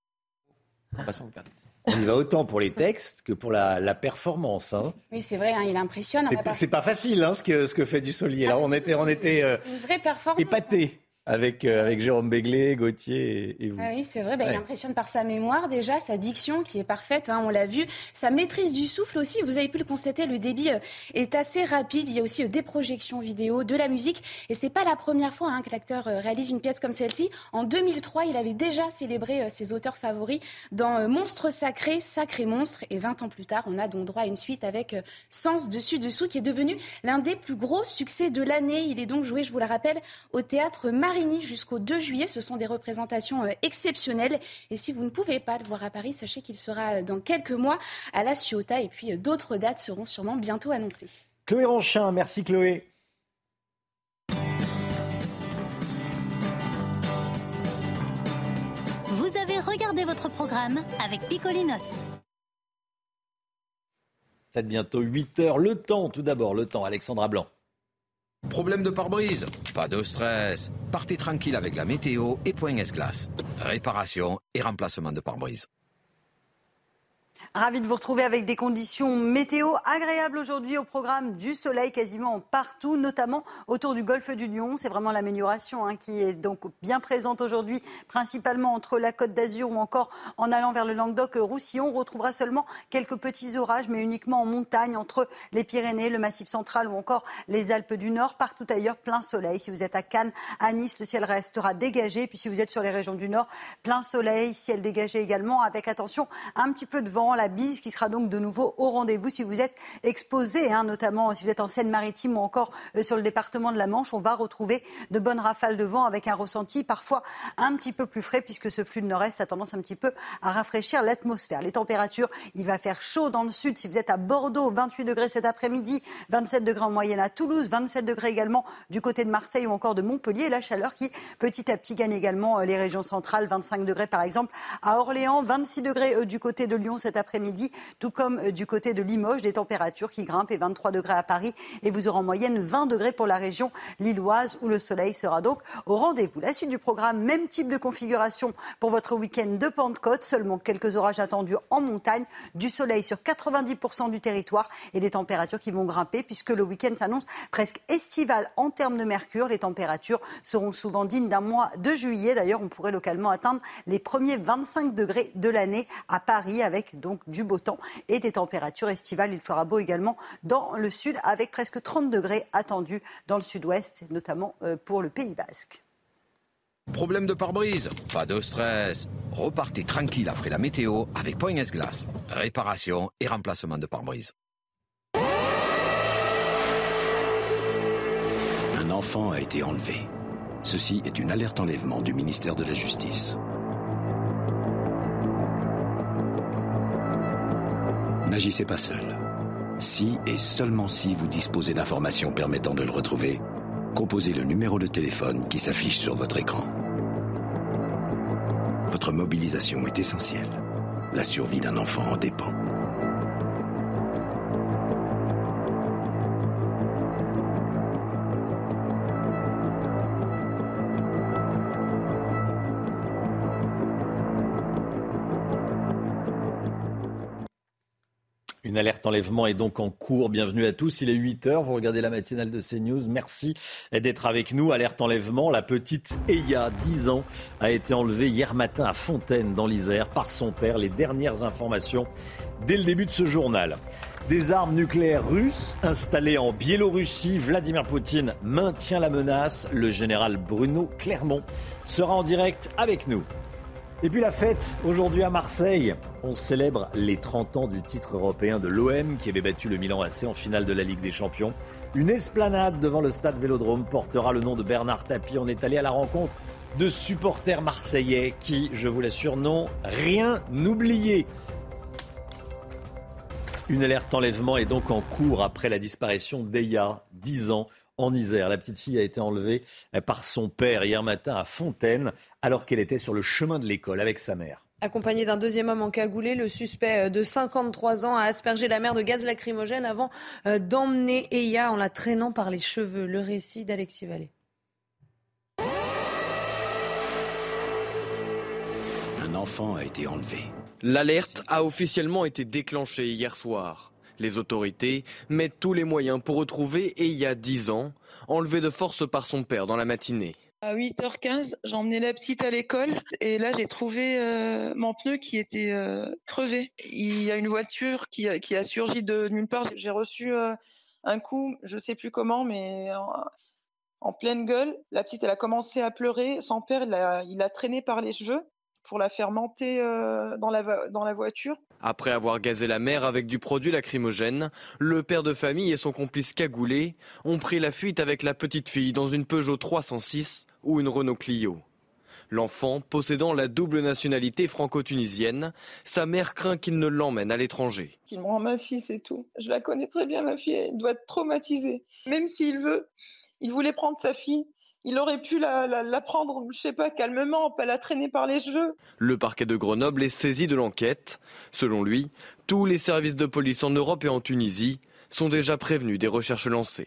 On y va autant pour les textes que pour la, la performance. Hein. Oui, c'est vrai, hein, il impressionne. C'est, pas, c'est pas facile hein, ce, que, ce que fait Dussolier. Là, on était, on était euh, c'est une vraie performance, épatés. Avec, euh, avec Jérôme Béglé, Gauthier et, et vous. Ah oui, c'est vrai, bah, ouais. Il impressionne par sa mémoire déjà, sa diction qui est parfaite, hein, on l'a vu, sa maîtrise du souffle aussi, vous avez pu le constater, le débit euh, est assez rapide, il y a aussi euh, des projections vidéo, de la musique, et c'est pas la première fois hein, que l'acteur euh, réalise une pièce comme celle-ci. En deux mille trois, il avait déjà célébré euh, ses auteurs favoris dans euh, Monstre sacré, Sacré monstre, et vingt ans plus tard, on a donc droit à une suite avec euh, Sens dessus dessous, qui est devenu l'un des plus gros succès de l'année. Il est donc joué, je vous le rappelle, au théâtre Marigny jusqu'au deux juillet. Ce sont des représentations exceptionnelles. Et si vous ne pouvez pas le voir à Paris, sachez qu'il sera dans quelques mois à la Ciotat. Et puis d'autres dates seront sûrement bientôt annoncées. Chloé Ranchin, merci Chloé. Vous avez regardé votre programme avec Picolinos. C'est bientôt huit heures. Le temps, tout d'abord, le temps, Alexandra Blanc. Problème de pare-brise? Pas de stress. Partez tranquille avec la météo et Point S-Glace. Réparation et remplacement de pare-brise. Ravi de vous retrouver avec des conditions météo agréables aujourd'hui au programme, du soleil quasiment partout, notamment autour du golfe du Lion. C'est vraiment l'amélioration hein, qui est donc bien présente aujourd'hui, principalement entre la Côte d'Azur ou encore en allant vers le Languedoc-Roussillon. On retrouvera seulement quelques petits orages, mais uniquement en montagne, entre les Pyrénées, le Massif central ou encore les Alpes du Nord. Partout ailleurs, plein soleil. Si vous êtes à Cannes, à Nice, le ciel restera dégagé. Puis si vous êtes sur les régions du Nord, plein soleil, ciel dégagé également, avec attention, un petit peu de vent, la bise qui sera donc de nouveau au rendez-vous si vous êtes exposé, hein, notamment si vous êtes en Seine-Maritime ou encore euh, sur le département de la Manche. On va retrouver de bonnes rafales de vent avec un ressenti parfois un petit peu plus frais puisque ce flux de nord-est a tendance un petit peu à rafraîchir l'atmosphère. Les températures, il va faire chaud dans le sud. Si vous êtes à Bordeaux, vingt-huit degrés cet après-midi, vingt-sept degrés en moyenne à Toulouse, vingt-sept degrés également du côté de Marseille ou encore de Montpellier. La chaleur qui petit à petit gagne également euh, les régions centrales, vingt-cinq degrés par exemple à Orléans, vingt-six degrés euh, du côté de Lyon cet après-midi, tout comme du côté de Limoges, des températures qui grimpent et vingt-trois degrés à Paris et vous aurez en moyenne vingt degrés pour la région lilloise où le soleil sera donc au rendez-vous. La suite du programme, même type de configuration pour votre week-end de Pentecôte, seulement quelques orages attendus en montagne, du soleil sur quatre-vingt-dix pour cent du territoire et des températures qui vont grimper puisque le week-end s'annonce presque estival en termes de mercure. Les températures seront souvent dignes d'un mois de juillet. D'ailleurs, on pourrait localement atteindre les premiers vingt-cinq degrés de l'année à Paris avec donc du beau temps et des températures estivales. Il fera beau également dans le sud avec presque trente degrés attendus dans le sud-ouest, notamment pour le Pays Basque. Problème de pare-brise? Pas de stress. Repartez tranquille après la météo avec Point S-Glace. Réparation et remplacement de pare-brise. Un enfant a été enlevé. Ceci est une alerte enlèvement du ministère de la Justice. N'agissez pas seul. Si et seulement si vous disposez d'informations permettant de le retrouver, composez le numéro de téléphone qui s'affiche sur votre écran. Votre mobilisation est essentielle. La survie d'un enfant en dépend. Une alerte enlèvement est donc en cours. Bienvenue à tous. Il est huit heures. Vous regardez la matinale de CNews. Merci d'être avec nous. Alerte enlèvement. La petite Eya, dix ans, a été enlevée hier matin à Fontaine, dans l'Isère, par son père. Les dernières informations dès le début de ce journal. Des armes nucléaires russes installées en Biélorussie. Vladimir Poutine maintient la menace. Le général Bruno Clermont sera en direct avec nous. Et puis la fête, aujourd'hui à Marseille, on célèbre les trente ans du titre européen de l'O M qui avait battu le Milan A C en finale de la Ligue des Champions. Une esplanade devant le stade Vélodrome portera le nom de Bernard Tapie. On est allé à la rencontre de supporters marseillais qui, je vous l'assure, n'ont rien oublié. Une alerte enlèvement est donc en cours après la disparition d'Eya, dix ans, en Isère. La petite fille a été enlevée par son père hier matin à Fontaine, alors qu'elle était sur le chemin de l'école avec sa mère. Accompagné d'un deuxième homme encagoulé, le suspect de cinquante-trois ans a aspergé la mère de gaz lacrymogène avant d'emmener Eya en la traînant par les cheveux. Le récit d'Alexis Vallée. Un enfant a été enlevé. L'alerte a officiellement été déclenchée hier soir. Les autorités mettent tous les moyens pour retrouver Eya, dix ans, enlevée de force par son père dans la matinée. À huit heures quinze, j'ai emmené la petite à l'école et là j'ai trouvé euh, mon pneu qui était euh, crevé. Il y a une voiture qui a, qui a surgi de nulle part. J'ai reçu euh, un coup, je ne sais plus comment, mais en, en pleine gueule. La petite, elle a commencé à pleurer. Son père, il l'a il a traîné par les cheveux pour la faire monter euh, dans, la, dans la voiture. Après avoir gazé la mère avec du produit lacrymogène, le père de famille et son complice cagoulé ont pris la fuite avec la petite fille dans une Peugeot trois cent six ou une Renault Clio. L'enfant, possédant la double nationalité franco-tunisienne, sa mère craint qu'il ne l'emmène à l'étranger. Qu'il me rend ma fille, c'est tout. Je la connais très bien, ma fille, elle doit être traumatisée. Même s'il veut, il voulait prendre sa fille. Il aurait pu la, la, la prendre, je sais pas, calmement, pas la traîner par les cheveux. Le parquet de Grenoble est saisi de l'enquête. Selon lui, tous les services de police en Europe et en Tunisie sont déjà prévenus des recherches lancées.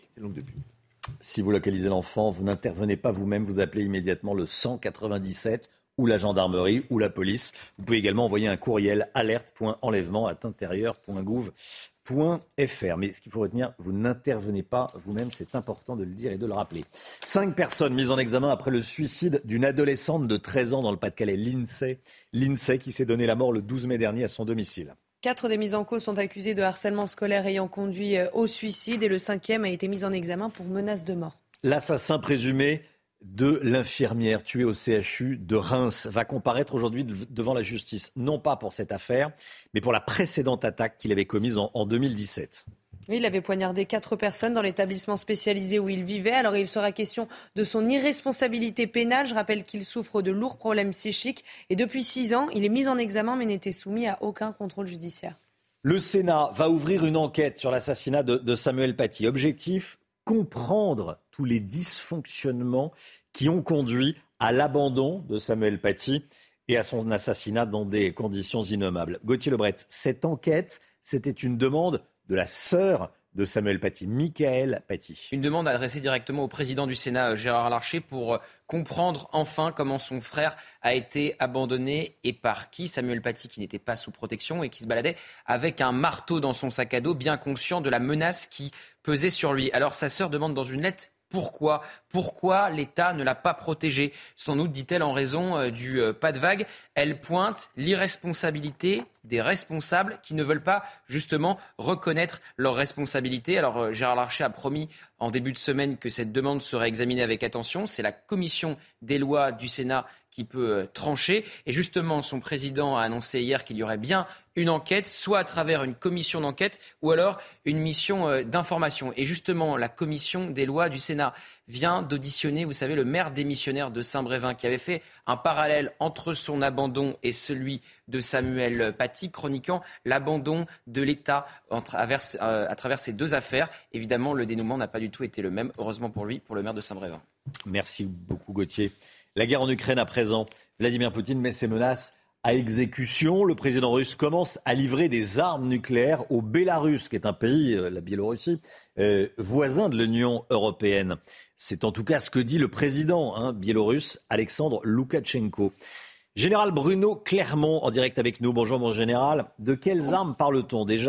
Si vous localisez l'enfant, vous n'intervenez pas vous-même, vous appelez immédiatement le cent quatre-vingt-dix-sept ou la gendarmerie ou la police. Vous pouvez également envoyer un courriel alerte point enlèvement arobase intérieur point gouv point f r. Mais ce qu'il faut retenir, vous n'intervenez pas vous-même, c'est important de le dire et de le rappeler. Cinq personnes mises en examen après le suicide d'une adolescente de treize ans dans le Pas-de-Calais, l'INSEE. L'INSEE qui s'est donné la mort le douze mai dernier à son domicile. Quatre des mises en cause sont accusés de harcèlement scolaire ayant conduit au suicide et le cinquième a été mis en examen pour menace de mort. L'assassin présumé de l'infirmière tuée au C H U de Reims va comparaître aujourd'hui devant la justice, non pas pour cette affaire, mais pour la précédente attaque qu'il avait commise en, en deux mille dix-sept. Oui, il avait poignardé quatre personnes dans l'établissement spécialisé où il vivait. Alors il sera question de son irresponsabilité pénale. Je rappelle qu'il souffre de lourds problèmes psychiques et depuis six ans, il est mis en examen mais n'était soumis à aucun contrôle judiciaire. Le Sénat va ouvrir une enquête sur l'assassinat de, de Samuel Paty. Objectif, comprendre tous les dysfonctionnements qui ont conduit à l'abandon de Samuel Paty et à son assassinat dans des conditions innommables. Gauthier Lebret, cette enquête, c'était une demande de la sœur de Samuel Paty, Michaël Paty. Une demande adressée directement au président du Sénat, Gérard Larcher, pour comprendre enfin comment son frère a été abandonné et par qui. Samuel Paty, qui n'était pas sous protection et qui se baladait avec un marteau dans son sac à dos, bien conscient de la menace qui pesait sur lui. Alors sa sœur demande dans une lettre pourquoi Pourquoi l'État ne l'a pas protégé ? Sans doute, dit-elle, en raison euh, du euh, pas de vague. Elle pointe l'irresponsabilité des responsables qui ne veulent pas justement reconnaître leurs responsabilités. Alors euh, Gérard Larcher a promis en début de semaine que cette demande serait examinée avec attention. C'est la commission des lois du Sénat qui peut euh, trancher. Et justement, son président a annoncé hier qu'il y aurait bien une enquête, soit à travers une commission d'enquête ou alors une mission euh, d'information. Et justement, la commission des lois du Sénat vient d'auditionner, vous savez, le maire démissionnaire de Saint-Brévin qui avait fait un parallèle entre son abandon et celui de Samuel Paty, chroniquant l'abandon de l'État à travers, euh, à travers ces deux affaires. Évidemment, le dénouement n'a pas du tout été le même, heureusement pour lui, pour le maire de Saint-Brévin. Merci beaucoup Gauthier. La guerre en Ukraine à présent, Vladimir Poutine met ses menaces à exécution. Le président russe commence à livrer des armes nucléaires au Bélarus, qui est un pays, la Biélorussie, euh, voisin de l'Union européenne. C'est en tout cas ce que dit le président hein, biélorusse, Alexandre Loukachenko. Général Bruno Clermont, en direct avec nous. Bonjour mon général. De quelles armes parle-t-on déjà ?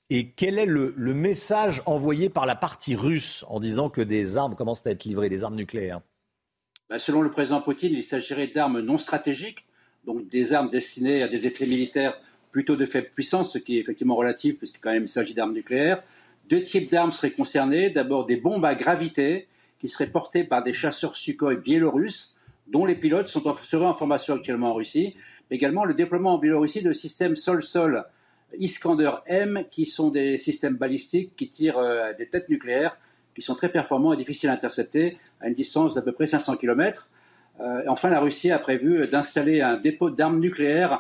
Et quel est le, le message envoyé par la partie russe en disant que des armes commencent à être livrées, des armes nucléaires ? Ben, selon le président Poutine, il s'agirait d'armes non stratégiques, donc des armes destinées à des effets militaires plutôt de faible puissance, ce qui est effectivement relatif puisque quand même il s'agit d'armes nucléaires. Deux types d'armes seraient concernés. D'abord des bombes à gravité qui seraient portées par des chasseurs Sukhoi biélorusses dont les pilotes sont en, seraient en formation actuellement en Russie. Mais également le déploiement en Biélorussie de systèmes sol-sol Iskander M qui sont des systèmes balistiques qui tirent euh, des têtes nucléaires qui sont très performants et difficiles à intercepter à une distance d'à peu près cinq cents kilomètres. Euh, et enfin, la Russie a prévu d'installer un dépôt d'armes nucléaires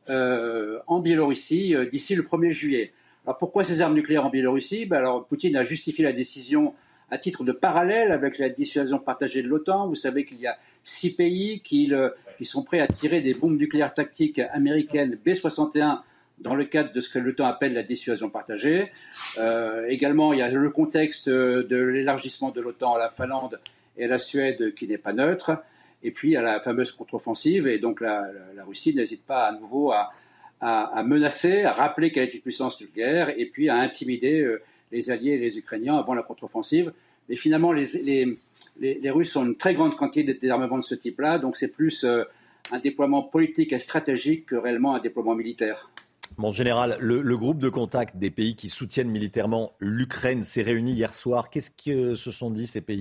euh, en Biélorussie euh, d'ici le premier juillet. Alors pourquoi ces armes nucléaires en Biélorussie ? Ben alors Poutine a justifié la décision à titre de parallèle avec la dissuasion partagée de l'OTAN. Vous savez qu'il y a six pays qui, le, qui sont prêts à tirer des bombes nucléaires tactiques américaines B soixante et un dans le cadre de ce que l'OTAN appelle la dissuasion partagée. Euh, également, il y a le contexte de l'élargissement de l'OTAN à la Finlande et à la Suède qui n'est pas neutre. Et puis, à la fameuse contre-offensive. Et donc, la, la, la Russie n'hésite pas à nouveau à, à, à menacer, à rappeler qu'elle est une puissance nucléaire et puis à intimider euh, les Alliés et les Ukrainiens avant la contre-offensive. Mais finalement, les, les, les, les Russes ont une très grande quantité d'armements de ce type-là. Donc, c'est plus euh, un déploiement politique et stratégique que réellement un déploiement militaire. Mon général, le, le groupe de contact des pays qui soutiennent militairement l'Ukraine s'est réuni hier soir. Qu'est-ce que se sont dit ces pays ?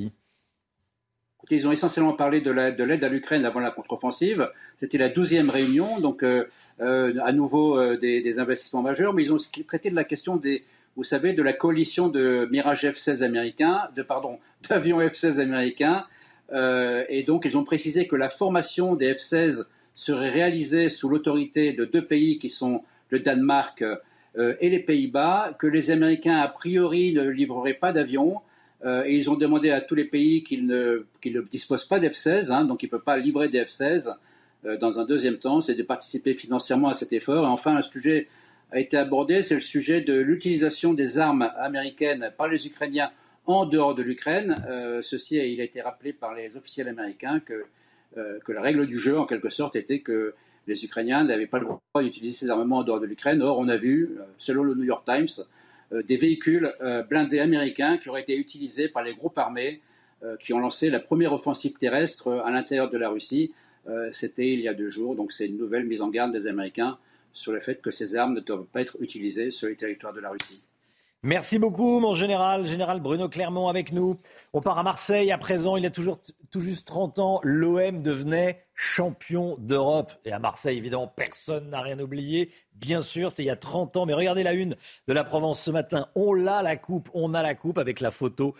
Écoutez, ils ont essentiellement parlé de l'aide de l'aide à l'Ukraine avant la contre-offensive. C'était la douzième réunion, donc euh, euh, à nouveau euh, des, des investissements majeurs, mais ils ont traité de la question des, vous savez, de la coalition de Mirage F seize américains, de pardon, d'avions F seize américains, euh, et donc ils ont précisé que la formation des F seize serait réalisée sous l'autorité de deux pays qui sont le Danemark euh, et les Pays-Bas, que les Américains a priori ne livreraient pas d'avions. Euh, et ils ont demandé à tous les pays qu'ils ne, qu'ils ne disposent pas d'F seize, hein, donc ils ne peuvent pas livrer des F seize. Euh, dans un deuxième temps, c'est de participer financièrement à cet effort. Et enfin, un sujet a été abordé, c'est le sujet de l'utilisation des armes américaines par les Ukrainiens en dehors de l'Ukraine. Euh, ceci, il a été rappelé par les officiels américains que, euh, que la règle du jeu, en quelque sorte, était que les Ukrainiens n'avaient pas le droit d'utiliser ces armements en dehors de l'Ukraine. Or, on a vu, selon le New York Times, des véhicules euh, blindés américains qui auraient été utilisés par les groupes armés euh, qui ont lancé la première offensive terrestre à l'intérieur de la Russie. Euh, c'était il y a deux jours, donc c'est une nouvelle mise en garde des Américains sur le fait que ces armes ne doivent pas être utilisées sur les territoires de la Russie. Merci beaucoup, mon général. Général Bruno Clermont avec nous. On part à Marseille. À présent, il y a toujours tout juste trente ans, l'O M devenait champion d'Europe. Et à Marseille, évidemment, personne n'a rien oublié. Bien sûr, c'était il y a trente ans. Mais regardez la une de la Provence ce matin. On l'a, la coupe. On a la coupe avec la photo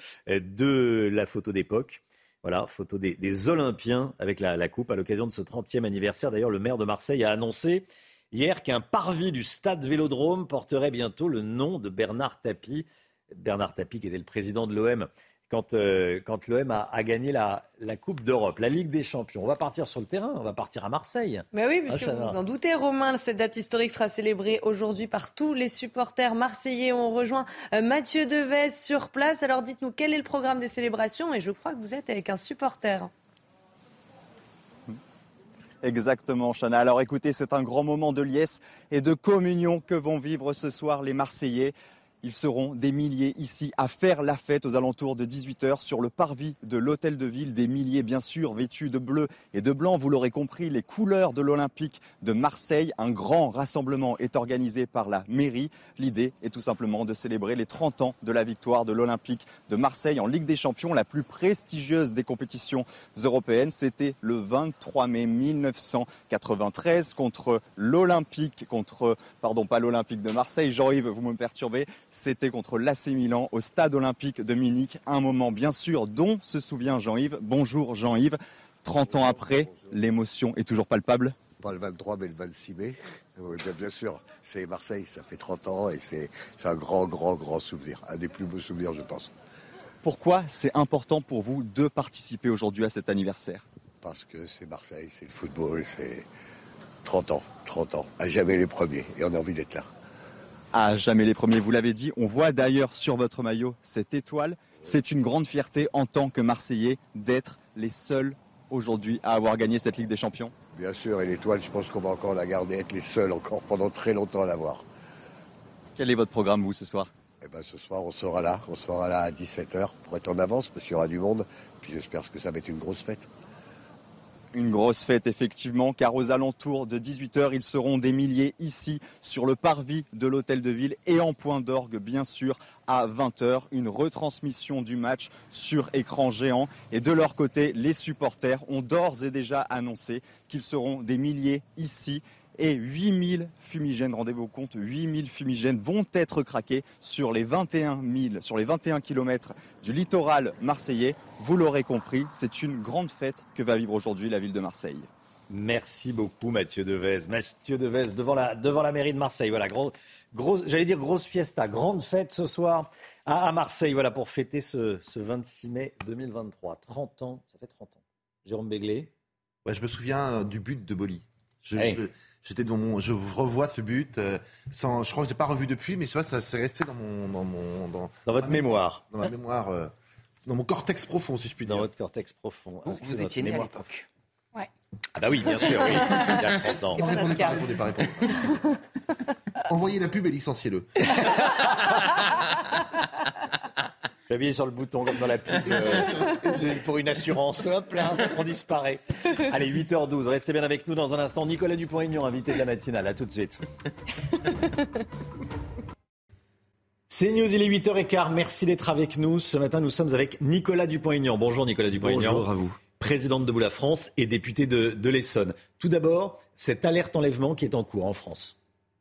de la photo d'époque. Voilà, photo des, des Olympiens avec la, la coupe à l'occasion de ce trentième anniversaire. D'ailleurs, le maire de Marseille a annoncé hier qu'un parvis du stade Vélodrome porterait bientôt le nom de Bernard Tapie. Bernard Tapie qui était le président de l'O M quand, euh, quand l'O M a, a gagné la, la Coupe d'Europe, la Ligue des Champions. On va partir sur le terrain, on va partir à Marseille. Mais oui, puisque ah, vous vous en doutez, Romain, cette date historique sera célébrée aujourd'hui par tous les supporters marseillais. On rejoint Mathieu Devez sur place. Alors dites-nous, quel est le programme des célébrations ? Et je crois que vous êtes avec un supporter. Exactement, Chana. Alors écoutez, c'est un grand moment de liesse et de communion que vont vivre ce soir les Marseillais. Ils seront des milliers ici à faire la fête aux alentours de dix-huit heures sur le parvis de l'Hôtel de Ville. Des milliers, bien sûr, vêtus de bleu et de blanc. Vous l'aurez compris, les couleurs de l'Olympique de Marseille. Un grand rassemblement est organisé par la mairie. L'idée est tout simplement de célébrer les trente ans de la victoire de l'Olympique de Marseille en Ligue des Champions, la plus prestigieuse des compétitions européennes. C'était le vingt-trois mai mille neuf cent quatre-vingt-treize contre l'Olympique, contre, pardon, pas l'Olympique de Marseille. Jean-Yves, vous me perturbez. C'était contre l'A C Milan au stade olympique de Munich. Un moment bien sûr dont se souvient Jean-Yves. Bonjour Jean-Yves. trente ans après, l'émotion est toujours palpable? Pas le vingt-trois mais le vingt-six mai. Oui, bien, bien sûr, c'est Marseille, ça fait trente ans et c'est, c'est un grand, grand, grand souvenir. Un des plus beaux souvenirs, je pense. Pourquoi c'est important pour vous de participer aujourd'hui à cet anniversaire? Parce que c'est Marseille, c'est le football, c'est trente ans, trente ans, à jamais les premiers et on a envie d'être là. À jamais les premiers, vous l'avez dit. On voit d'ailleurs sur votre maillot cette étoile. C'est une grande fierté en tant que Marseillais d'être les seuls aujourd'hui à avoir gagné cette Ligue des Champions. Bien sûr, et l'étoile, je pense qu'on va encore la garder, être les seuls encore pendant très longtemps à l'avoir. Quel est votre programme, vous, ce soir ? Eh ben, ce soir, on sera là. On sera là à dix-sept heures pour être en avance, parce qu'il y aura du monde. Puis j'espère que ça va être une grosse fête. Une grosse fête, effectivement, car aux alentours de dix-huit heures, ils seront des milliers ici, sur le parvis de l'Hôtel de Ville et en point d'orgue, bien sûr, à vingt heures. Une retransmission du match sur écran géant. Et de leur côté, les supporters ont d'ores et déjà annoncé qu'ils seront des milliers ici. Et huit mille fumigènes, rendez-vous compte, huit mille fumigènes vont être craqués sur les vingt et un mille, sur les vingt et un kilomètres du littoral marseillais. Vous l'aurez compris, c'est une grande fête que va vivre aujourd'hui la ville de Marseille. Merci beaucoup Mathieu Devez. Mathieu Devez devant la, devant la mairie de Marseille. Voilà, gros, gros, j'allais dire grosse fiesta, grande fête ce soir à, à Marseille. Voilà, pour fêter ce, ce vingt-six mai deux mille vingt-trois. trente ans, ça fait trente ans. Jérôme Béglé. Ouais, je me souviens du but de Boli. Je, hey. je, j'étais devant mon, je revois ce but. Euh, sans, je crois que je l'ai pas revu depuis, mais tu vois, ça s'est resté dans mon, dans mon, dans, dans votre mémoire, dans ma mémoire, euh, dans mon cortex profond, si je puis dire. Dans votre cortex profond. Vous, vous étiez né à l'époque. Ouais. Ah bah oui, bien sûr, oui. Il y a trente ans. Non, répondez pas, répondez pas, répondez pas. Envoyez la pub et licenciez-le. J'appuie sur le bouton comme dans la pub euh, pour une assurance. Hop là, on disparaît. Allez, huit heures douze, restez bien avec nous dans un instant. Nicolas Dupont-Aignan, invité de la matinale. À tout de suite. C'est News, il est huit heures quinze. Merci d'être avec nous. Ce matin, nous sommes avec Nicolas Dupont-Aignan. Bonjour Nicolas Dupont-Aignan. Bonjour à vous. Président de Debout la France et député de, de l'Essonne. Tout d'abord, cette alerte enlèvement qui est en cours en France.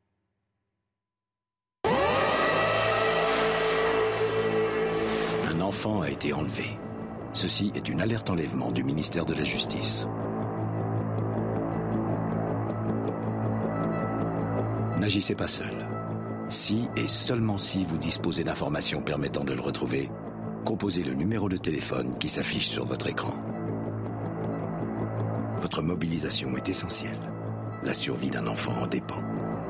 Un enfant a été enlevé. Ceci est une alerte enlèvement du ministère de la Justice. N'agissez pas seul. Si et seulement si vous disposez d'informations permettant de le retrouver, composez le numéro de téléphone qui s'affiche sur votre écran. Votre mobilisation est essentielle. La survie d'un enfant en dépend.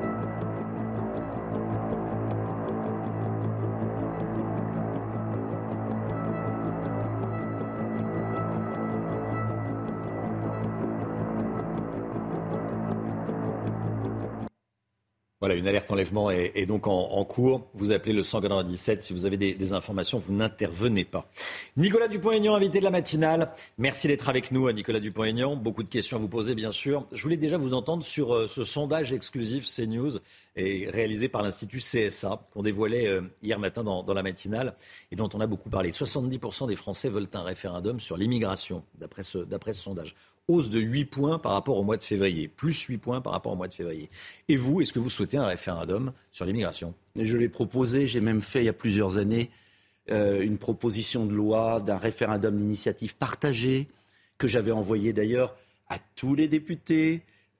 Voilà, une alerte enlèvement est, est donc en, en cours. Vous appelez le cent quatre-vingt-dix-sept. Si vous avez des, des informations, vous n'intervenez pas. Nicolas Dupont-Aignan, invité de la matinale. Merci d'être avec nous, Nicolas Dupont-Aignan. Beaucoup de questions à vous poser, bien sûr. Je voulais déjà vous entendre sur euh, ce sondage exclusif CNews et réalisé par l'Institut C S A qu'on dévoilait euh, hier matin dans, dans la matinale et dont on a beaucoup parlé. soixante-dix pour cent des Français veulent un référendum sur l'immigration, d'après ce, d'après ce sondage. Hausse de huit points par rapport au mois de février, plus huit points par rapport au mois de février. Et vous, est-ce que vous souhaitez un référendum sur l'immigration ? Je l'ai proposé, j'ai même fait il y a plusieurs années euh, une proposition de loi d'un référendum d'initiative partagée que j'avais envoyé d'ailleurs à tous les députés.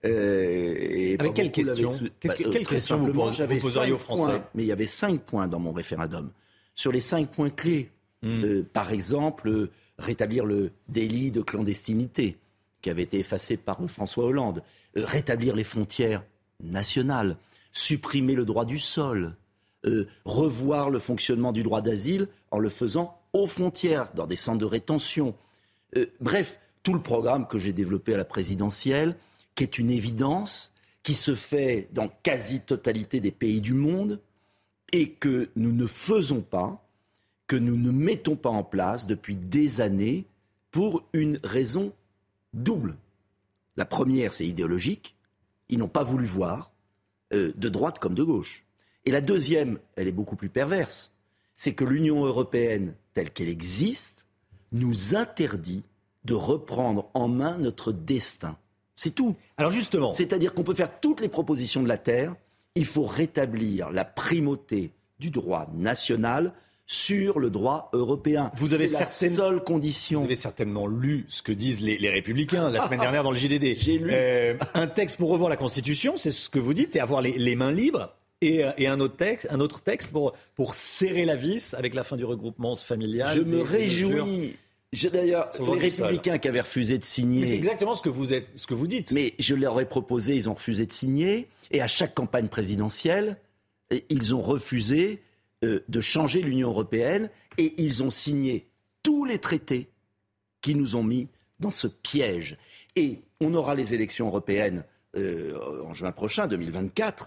Euh, et Avec quelles questions Qu'est-ce que, bah, Quelles questions vous, pose, vous poseriez aux Français ? Points, mais il y avait cinq points dans mon référendum. Sur les cinq points clés, mmh. euh, par exemple, euh, rétablir le délit de clandestinité qui avait été effacé par François Hollande, euh, rétablir les frontières nationales, supprimer le droit du sol, euh, revoir le fonctionnement du droit d'asile en le faisant aux frontières, dans des centres de rétention. Euh, bref, tout le programme que j'ai développé à la présidentielle, qui est une évidence, qui se fait dans quasi-totalité des pays du monde et que nous ne faisons pas, que nous ne mettons pas en place depuis des années pour une raison double. La première, c'est idéologique. Ils n'ont pas voulu voir, euh, de droite comme de gauche. Et la deuxième, elle est beaucoup plus perverse. C'est que l'Union européenne, telle qu'elle existe, nous interdit de reprendre en main notre destin. C'est tout. Alors justement... C'est-à-dire qu'on peut faire toutes les propositions de la Terre. Il faut rétablir la primauté du droit national sur le droit européen. Vous avez C'est la certaine... seule condition. Vous avez certainement lu ce que disent les, les Républicains la semaine dernière dans le J D D. J'ai lu. Euh, un texte pour revoir la Constitution, c'est ce que vous dites, et avoir les, les mains libres. Et, et un autre texte, un autre texte pour, pour serrer la vis avec la fin du regroupement familial. Je me réjouis. J'ai d'ailleurs les Républicains qui avaient refusé de signer. Mais c'est exactement ce que vous êtes, ce que vous dites. Mais je leur ai proposé, ils ont refusé de signer. Et à chaque campagne présidentielle, ils ont refusé de changer l'Union européenne et ils ont signé tous les traités qui nous ont mis dans ce piège. Et on aura les élections européennes euh, en juin prochain, deux mille vingt-quatre,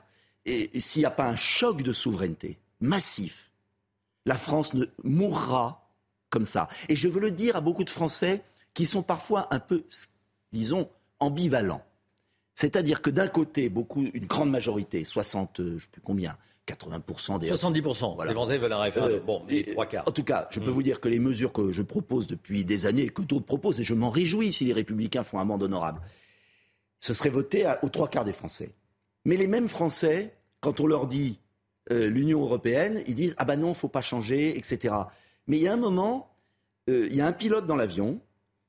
et, et s'il n'y a pas un choc de souveraineté massif, la France ne mourra comme ça. Et je veux le dire à beaucoup de Français qui sont parfois un peu, disons, ambivalents. C'est-à-dire que d'un côté, beaucoup, une grande majorité, soixante, je ne sais plus combien, quatre-vingts pour cent des... soixante-dix pour cent voilà. Les Français veulent un référendum. Euh, bon, les trois quarts. En tout cas, je peux mmh. vous dire que les mesures que je propose depuis des années, que d'autres proposent, et je m'en réjouis si les Républicains font un amende honorable, ce serait voté à, aux trois quarts des Français. Mais les mêmes Français, quand on leur dit euh, l'Union européenne, ils disent « Ah ben non, il ne faut pas changer, et cetera » Mais il y a un moment, euh, il y a un pilote dans l'avion.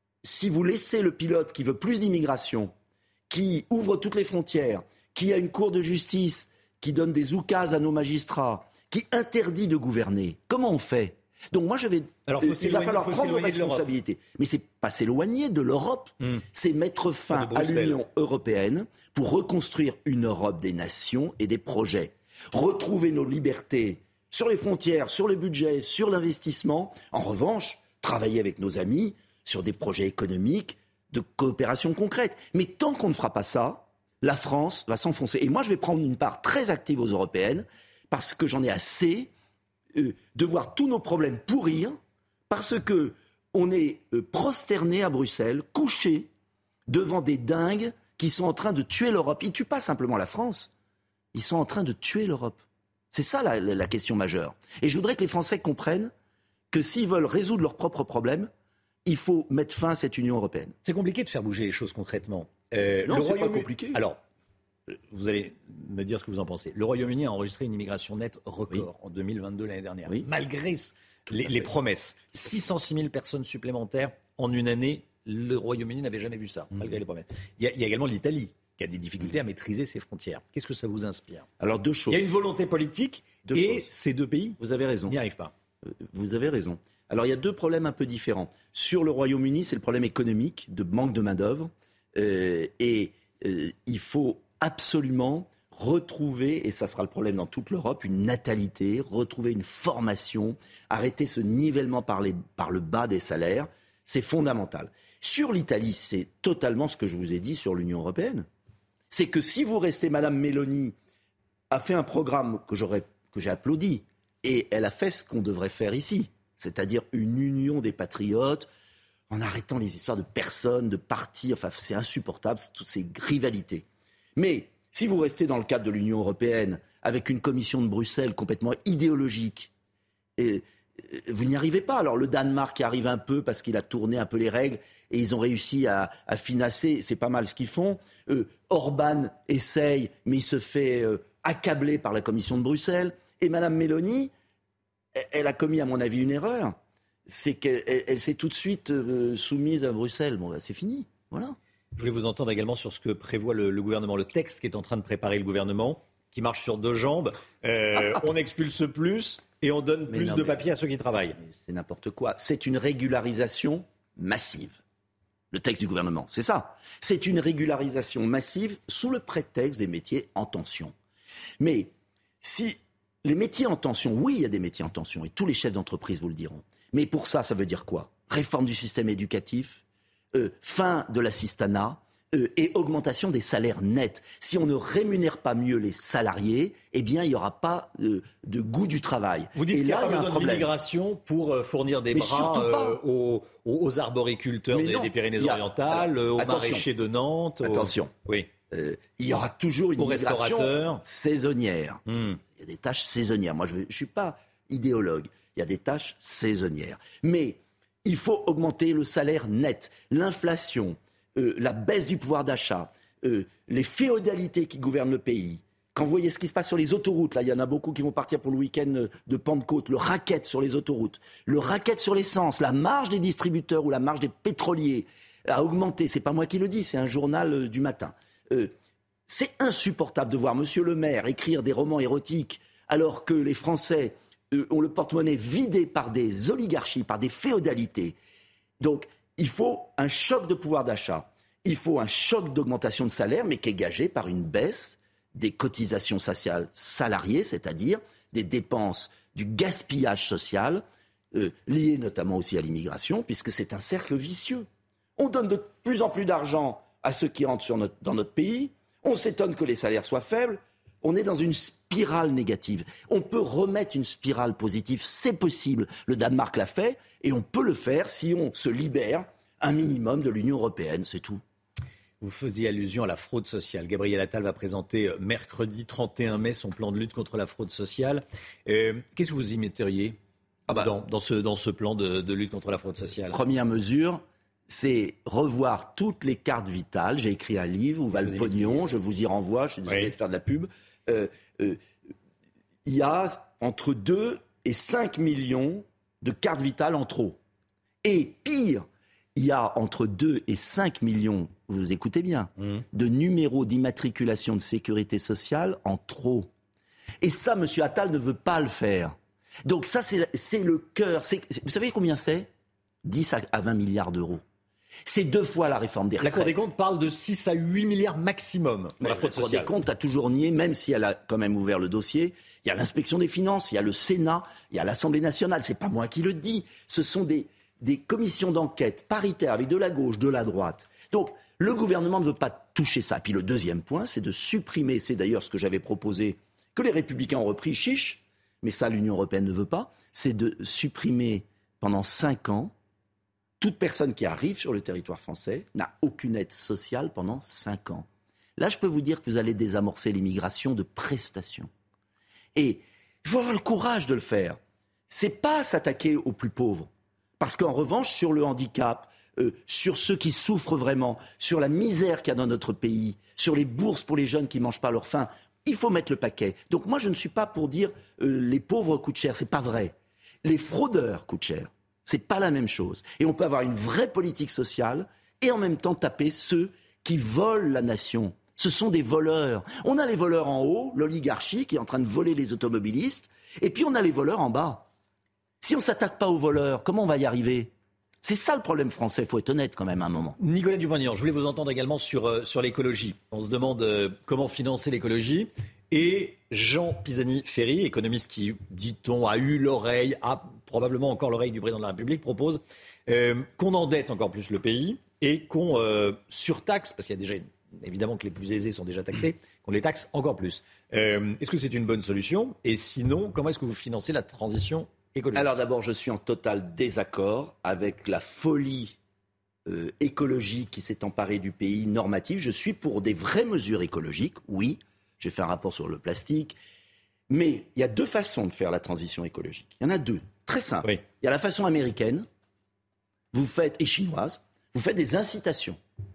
Si vous laissez le pilote qui veut plus d'immigration, qui ouvre toutes les frontières, qui a une cour de justice, qui donne des oukases à nos magistrats, qui interdit de gouverner, comment on fait ? Donc moi, je vais, Alors, faut il va falloir faut prendre nos responsabilités. Mais c'est pas s'éloigner de l'Europe, mmh. c'est mettre fin à l'Union européenne pour reconstruire une Europe des nations et des projets. Retrouver nos libertés sur les frontières, sur le budget, sur l'investissement. En revanche, travailler avec nos amis sur des projets économiques, de coopération concrète. Mais tant qu'on ne fera pas ça, la France va s'enfoncer. Et moi, je vais prendre une part très active aux européennes, parce que j'en ai assez euh, de voir tous nos problèmes pourrir, parce qu'on est euh, prosterné à Bruxelles, couché devant des dingues qui sont en train de tuer l'Europe. Ils ne tuent pas simplement la France, ils sont en train de tuer l'Europe. C'est ça la, la, la question majeure. Et je voudrais que les Français comprennent que s'ils veulent résoudre leurs propres problèmes, il faut mettre fin à cette Union européenne. C'est compliqué de faire bouger les choses concrètement. Euh, non, le c'est Royaume... pas compliqué. Alors, vous allez me dire ce que vous en pensez. Le Royaume-Uni a enregistré une immigration nette record oui. en deux mille vingt-deux, l'année dernière. Oui. Malgré les, les promesses. six cent six mille personnes supplémentaires en une année. Le Royaume-Uni n'avait jamais vu ça, mmh. malgré les promesses. Il y, a, il y a également l'Italie qui a des difficultés mmh. à maîtriser ses frontières. Qu'est-ce que ça vous inspire ? Alors, deux choses. Il y a une volonté politique deux et choses. Ces deux pays vous avez raison. n'y arrivent pas. Vous avez raison. Alors, il y a deux problèmes un peu différents. Sur le Royaume-Uni, c'est le problème économique, de manque de main-d'œuvre. Euh, et euh, il faut absolument retrouver, et ça sera le problème dans toute l'Europe, une natalité, retrouver une formation, arrêter ce nivellement par, les, par le bas des salaires. C'est fondamental. Sur l'Italie, c'est totalement ce que je vous ai dit sur l'Union européenne. C'est que si vous restez, Madame Meloni a fait un programme que, j'aurais, que j'ai applaudi, et elle a fait ce qu'on devrait faire ici. C'est-à-dire une union des patriotes, en arrêtant les histoires de personnes, de partis, enfin c'est insupportable, toutes ces rivalités. Mais si vous restez dans le cadre de l'Union européenne, avec une commission de Bruxelles complètement idéologique, et, et vous n'y arrivez pas. Alors le Danemark arrive un peu parce qu'il a tourné un peu les règles, et ils ont réussi à, à finasser, c'est pas mal ce qu'ils font. Euh, Orban essaye, mais il se fait euh, accabler par la commission de Bruxelles. Et Madame Meloni, elle a commis, à mon avis, une erreur. C'est qu'elle elle, elle s'est tout de suite euh, soumise à Bruxelles. Bon, bah, c'est fini. Voilà. Je voulais vous entendre également sur ce que prévoit le, le gouvernement, le texte qui est en train de préparer le gouvernement, qui marche sur deux jambes. Euh, on expulse plus et on donne mais plus non, de papiers à ceux qui travaillent. C'est n'importe quoi. C'est une régularisation massive. Le texte du gouvernement, c'est ça. C'est une régularisation massive sous le prétexte des métiers en tension. Mais si... Les métiers en tension, oui, il y a des métiers en tension, et tous les chefs d'entreprise vous le diront. Mais pour ça, ça veut dire quoi ? Réforme du système éducatif, euh, fin de l'assistanat euh, et augmentation des salaires nets. Si on ne rémunère pas mieux les salariés, eh bien, il n'y aura pas euh, de goût du travail. Vous dites et qu'il n'y a là, pas il y a besoin de l'immigration pour euh, fournir des Mais bras euh, aux, aux arboriculteurs des, des Pyrénées-Orientales, aux attention. maraîchers de Nantes. Attention. Aux... Oui. Euh, il y aura toujours une immigration saisonnière. Mmh. Il y a des tâches saisonnières. Moi, je ne suis pas idéologue. Il y a des tâches saisonnières. Mais il faut augmenter le salaire net. L'inflation, euh, la baisse du pouvoir d'achat, euh, les féodalités qui gouvernent le pays. Quand vous voyez ce qui se passe sur les autoroutes, là, il y en a beaucoup qui vont partir pour le week-end de Pentecôte. Le racket sur les autoroutes, le racket sur l'essence, la marge des distributeurs ou la marge des pétroliers a augmenté. C'est pas moi qui le dis, c'est un journal du matin. Euh, c'est insupportable de voir Monsieur le maire écrire des romans érotiques alors que les Français euh, ont le porte-monnaie vidé par des oligarchies, par des féodalités. Donc, il faut un choc de pouvoir d'achat. Il faut un choc d'augmentation de salaire, mais qui est gagé par une baisse des cotisations sociales salariées, c'est-à-dire des dépenses, du gaspillage social, euh, lié notamment aussi à l'immigration, puisque c'est un cercle vicieux. On donne de plus en plus d'argent à ceux qui rentrent sur notre, dans notre pays. On s'étonne que les salaires soient faibles. on est dans une spirale négative. On peut remettre une spirale positive, c'est possible. Le Danemark l'a fait et on peut le faire si on se libère un minimum de l'Union européenne, c'est tout. Vous faisiez allusion à la fraude sociale. Gabriel Attal va présenter mercredi trente et un mai son plan de lutte contre la fraude sociale. Euh, qu'est-ce que vous y metteriez ah bah, dans, dans, ce, dans ce plan de, de lutte contre la fraude sociale ? Première mesure, c'est revoir toutes les cartes vitales. J'ai écrit un livre, Où va le pognon ? Je vous y renvoie, je suis désolé oui. de faire de la pub. Euh, euh, il y a entre deux et cinq millions de cartes vitales en trop. Et pire, il y a entre deux et cinq millions, vous écoutez bien, mmh. de numéros d'immatriculation de sécurité sociale en trop. Et ça, M. Attal ne veut pas le faire. Donc ça, c'est, c'est le cœur. C'est, vous savez combien c'est ? dix à vingt milliards d'euros. C'est deux fois la réforme des retraites. La Cour des comptes parle de six à huit milliards maximum pour la fraude sociale. La Cour des comptes a toujours nié, même si elle a quand même ouvert le dossier. Il y a l'inspection des finances, il y a le Sénat, il y a l'Assemblée nationale. C'est pas moi qui le dis. Ce sont des... des commissions d'enquête paritaires avec de la gauche, de la droite. Donc, le gouvernement ne veut pas toucher ça. Puis le deuxième point, c'est de supprimer, c'est d'ailleurs ce que j'avais proposé, que les Républicains ont repris, chiche, mais ça l'Union européenne ne veut pas, c'est de supprimer pendant cinq ans, toute personne qui arrive sur le territoire français n'a aucune aide sociale pendant cinq ans. Là, je peux vous dire que vous allez désamorcer l'immigration de prestations. Et il faut avoir le courage de le faire. C'est pas s'attaquer aux plus pauvres. Parce qu'en revanche, sur le handicap, euh, sur ceux qui souffrent vraiment, sur la misère qu'il y a dans notre pays, sur les bourses pour les jeunes qui ne mangent pas leur faim, il faut mettre le paquet. Donc moi, je ne suis pas pour dire euh, les pauvres coûtent cher, c'est pas vrai. Les fraudeurs coûtent cher, c'est pas la même chose. Et on peut avoir une vraie politique sociale et en même temps taper ceux qui volent la nation. Ce sont des voleurs. On a les voleurs en haut, l'oligarchie qui est en train de voler les automobilistes, et puis on a les voleurs en bas. Si on ne s'attaque pas aux voleurs, comment on va y arriver ? C'est ça le problème français, il faut être honnête quand même à un moment. Nicolas Dupont-Aignan, je voulais vous entendre également sur, euh, sur l'écologie. On se demande euh, comment financer l'écologie. Et Jean Pisani-Ferry, économiste qui, dit-on, a eu l'oreille, a probablement encore l'oreille du président de la République, propose euh, qu'on endette encore plus le pays et qu'on euh, surtaxe, parce qu'il y a déjà, évidemment que les plus aisés sont déjà taxés, qu'on les taxe encore plus. Euh, est-ce que c'est une bonne solution ? Et sinon, comment est-ce que vous financez la transition écologique ? Alors d'abord, je suis en total désaccord avec la folie euh, écologique qui s'est emparée du pays normatif. Je suis pour des vraies mesures écologiques, oui. J'ai fait un rapport sur le plastique. Mais il y a deux façons de faire la transition écologique. Il y en a deux, très simples. Oui. Il y a la façon américaine, vous faites, et chinoise, vous faites des incitations.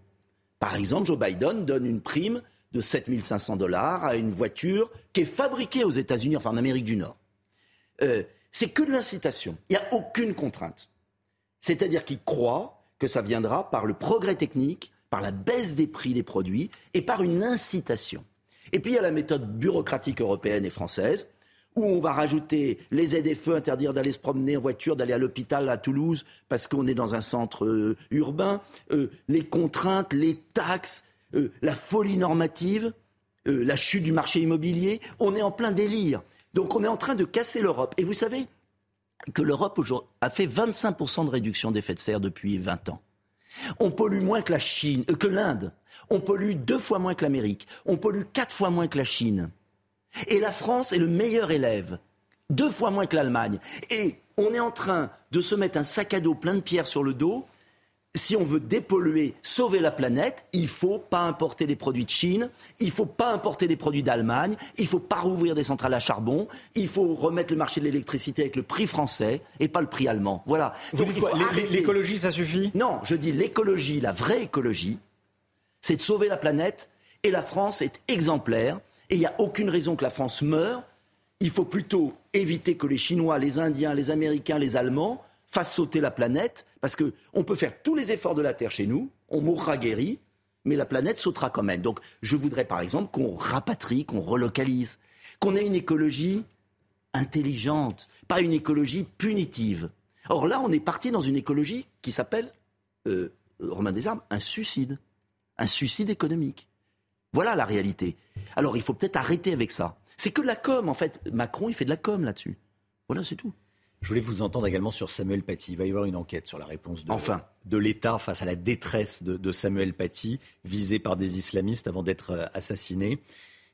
Par exemple, Joe Biden donne une prime de sept mille cinq cents dollars à une voiture qui est fabriquée aux États-Unis, enfin en Amérique du Nord. Euh, c'est que de l'incitation. Il n'y a aucune contrainte. C'est-à-dire qu'il croit que ça viendra par le progrès technique, par la baisse des prix des produits et par une incitation. Et puis il y a la méthode bureaucratique européenne et française, où on va rajouter les Z F E, interdire d'aller se promener en voiture, d'aller à l'hôpital à Toulouse, parce qu'on est dans un centre euh, urbain, euh, les contraintes, les taxes, euh, la folie normative, euh, la chute du marché immobilier. On est en plein délire. Donc on est en train de casser l'Europe. Et vous savez que l'Europe aujourd'hui a fait vingt-cinq pour cent de réduction d'effet de serre depuis vingt ans. On pollue moins que la Chine, euh, que l'Inde. On pollue deux fois moins que l'Amérique. On pollue quatre fois moins que la Chine. Et la France est le meilleur élève, deux fois moins que l'Allemagne. Et on est en train de se mettre un sac à dos plein de pierres sur le dos. Si on veut dépolluer, sauver la planète, il ne faut pas importer des produits de Chine, il ne faut pas importer des produits d'Allemagne, il ne faut pas rouvrir des centrales à charbon, il faut remettre le marché de l'électricité avec le prix français et pas le prix allemand. Voilà. Vous dites quoi ? L'écologie, ça suffit ? Non, je dis l'écologie, la vraie écologie, c'est de sauver la planète et la France est exemplaire et il n'y a aucune raison que la France meure. Il faut plutôt éviter que les Chinois, les Indiens, les Américains, les Allemands fassent sauter la planète, parce qu'on peut faire tous les efforts de la Terre chez nous, on mourra guéri, mais la planète sautera quand même. Donc je voudrais par exemple qu'on rapatrie, qu'on relocalise, qu'on ait une écologie intelligente, pas une écologie punitive. Or là, on est parti dans une écologie qui s'appelle, euh, Romain Desarmes, un suicide, un suicide économique. Voilà la réalité. Alors il faut peut-être arrêter avec ça. C'est que de la com, en fait. Macron, il fait de la com là-dessus. Voilà, c'est tout. Je voulais vous entendre également sur Samuel Paty. Il va y avoir une enquête sur la réponse de, enfin. de l'État face à la détresse de, de Samuel Paty, visé par des islamistes avant d'être assassiné.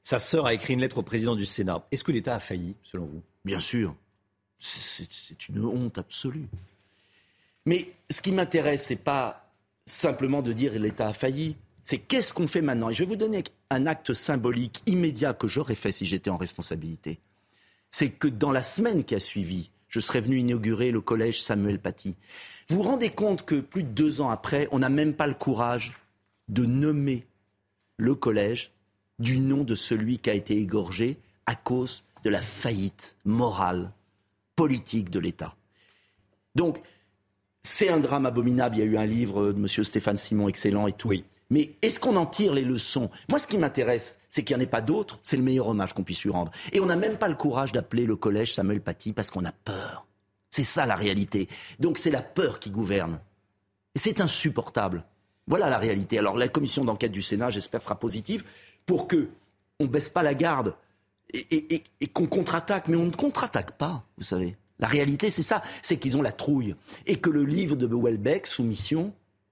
Sa sœur a écrit une lettre au président du Sénat. Est-ce que l'État a failli, selon vous ? Bien sûr. C'est, c'est une honte absolue. Mais ce qui m'intéresse, c'est pas simplement de dire que l'État a failli. C'est qu'est-ce qu'on fait maintenant ? Et je vais vous donner un acte symbolique immédiat que j'aurais fait si j'étais en responsabilité. C'est que dans la semaine qui a suivi, je serais venu inaugurer le collège Samuel Paty. Vous vous rendez compte que plus de deux ans après, on n'a même pas le courage de nommer le collège du nom de celui qui a été égorgé à cause de la faillite morale, politique de l'État. Donc, c'est un drame abominable. Il y a eu un livre de M. Stéphane Simon excellent et tout. Oui. Mais est-ce qu'on en tire les leçons ? Moi, ce qui m'intéresse, c'est qu'il n'y en ait pas d'autres. C'est le meilleur hommage qu'on puisse lui rendre. Et on n'a même pas le courage d'appeler le collège Samuel Paty parce qu'on a peur. C'est ça la réalité. Donc c'est la peur qui gouverne. Et c'est insupportable. Voilà la réalité. Alors la commission d'enquête du Sénat, j'espère, sera positive pour qu'on ne baisse pas la garde et, et, et, et qu'on contre-attaque. Mais on ne contre-attaque pas, vous savez. La réalité, c'est ça. C'est qu'ils ont la trouille. Et que le livre de Houellebecq, Soumission,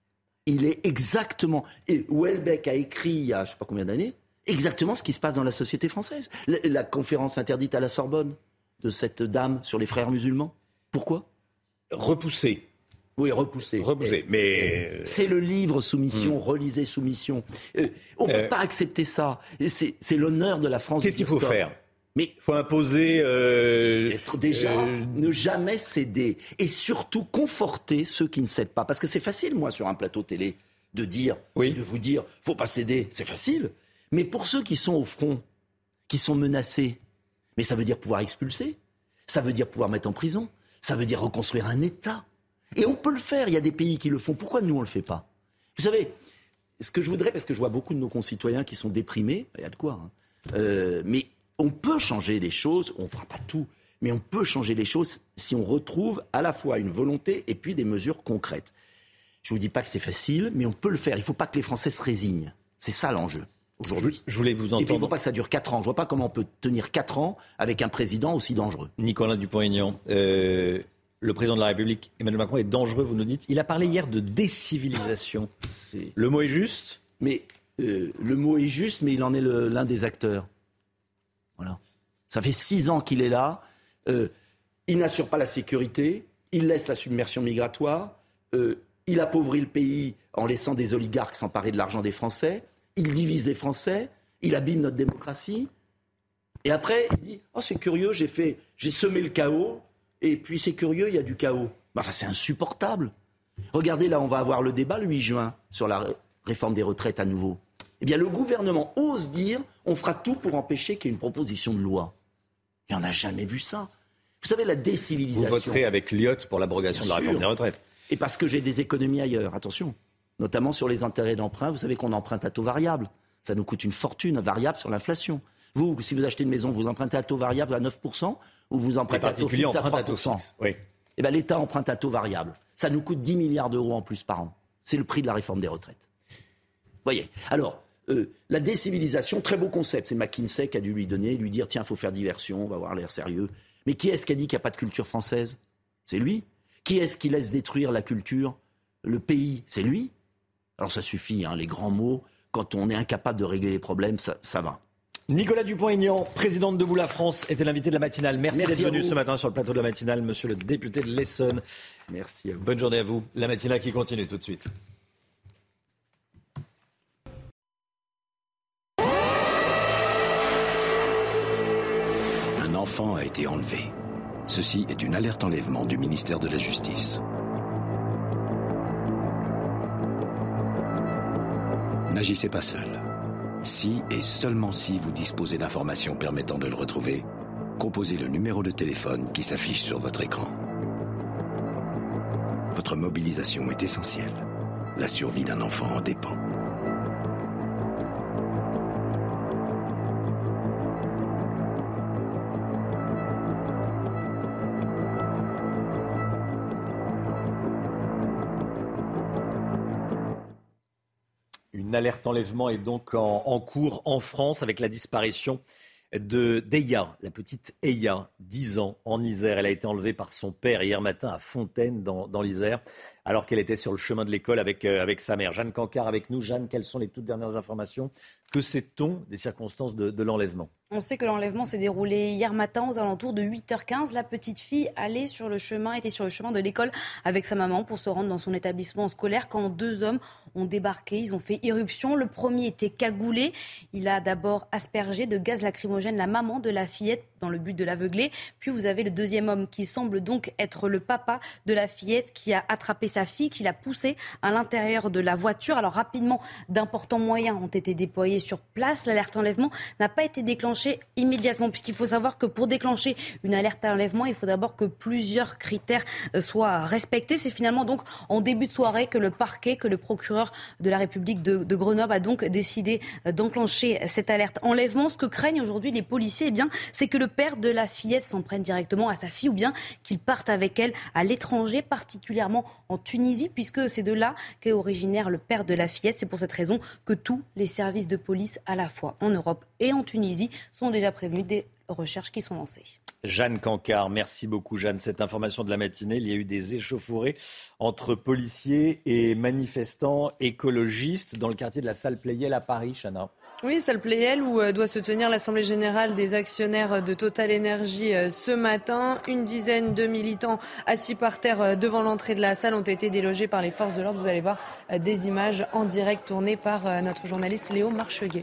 il est exactement... Et Houellebecq a écrit, il y a je ne sais pas combien d'années, exactement ce qui se passe dans la société française. La, la conférence interdite à la Sorbonne de cette dame sur les frères musulmans. Pourquoi ? Repoussé. Oui, repoussé. Repoussé, et, mais... C'est le livre Soumission, mmh. relisez Soumission. Euh, on ne euh... peut pas accepter ça. C'est, c'est l'honneur de la France. Qu'est-ce qu'il faut stop. faire ? Mais il faut imposer... Euh, être déjà, euh... ne jamais céder. Et surtout conforter ceux qui ne cèdent pas. Parce que c'est facile, moi, sur un plateau télé, de dire, oui. de vous dire, faut pas céder. C'est facile. Mais pour ceux qui sont au front, qui sont menacés, mais ça veut dire pouvoir expulser. Ça veut dire pouvoir mettre en prison. Ça veut dire reconstruire un État. Et on peut le faire. Il y a des pays qui le font. Pourquoi nous, on ne le fait pas ? Vous savez, ce que je voudrais, parce que je vois beaucoup de nos concitoyens qui sont déprimés, il y a de quoi, hein, euh, mais on peut changer les choses, on ne fera pas tout, mais on peut changer les choses si on retrouve à la fois une volonté et puis des mesures concrètes. Je ne vous dis pas que c'est facile, mais on peut le faire. Il ne faut pas que les Français se résignent. C'est ça l'enjeu. Aujourd'hui. Je voulais vous entendre. Et puis il ne faut pas que ça dure quatre ans. Je ne vois pas comment on peut tenir quatre ans avec un président aussi dangereux. Nicolas Dupont-Aignan, euh, le président de la République, Emmanuel Macron, est dangereux, vous nous dites. Il a parlé hier de décivilisation. C'est... Le mot est juste ? Mais euh, le mot est juste, mais il en est le, l'un des acteurs. Voilà. Ça fait six ans qu'il est là. Euh, il n'assure pas la sécurité. Il laisse la submersion migratoire. Euh, il appauvrit le pays en laissant des oligarques s'emparer de l'argent des Français. Il divise les Français, il abîme notre démocratie. Et après, il dit « Oh, c'est curieux, j'ai, fait, j'ai semé le chaos, et puis c'est curieux, il y a du chaos. » Enfin, c'est insupportable. Regardez, là, on va avoir le débat le huit juin sur la réforme des retraites à nouveau. Eh bien, le gouvernement ose dire « On fera tout pour empêcher qu'il y ait une proposition de loi. » Et on n'a jamais vu ça. Vous savez, la décivilisation... Vous voterez avec Lyotte pour l'abrogation Bien de la réforme sûr. des retraites. Et parce que j'ai des économies ailleurs, attention. Notamment sur les intérêts d'emprunt. Vous savez qu'on emprunte à taux variable. Ça nous coûte une fortune variable sur l'inflation. Vous, si vous achetez une maison, vous empruntez à taux variable à neuf pour cent ou vous empruntez à taux fixe à trois pour cent. Oui. Eh bien, l'État emprunte à taux variable. Ça nous coûte dix milliards d'euros en plus par an. C'est le prix de la réforme des retraites. Vous voyez. Alors, euh, la décivilisation, très beau concept. C'est McKinsey qui a dû lui donner, lui dire, tiens, il faut faire diversion, on va avoir l'air sérieux. Mais qui est-ce qui a dit qu'il n'y a pas de culture française ? C'est lui. Qui est-ce qui laisse détruire la culture, le pays ? C'est lui. Alors ça suffit, hein, les grands mots, quand on est incapable de régler les problèmes, ça, ça va. Nicolas Dupont-Aignan, président de Debout la France, était l'invité de la matinale. Merci, Merci d'être venu ce matin sur le plateau de la matinale, monsieur le député de l'Essonne. Merci à vous. Bonne journée à vous. La matinale qui continue tout de suite. Un enfant a été enlevé. Ceci est une alerte enlèvement du ministère de la Justice. N'agissez pas seul. Si et seulement si vous disposez d'informations permettant de le retrouver, composez le numéro de téléphone qui s'affiche sur votre écran. Votre mobilisation est essentielle. La survie d'un enfant en dépend. Une alerte enlèvement est donc en, en cours en France avec la disparition de d'Eya, la petite Eya, dix ans, en Isère. Elle a été enlevée par son père hier matin à Fontaine, dans, dans l'Isère. alors qu'elle était sur le chemin de l'école avec, euh, avec sa mère. Jeanne Cancard avec nous. Jeanne, quelles sont les toutes dernières informations ? Que sait-on des circonstances de, de l'enlèvement ? On sait que l'enlèvement s'est déroulé hier matin aux alentours de huit heures quinze. La petite fille allait sur le chemin, était sur le chemin de l'école avec sa maman pour se rendre dans son établissement scolaire quand deux hommes ont débarqué. Ils ont fait irruption. Le premier était cagoulé. Il a d'abord aspergé de gaz lacrymogène la maman de la fillette dans le but de l'aveugler. Puis vous avez le deuxième homme qui semble donc être le papa de la fillette qui a attrapé sa fille, qui l'a poussée à l'intérieur de la voiture. Alors rapidement, d'importants moyens ont été déployés sur place. L'alerte enlèvement n'a pas été déclenchée immédiatement, puisqu'il faut savoir que pour déclencher une alerte à enlèvement, il faut d'abord que plusieurs critères soient respectés. C'est finalement donc en début de soirée que le parquet, que le procureur de la République de, de Grenoble a donc décidé d'enclencher cette alerte enlèvement. Ce que craignent aujourd'hui les policiers, eh bien, c'est que le père de la fillette s'en prenne directement à sa fille ou bien qu'il parte avec elle à l'étranger, particulièrement en Tunisie, puisque c'est de là qu'est originaire le père de la fillette. C'est pour cette raison que tous les services de police, à la fois en Europe et en Tunisie, sont déjà prévenus des recherches qui sont lancées. Jeanne Cancard, merci beaucoup Jeanne. Cette information de la matinée, il y a eu des échauffourées entre policiers et manifestants écologistes dans le quartier de la Salle Pleyel à Paris, Chana. Oui, Salle Pleyel où doit se tenir l'Assemblée générale des actionnaires de Total Énergie ce matin. Une dizaine de militants assis par terre devant l'entrée de la salle ont été délogés par les forces de l'ordre. Vous allez voir des images en direct tournées par notre journaliste Léo Marcheguet.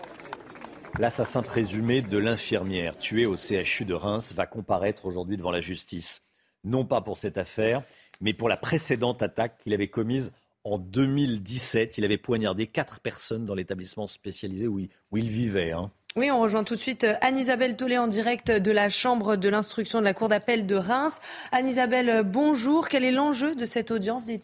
L'assassin présumé de l'infirmière tuée au C H U de Reims va comparaître aujourd'hui devant la justice. Non pas pour cette affaire, mais pour la précédente attaque qu'il avait commise en deux mille dix-sept. Il avait poignardé quatre personnes dans l'établissement spécialisé où il, où il vivait. Hein. Oui, on rejoint tout de suite Anne-Isabelle Tollet en direct de la chambre de l'instruction de la cour d'appel de Reims. Anne-Isabelle, bonjour. Quel est l'enjeu de cette audience, dites-nous ?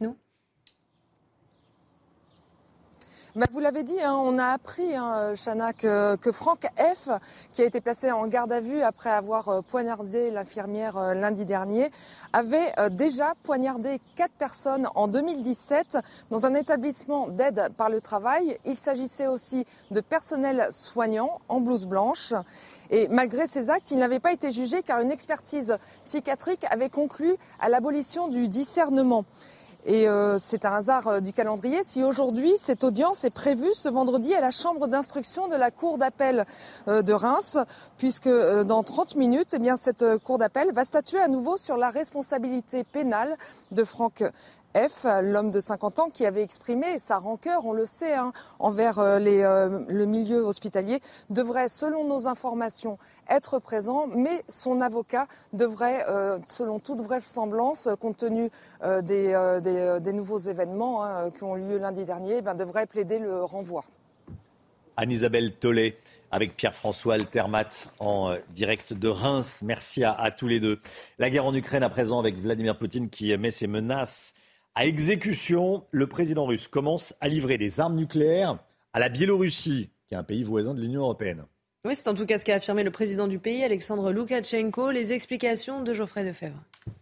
Bah, vous l'avez dit, hein, on a appris, hein, Chana, que, que Franck F., qui a été placé en garde à vue après avoir euh, poignardé l'infirmière euh, lundi dernier, avait euh, déjà poignardé quatre personnes en deux mille dix-sept dans un établissement d'aide par le travail. Il s'agissait aussi de personnel soignant en blouse blanche. Et malgré ces actes, il n'avait pas été jugé car une expertise psychiatrique avait conclu à l'abolition du discernement. Et euh, c'est un hasard euh, du calendrier si aujourd'hui cette audience est prévue ce vendredi à la chambre d'instruction de la cour d'appel euh, de Reims, puisque euh, dans trente minutes, eh bien, cette euh, cour d'appel va statuer à nouveau sur la responsabilité pénale de Franck F., l'homme de cinquante ans qui avait exprimé sa rancœur, on le sait, hein, envers euh, les, euh, le milieu hospitalier, devrait, selon nos informations, être présent, mais son avocat devrait, euh, selon toute vraisemblance, compte tenu euh, des, euh, des, euh, des nouveaux événements hein, qui ont eu lieu lundi dernier, ben, devrait plaider le renvoi. Anne-Isabelle Tollet avec Pierre-François Altermat en euh, direct de Reims. Merci à, à tous les deux. La guerre en Ukraine à présent avec Vladimir Poutine qui met ses menaces à exécution. Le président russe commence à livrer des armes nucléaires à la Biélorussie, qui est un pays voisin de l'Union européenne. Oui, c'est en tout cas ce qu'a affirmé le président du pays, Alexandre Loukachenko. Les explications de Geoffrey Defebvre.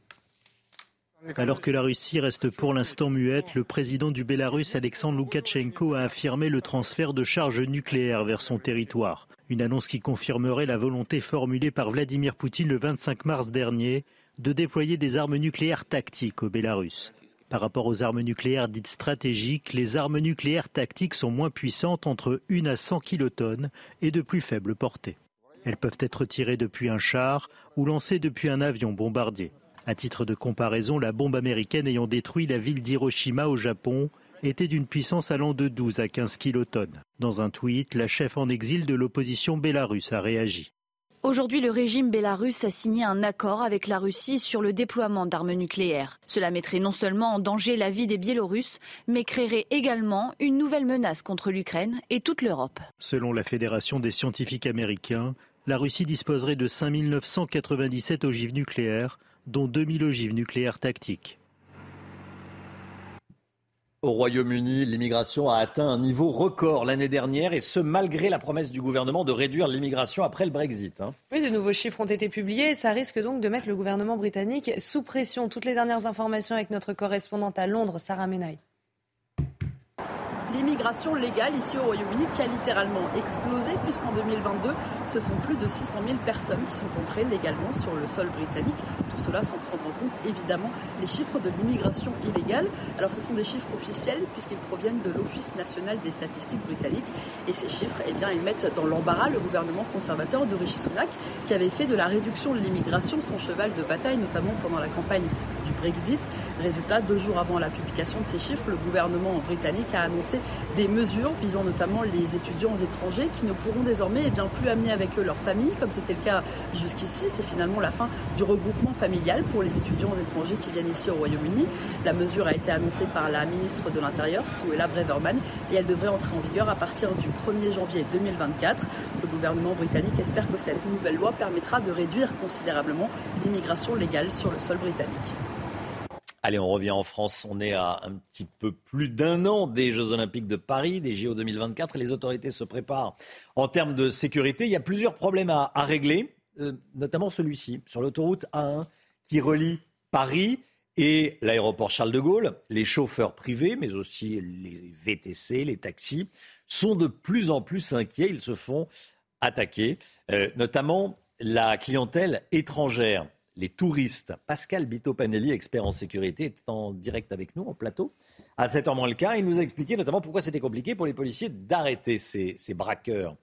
Alors que la Russie reste pour l'instant muette, le président du Bélarus, Alexandre Loukachenko, a affirmé le transfert de charges nucléaires vers son territoire. Une annonce qui confirmerait la volonté formulée par Vladimir Poutine le vingt-cinq mars dernier de déployer des armes nucléaires tactiques au Bélarus. Par rapport aux armes nucléaires dites stratégiques, les armes nucléaires tactiques sont moins puissantes, entre une à cent kilotonnes, et de plus faible portée. Elles peuvent être tirées depuis un char ou lancées depuis un avion bombardier. À titre de comparaison, la bombe américaine ayant détruit la ville d'Hiroshima au Japon était d'une puissance allant de douze à quinze kilotonnes. Dans un tweet, la chef en exil de l'opposition bélarusse a réagi. Aujourd'hui, le régime bélarusse a signé un accord avec la Russie sur le déploiement d'armes nucléaires. Cela mettrait non seulement en danger la vie des Biélorusses, mais créerait également une nouvelle menace contre l'Ukraine et toute l'Europe. Selon la Fédération des scientifiques américains, la Russie disposerait de cinq mille neuf cent quatre-vingt-dix-sept ogives nucléaires, dont deux mille ogives nucléaires tactiques. Au Royaume-Uni, l'immigration a atteint un niveau record l'année dernière, et ce malgré la promesse du gouvernement de réduire l'immigration après le Brexit. Hein. Oui, de nouveaux chiffres ont été publiés et ça risque donc de mettre le gouvernement britannique sous pression. Toutes les dernières informations avec notre correspondante à Londres, Sarah Menaille. l'immigration légale ici au Royaume-Uni qui a littéralement explosé puisqu'en deux mille vingt-deux, ce sont plus de six cent mille personnes qui sont entrées légalement sur le sol britannique. Tout cela sans prendre en compte évidemment les chiffres de l'immigration illégale. Alors ce sont des chiffres officiels puisqu'ils proviennent de l'Office national des statistiques britanniques et ces chiffres, eh bien, ils mettent dans l'embarras le gouvernement conservateur de Rishi Sunak qui avait fait de la réduction de l'immigration son cheval de bataille, notamment pendant la campagne du Brexit. Résultat, deux jours avant la publication de ces chiffres, le gouvernement britannique a annoncé des mesures visant notamment les étudiants étrangers qui ne pourront désormais eh bien, plus amener avec eux leur famille, comme c'était le cas jusqu'ici. C'est finalement la fin du regroupement familial pour les étudiants étrangers qui viennent ici au Royaume-Uni. La mesure a été annoncée par la ministre de l'Intérieur, Suella Braverman, et elle devrait entrer en vigueur à partir du premier janvier deux mille vingt-quatre. Le gouvernement britannique espère que cette nouvelle loi permettra de réduire considérablement l'immigration légale sur le sol britannique. Allez, on revient en France. On est à un petit peu plus d'un an des Jeux Olympiques de Paris, des J O deux mille vingt-quatre. Et les autorités se préparent en termes de sécurité. Il y a plusieurs problèmes à, à régler, euh, notamment celui-ci, sur l'autoroute A un qui relie Paris et l'aéroport Charles de Gaulle. Les chauffeurs privés, mais aussi les V T C, les taxis, sont de plus en plus inquiets. Ils se font attaquer, euh, notamment la clientèle étrangère. Les touristes. Pascal Bito-Panelli, expert en sécurité, est en direct avec nous, en plateau, à sept heures moins le quart. Il nous a expliqué notamment pourquoi c'était compliqué pour les policiers d'arrêter ces, ces braqueurs.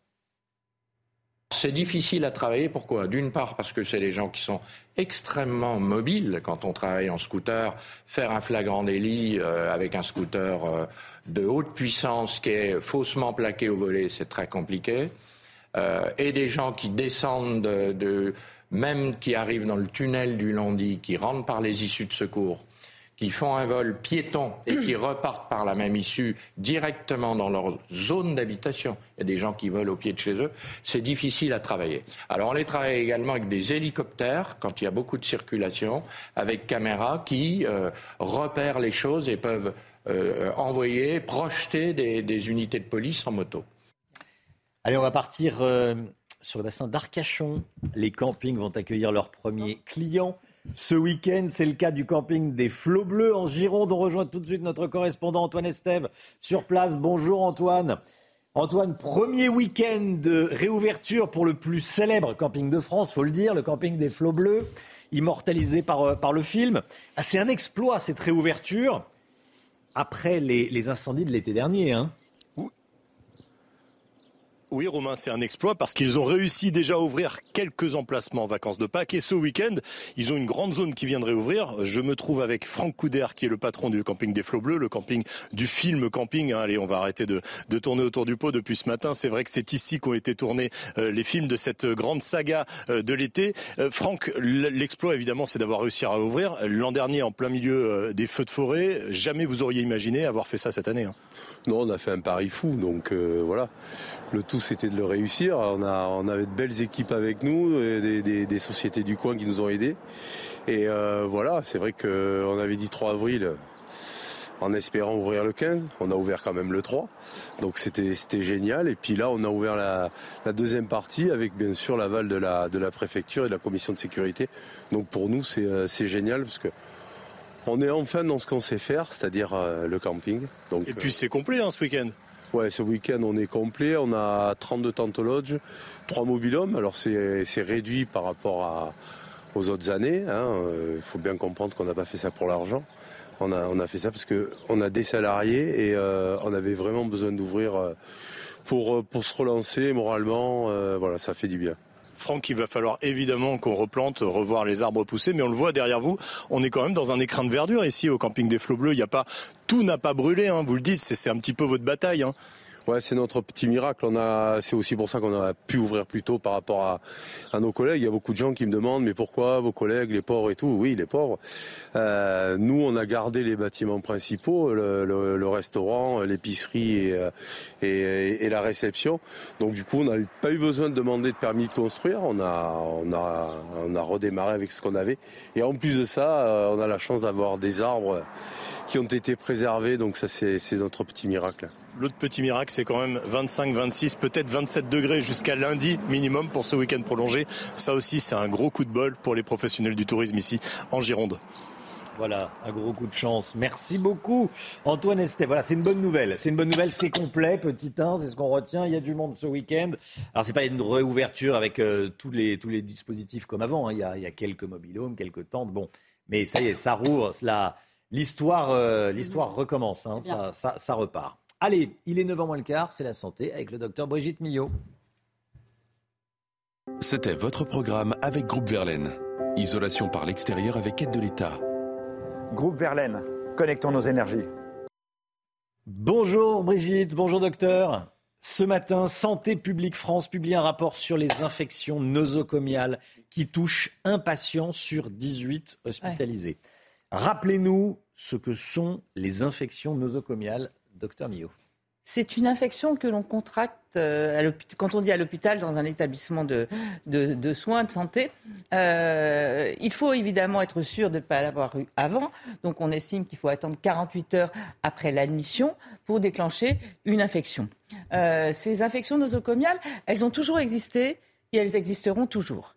C'est difficile à travailler. Pourquoi ? D'une part, parce que c'est des gens qui sont extrêmement mobiles. Quand on travaille en scooter, faire un flagrant délit euh, avec un scooter euh, de haute puissance qui est faussement plaqué au volet, c'est très compliqué. Euh, et des gens qui descendent de... de même qui arrivent dans le tunnel du Landy, qui rentrent par les issues de secours, qui font un vol piéton et qui repartent par la même issue directement dans leur zone d'habitation. Il y a des gens qui volent au pied de chez eux. C'est difficile à travailler. Alors on les travaille également avec des hélicoptères, quand il y a beaucoup de circulation, avec caméras qui euh, repèrent les choses et peuvent euh, envoyer, projeter des, des unités de police en moto. Allez, on va partir... Euh... Sur le bassin d'Arcachon, les campings vont accueillir leurs premiers clients. Ce week-end, c'est le cas du camping des Flots Bleus en Gironde. On rejoint tout de suite notre correspondant Antoine Estève sur place. Bonjour Antoine. Antoine, premier week-end de réouverture pour le plus célèbre camping de France, faut le dire, le camping des Flots Bleus, immortalisé par, par le film. Ah, c'est un exploit cette réouverture après les, les incendies de l'été dernier, hein. Oui, Romain, c'est un exploit parce qu'ils ont réussi déjà à ouvrir quelques emplacements en vacances de Pâques. Et ce week-end, ils ont une grande zone qui vient de réouvrir. Je me trouve avec Franck Couder, qui est le patron du camping des Flots Bleus, le camping du film Camping. Allez, on va arrêter de, de tourner autour du pot depuis ce matin. C'est vrai que c'est ici qu'ont été tournés euh, les films de cette grande saga euh, de l'été. Euh, Franck, l'exploit, évidemment, c'est d'avoir réussi à réouvrir. L'an dernier, en plein milieu euh, des feux de forêt, jamais vous auriez imaginé avoir fait ça cette année, hein. Non, on a fait un pari fou, donc euh, voilà. Le tout, c'était de le réussir. On, a, on avait de belles équipes avec nous, des, des, des sociétés du coin qui nous ont aidés. Et euh, voilà, c'est vrai qu'on avait dit trois avril en espérant ouvrir le quinze. On a ouvert quand même le trois. Donc c'était, c'était génial. Et puis là, on a ouvert la, la deuxième partie avec bien sûr l'aval de la, de la préfecture et de la commission de sécurité. Donc pour nous, c'est, c'est génial parce que on est enfin dans ce qu'on sait faire, c'est-à-dire euh, le camping. Donc, et puis c'est complet hein, ce week-end. Ouais, ce week-end on est complet. On a trente-deux tentes lodge, trois mobil-homes. Alors c'est, c'est réduit par rapport à, aux autres années. Il hein. euh, faut bien comprendre qu'on n'a pas fait ça pour l'argent. On a, on a fait ça parce qu'on a des salariés et euh, on avait vraiment besoin d'ouvrir euh, pour, pour se relancer moralement. Euh, voilà, ça fait du bien. Franck, il va falloir évidemment qu'on replante, revoir les arbres poussés, mais on le voit derrière vous, on est quand même dans un écrin de verdure ici au camping des Flots Bleus. Il y a pas, tout n'a pas brûlé, hein, vous le dites, c'est, c'est un petit peu votre bataille. Hein. Ouais, c'est notre petit miracle. On a, c'est aussi pour ça qu'on a pu ouvrir plus tôt par rapport à, à nos collègues. Il y a beaucoup de gens qui me demandent, mais pourquoi vos collègues, les pauvres et tout? Oui, les pauvres. Euh, nous, on a gardé les bâtiments principaux, le, le, le restaurant, l'épicerie et, et, et la réception. Donc du coup, on n'a pas eu besoin de demander de permis de construire. On a, on a, on a redémarré avec ce qu'on avait. Et en plus de ça, on a la chance d'avoir des arbres qui ont été préservés. Donc ça, c'est, c'est notre petit miracle. L'autre petit miracle, c'est quand même vingt-cinq, vingt-six, peut-être vingt-sept degrés jusqu'à lundi minimum pour ce week-end prolongé. Ça aussi, c'est un gros coup de bol pour les professionnels du tourisme ici en Gironde. Voilà, un gros coup de chance. Merci beaucoup, Antoine Estève. Voilà, c'est une bonne nouvelle. C'est une bonne nouvelle, c'est complet, petit un, c'est ce qu'on retient. Il y a du monde ce week-end. Alors, c'est pas une réouverture avec euh, tous, les, tous les dispositifs comme avant. Hein. Il y a, il y a quelques mobil-homes, quelques tentes. Bon, mais ça y est, ça rouvre. La, l'histoire, euh, l'histoire recommence. Hein. Ça, ça, ça repart. Allez, il est neuf heures moins le quart, c'est la santé avec le docteur Brigitte Millot. C'était votre programme avec Groupe Verlaine. Isolation par l'extérieur avec aide de l'État. Groupe Verlaine, connectons nos énergies. Bonjour Brigitte, bonjour docteur. Ce matin, Santé publique France publie un rapport sur les infections nosocomiales qui touchent un patient sur dix-huit hospitalisés. Ouais. Rappelez-nous ce que sont les infections nosocomiales, docteur Millot. C'est une infection que l'on contracte euh, à l'hôpital, quand on dit à l'hôpital, dans un établissement de, de, de soins, de santé. Euh, il faut évidemment être sûr de ne pas l'avoir eu avant. Donc on estime qu'il faut attendre quarante-huit heures après l'admission pour déclencher une infection. Euh, ces infections nosocomiales, elles ont toujours existé et elles existeront toujours.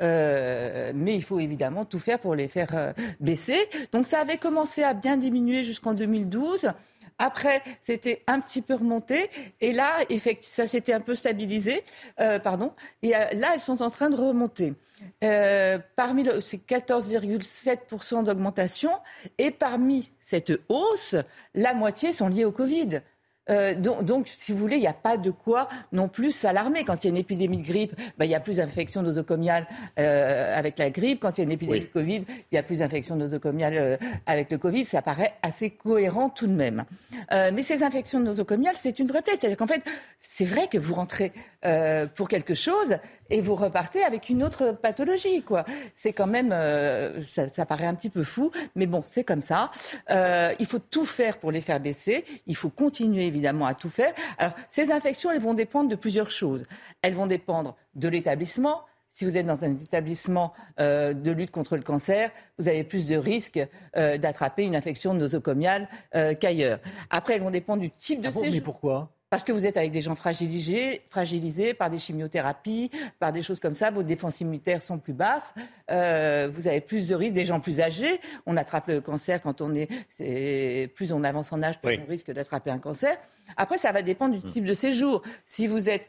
Euh, mais il faut évidemment tout faire pour les faire euh, baisser. Donc ça avait commencé à bien diminuer jusqu'en deux mille douze. Après, c'était un petit peu remonté. Et là, effectivement, ça s'était un peu stabilisé. Euh, pardon. Et euh, là, elles sont en train de remonter. Euh, parmi le, c'est quatorze virgule sept pour cent d'augmentation. Et parmi cette hausse, la moitié sont liées au Covid. Euh, donc, donc, si vous voulez, il n'y a pas de quoi non plus s'alarmer. Quand il y a une épidémie de grippe, bah, il y a plus d'infections nosocomiales euh, avec la grippe. Quand il y a une épidémie oui. de Covid, il y a plus d'infections nosocomiales euh, avec le Covid. Ça paraît assez cohérent tout de même. Euh, mais ces infections nosocomiales, c'est une vraie plaie. C'est-à-dire qu'en fait, c'est vrai que vous rentrez euh, pour quelque chose et vous repartez avec une autre pathologie, quoi. C'est quand même, euh, ça, ça paraît un petit peu fou, mais bon, c'est comme ça. Euh, il faut tout faire pour les faire baisser. Il faut continuer évidemment à tout faire. Alors, ces infections, elles vont dépendre de plusieurs choses. Elles vont dépendre de l'établissement. Si vous êtes dans un établissement euh, de lutte contre le cancer, vous avez plus de risques euh, d'attraper une infection nosocomiale euh, qu'ailleurs. Après, elles vont dépendre du type de ah bon, séjour. Mais pourquoi ? Parce que vous êtes avec des gens fragilisés, fragilisés par des chimiothérapies, par des choses comme ça, vos défenses immunitaires sont plus basses, euh, vous avez plus de risques, des gens plus âgés. On attrape le cancer quand on est, c'est plus on avance en âge, plus oui. on risque d'attraper un cancer. Après, ça va dépendre du type de séjour. Si vous êtes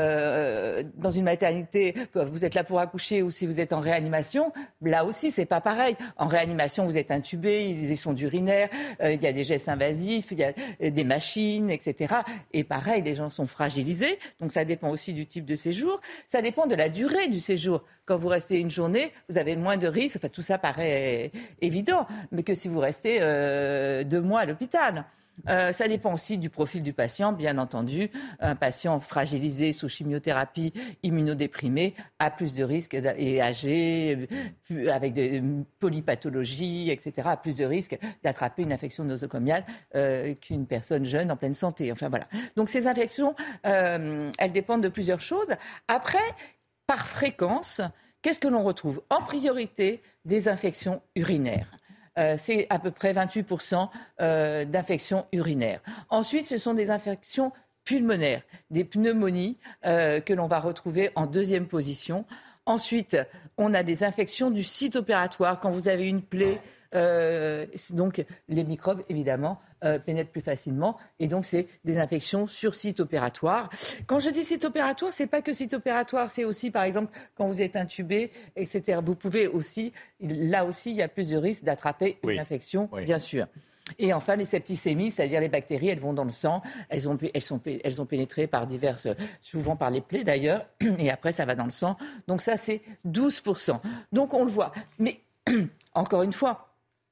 euh, dans une maternité, vous êtes là pour accoucher, ou si vous êtes en réanimation, là aussi, c'est pas pareil. En réanimation, vous êtes intubé, il y a des sondes urinaires, euh, il y a des gestes invasifs, il y a des machines, et cetera. Et pareil, les gens sont fragilisés. Donc, ça dépend aussi du type de séjour. Ça dépend de la durée du séjour. Quand vous restez une journée, vous avez moins de risques. Enfin, tout ça paraît évident. Mais que si vous restez euh, deux mois à l'hôpital. Euh, ça dépend aussi du profil du patient, bien entendu. Un patient fragilisé sous chimiothérapie, immunodéprimé, a plus de risques et âgé, avec des polypathologies, et cetera, a plus de risques d'attraper une infection nosocomiale euh, qu'une personne jeune en pleine santé. Enfin voilà. Donc ces infections, euh, elles dépendent de plusieurs choses. Après, par fréquence, qu'est-ce que l'on retrouve ? En priorité, des infections urinaires. Euh, c'est à peu près vingt-huit pour cent euh, d'infections urinaires. Ensuite, ce sont des infections pulmonaires, des pneumonies euh, que l'on va retrouver en deuxième position. Ensuite, on a des infections du site opératoire. Quand vous avez une plaie, euh, donc les microbes, évidemment, euh, pénètrent plus facilement. Et donc, c'est des infections sur site opératoire. Quand je dis site opératoire, c'est pas que site opératoire, c'est aussi, par exemple, quand vous êtes intubé, et cetera. Vous pouvez aussi, là aussi, il y a plus de risques d'attraper oui. une infection, oui. bien sûr. Et enfin, les septicémies, c'est-à-dire les bactéries, elles vont dans le sang, elles ont, elles sont, elles ont pénétré par diverses, souvent par les plaies d'ailleurs, et après ça va dans le sang. Donc ça, c'est douze pour cent. Donc on le voit. Mais encore une fois,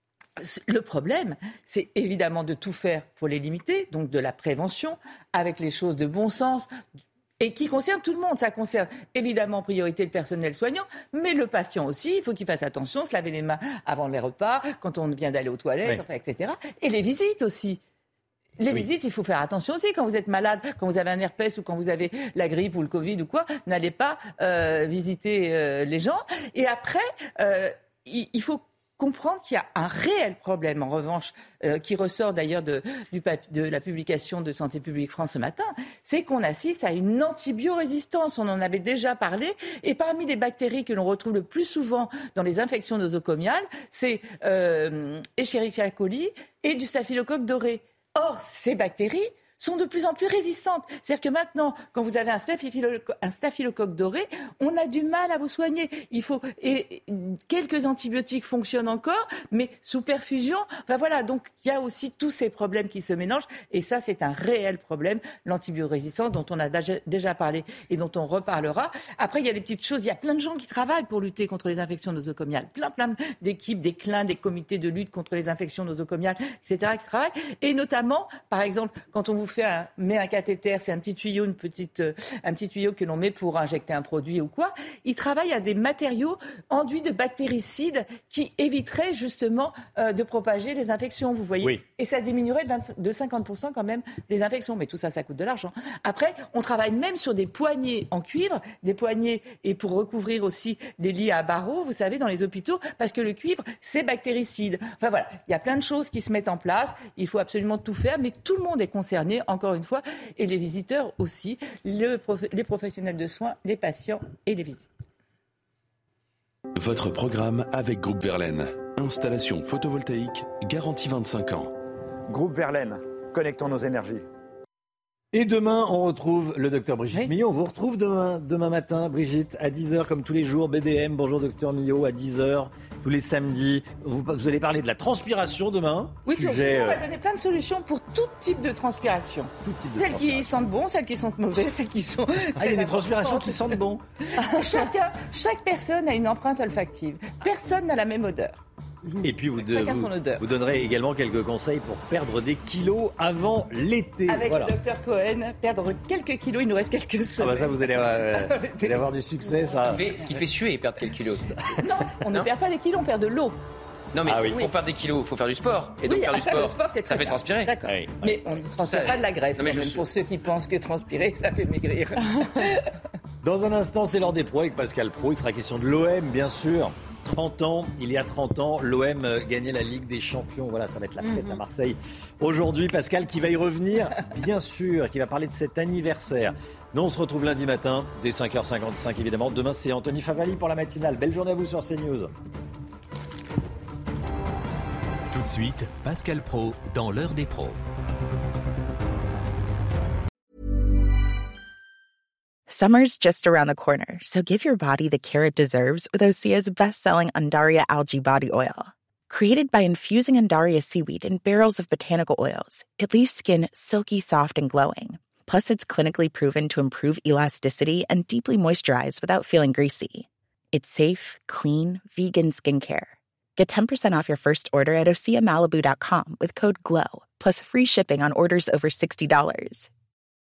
le problème, c'est évidemment de tout faire pour les limiter, donc de la prévention, avec les choses de bon sens, et qui concerne tout le monde. Ça concerne évidemment en priorité le personnel soignant, mais le patient aussi. Il faut qu'il fasse attention, se laver les mains avant les repas, quand on vient d'aller aux toilettes, oui. enfin, et cetera. Et les visites aussi. Les oui. visites, il faut faire attention aussi. Quand vous êtes malade, quand vous avez un herpès ou quand vous avez la grippe ou le Covid ou quoi, n'allez pas euh, visiter euh, les gens. Et après, euh, il, il faut comprendre qu'il y a un réel problème, en revanche, euh, qui ressort d'ailleurs de, du pap- de la publication de Santé publique France ce matin, c'est qu'on assiste à une antibiorésistance. On en avait déjà parlé. Et parmi les bactéries que l'on retrouve le plus souvent dans les infections nosocomiales, c'est euh, Escherichia coli et du staphylocoque doré. Or, ces bactéries sont de plus en plus résistantes. C'est-à-dire que maintenant, quand vous avez un staphylocoque, un staphylocoque doré, on a du mal à vous soigner. Il faut et quelques antibiotiques fonctionnent encore, mais sous perfusion. Enfin voilà, donc il y a aussi tous ces problèmes qui se mélangent, et ça c'est un réel problème, l'antibiorésistance dont on a déjà parlé et dont on reparlera. Après, il y a des petites choses. Il y a plein de gens qui travaillent pour lutter contre les infections nosocomiales, plein plein d'équipes, des clins, des comités de lutte contre les infections nosocomiales, et cetera, qui travaillent. Et notamment, par exemple, quand on vous fait un, met un cathéter, c'est un petit tuyau, une petite, euh, un petit tuyau que l'on met pour injecter un produit ou quoi. Ils travaillent à des matériaux enduits de bactéricides qui éviteraient justement euh, de propager les infections, vous voyez. Oui. Et ça diminuerait de, vingt, de cinquante pour cent quand même les infections. Mais tout ça, ça coûte de l'argent. Après, on travaille même sur des poignées en cuivre, des poignées et pour recouvrir aussi les lits à barreaux, vous savez, dans les hôpitaux, parce que le cuivre, c'est bactéricide. Enfin voilà, il y a plein de choses qui se mettent en place. Il faut absolument tout faire, mais tout le monde est concerné, encore une fois, et les visiteurs aussi, le prof... les professionnels de soins, les patients et les visiteurs. Votre programme avec Groupe Verlaine. Installation photovoltaïque, garantie vingt-cinq ans. Groupe Verlaine, connectons nos énergies. Et demain, on retrouve le docteur Brigitte oui. Millot. On vous retrouve demain, demain matin, Brigitte, à dix heures, comme tous les jours. B D M, bonjour docteur Millot, à dix heures, tous les samedis. Vous, vous allez parler de la transpiration demain. Oui, sujet, on va donner plein de solutions pour tout type de transpiration. Tout type de celles transpiration. qui sentent bon, celles qui sentent mauvais, celles qui sont... Ah, il y a des transpirations qui sentent bon. Chacun, chaque personne a une empreinte olfactive. Personne n'a la même odeur. Et puis vous, de, vous, vous donnerez également quelques conseils pour perdre des kilos avant l'été. Avec voilà. le docteur Cohen, perdre quelques kilos, il nous reste quelques semaines. Ah bah ça, vous allez, euh, vous allez avoir du succès, ça. Ce qui fait, ce qui fait suer, perdre quelques kilos. Non, on non. ne perd pas des kilos, on perd de l'eau. Non mais ah oui. pour perdre des kilos, il faut faire du sport. Et donc oui, faire du sport, le sport c'est ça fait bien. transpirer. D'accord. Oui. Mais on ne transpire pas de la graisse, non, mais même je... pour ceux qui pensent que transpirer, ça fait maigrir. Dans un instant, c'est l'heure des pros avec Pascal Pro. Il sera question de l'O M, bien sûr. trente ans, il y a trente ans, l'O M gagnait la Ligue des Champions. Voilà, ça va être la fête mm-hmm. à Marseille. Aujourd'hui, Pascal qui va y revenir, bien sûr, qui va parler de cet anniversaire. Nous, on se retrouve lundi matin, dès cinq heures cinquante-cinq, évidemment. Demain, c'est Anthony Favali pour la matinale. Belle journée à vous sur CNews. Tout de suite, Pascal Pro dans l'heure des pros. Summer's just around the corner, so give your body the care it deserves with Osea's best-selling Undaria Algae Body Oil. Created by infusing Undaria seaweed in barrels of botanical oils, it leaves skin silky soft and glowing. Plus, it's clinically proven to improve elasticity and deeply moisturize without feeling greasy. It's safe, clean, vegan skincare. Get ten percent off your first order at osea malibu dot com with code GLOW, plus free shipping on orders over sixty dollars.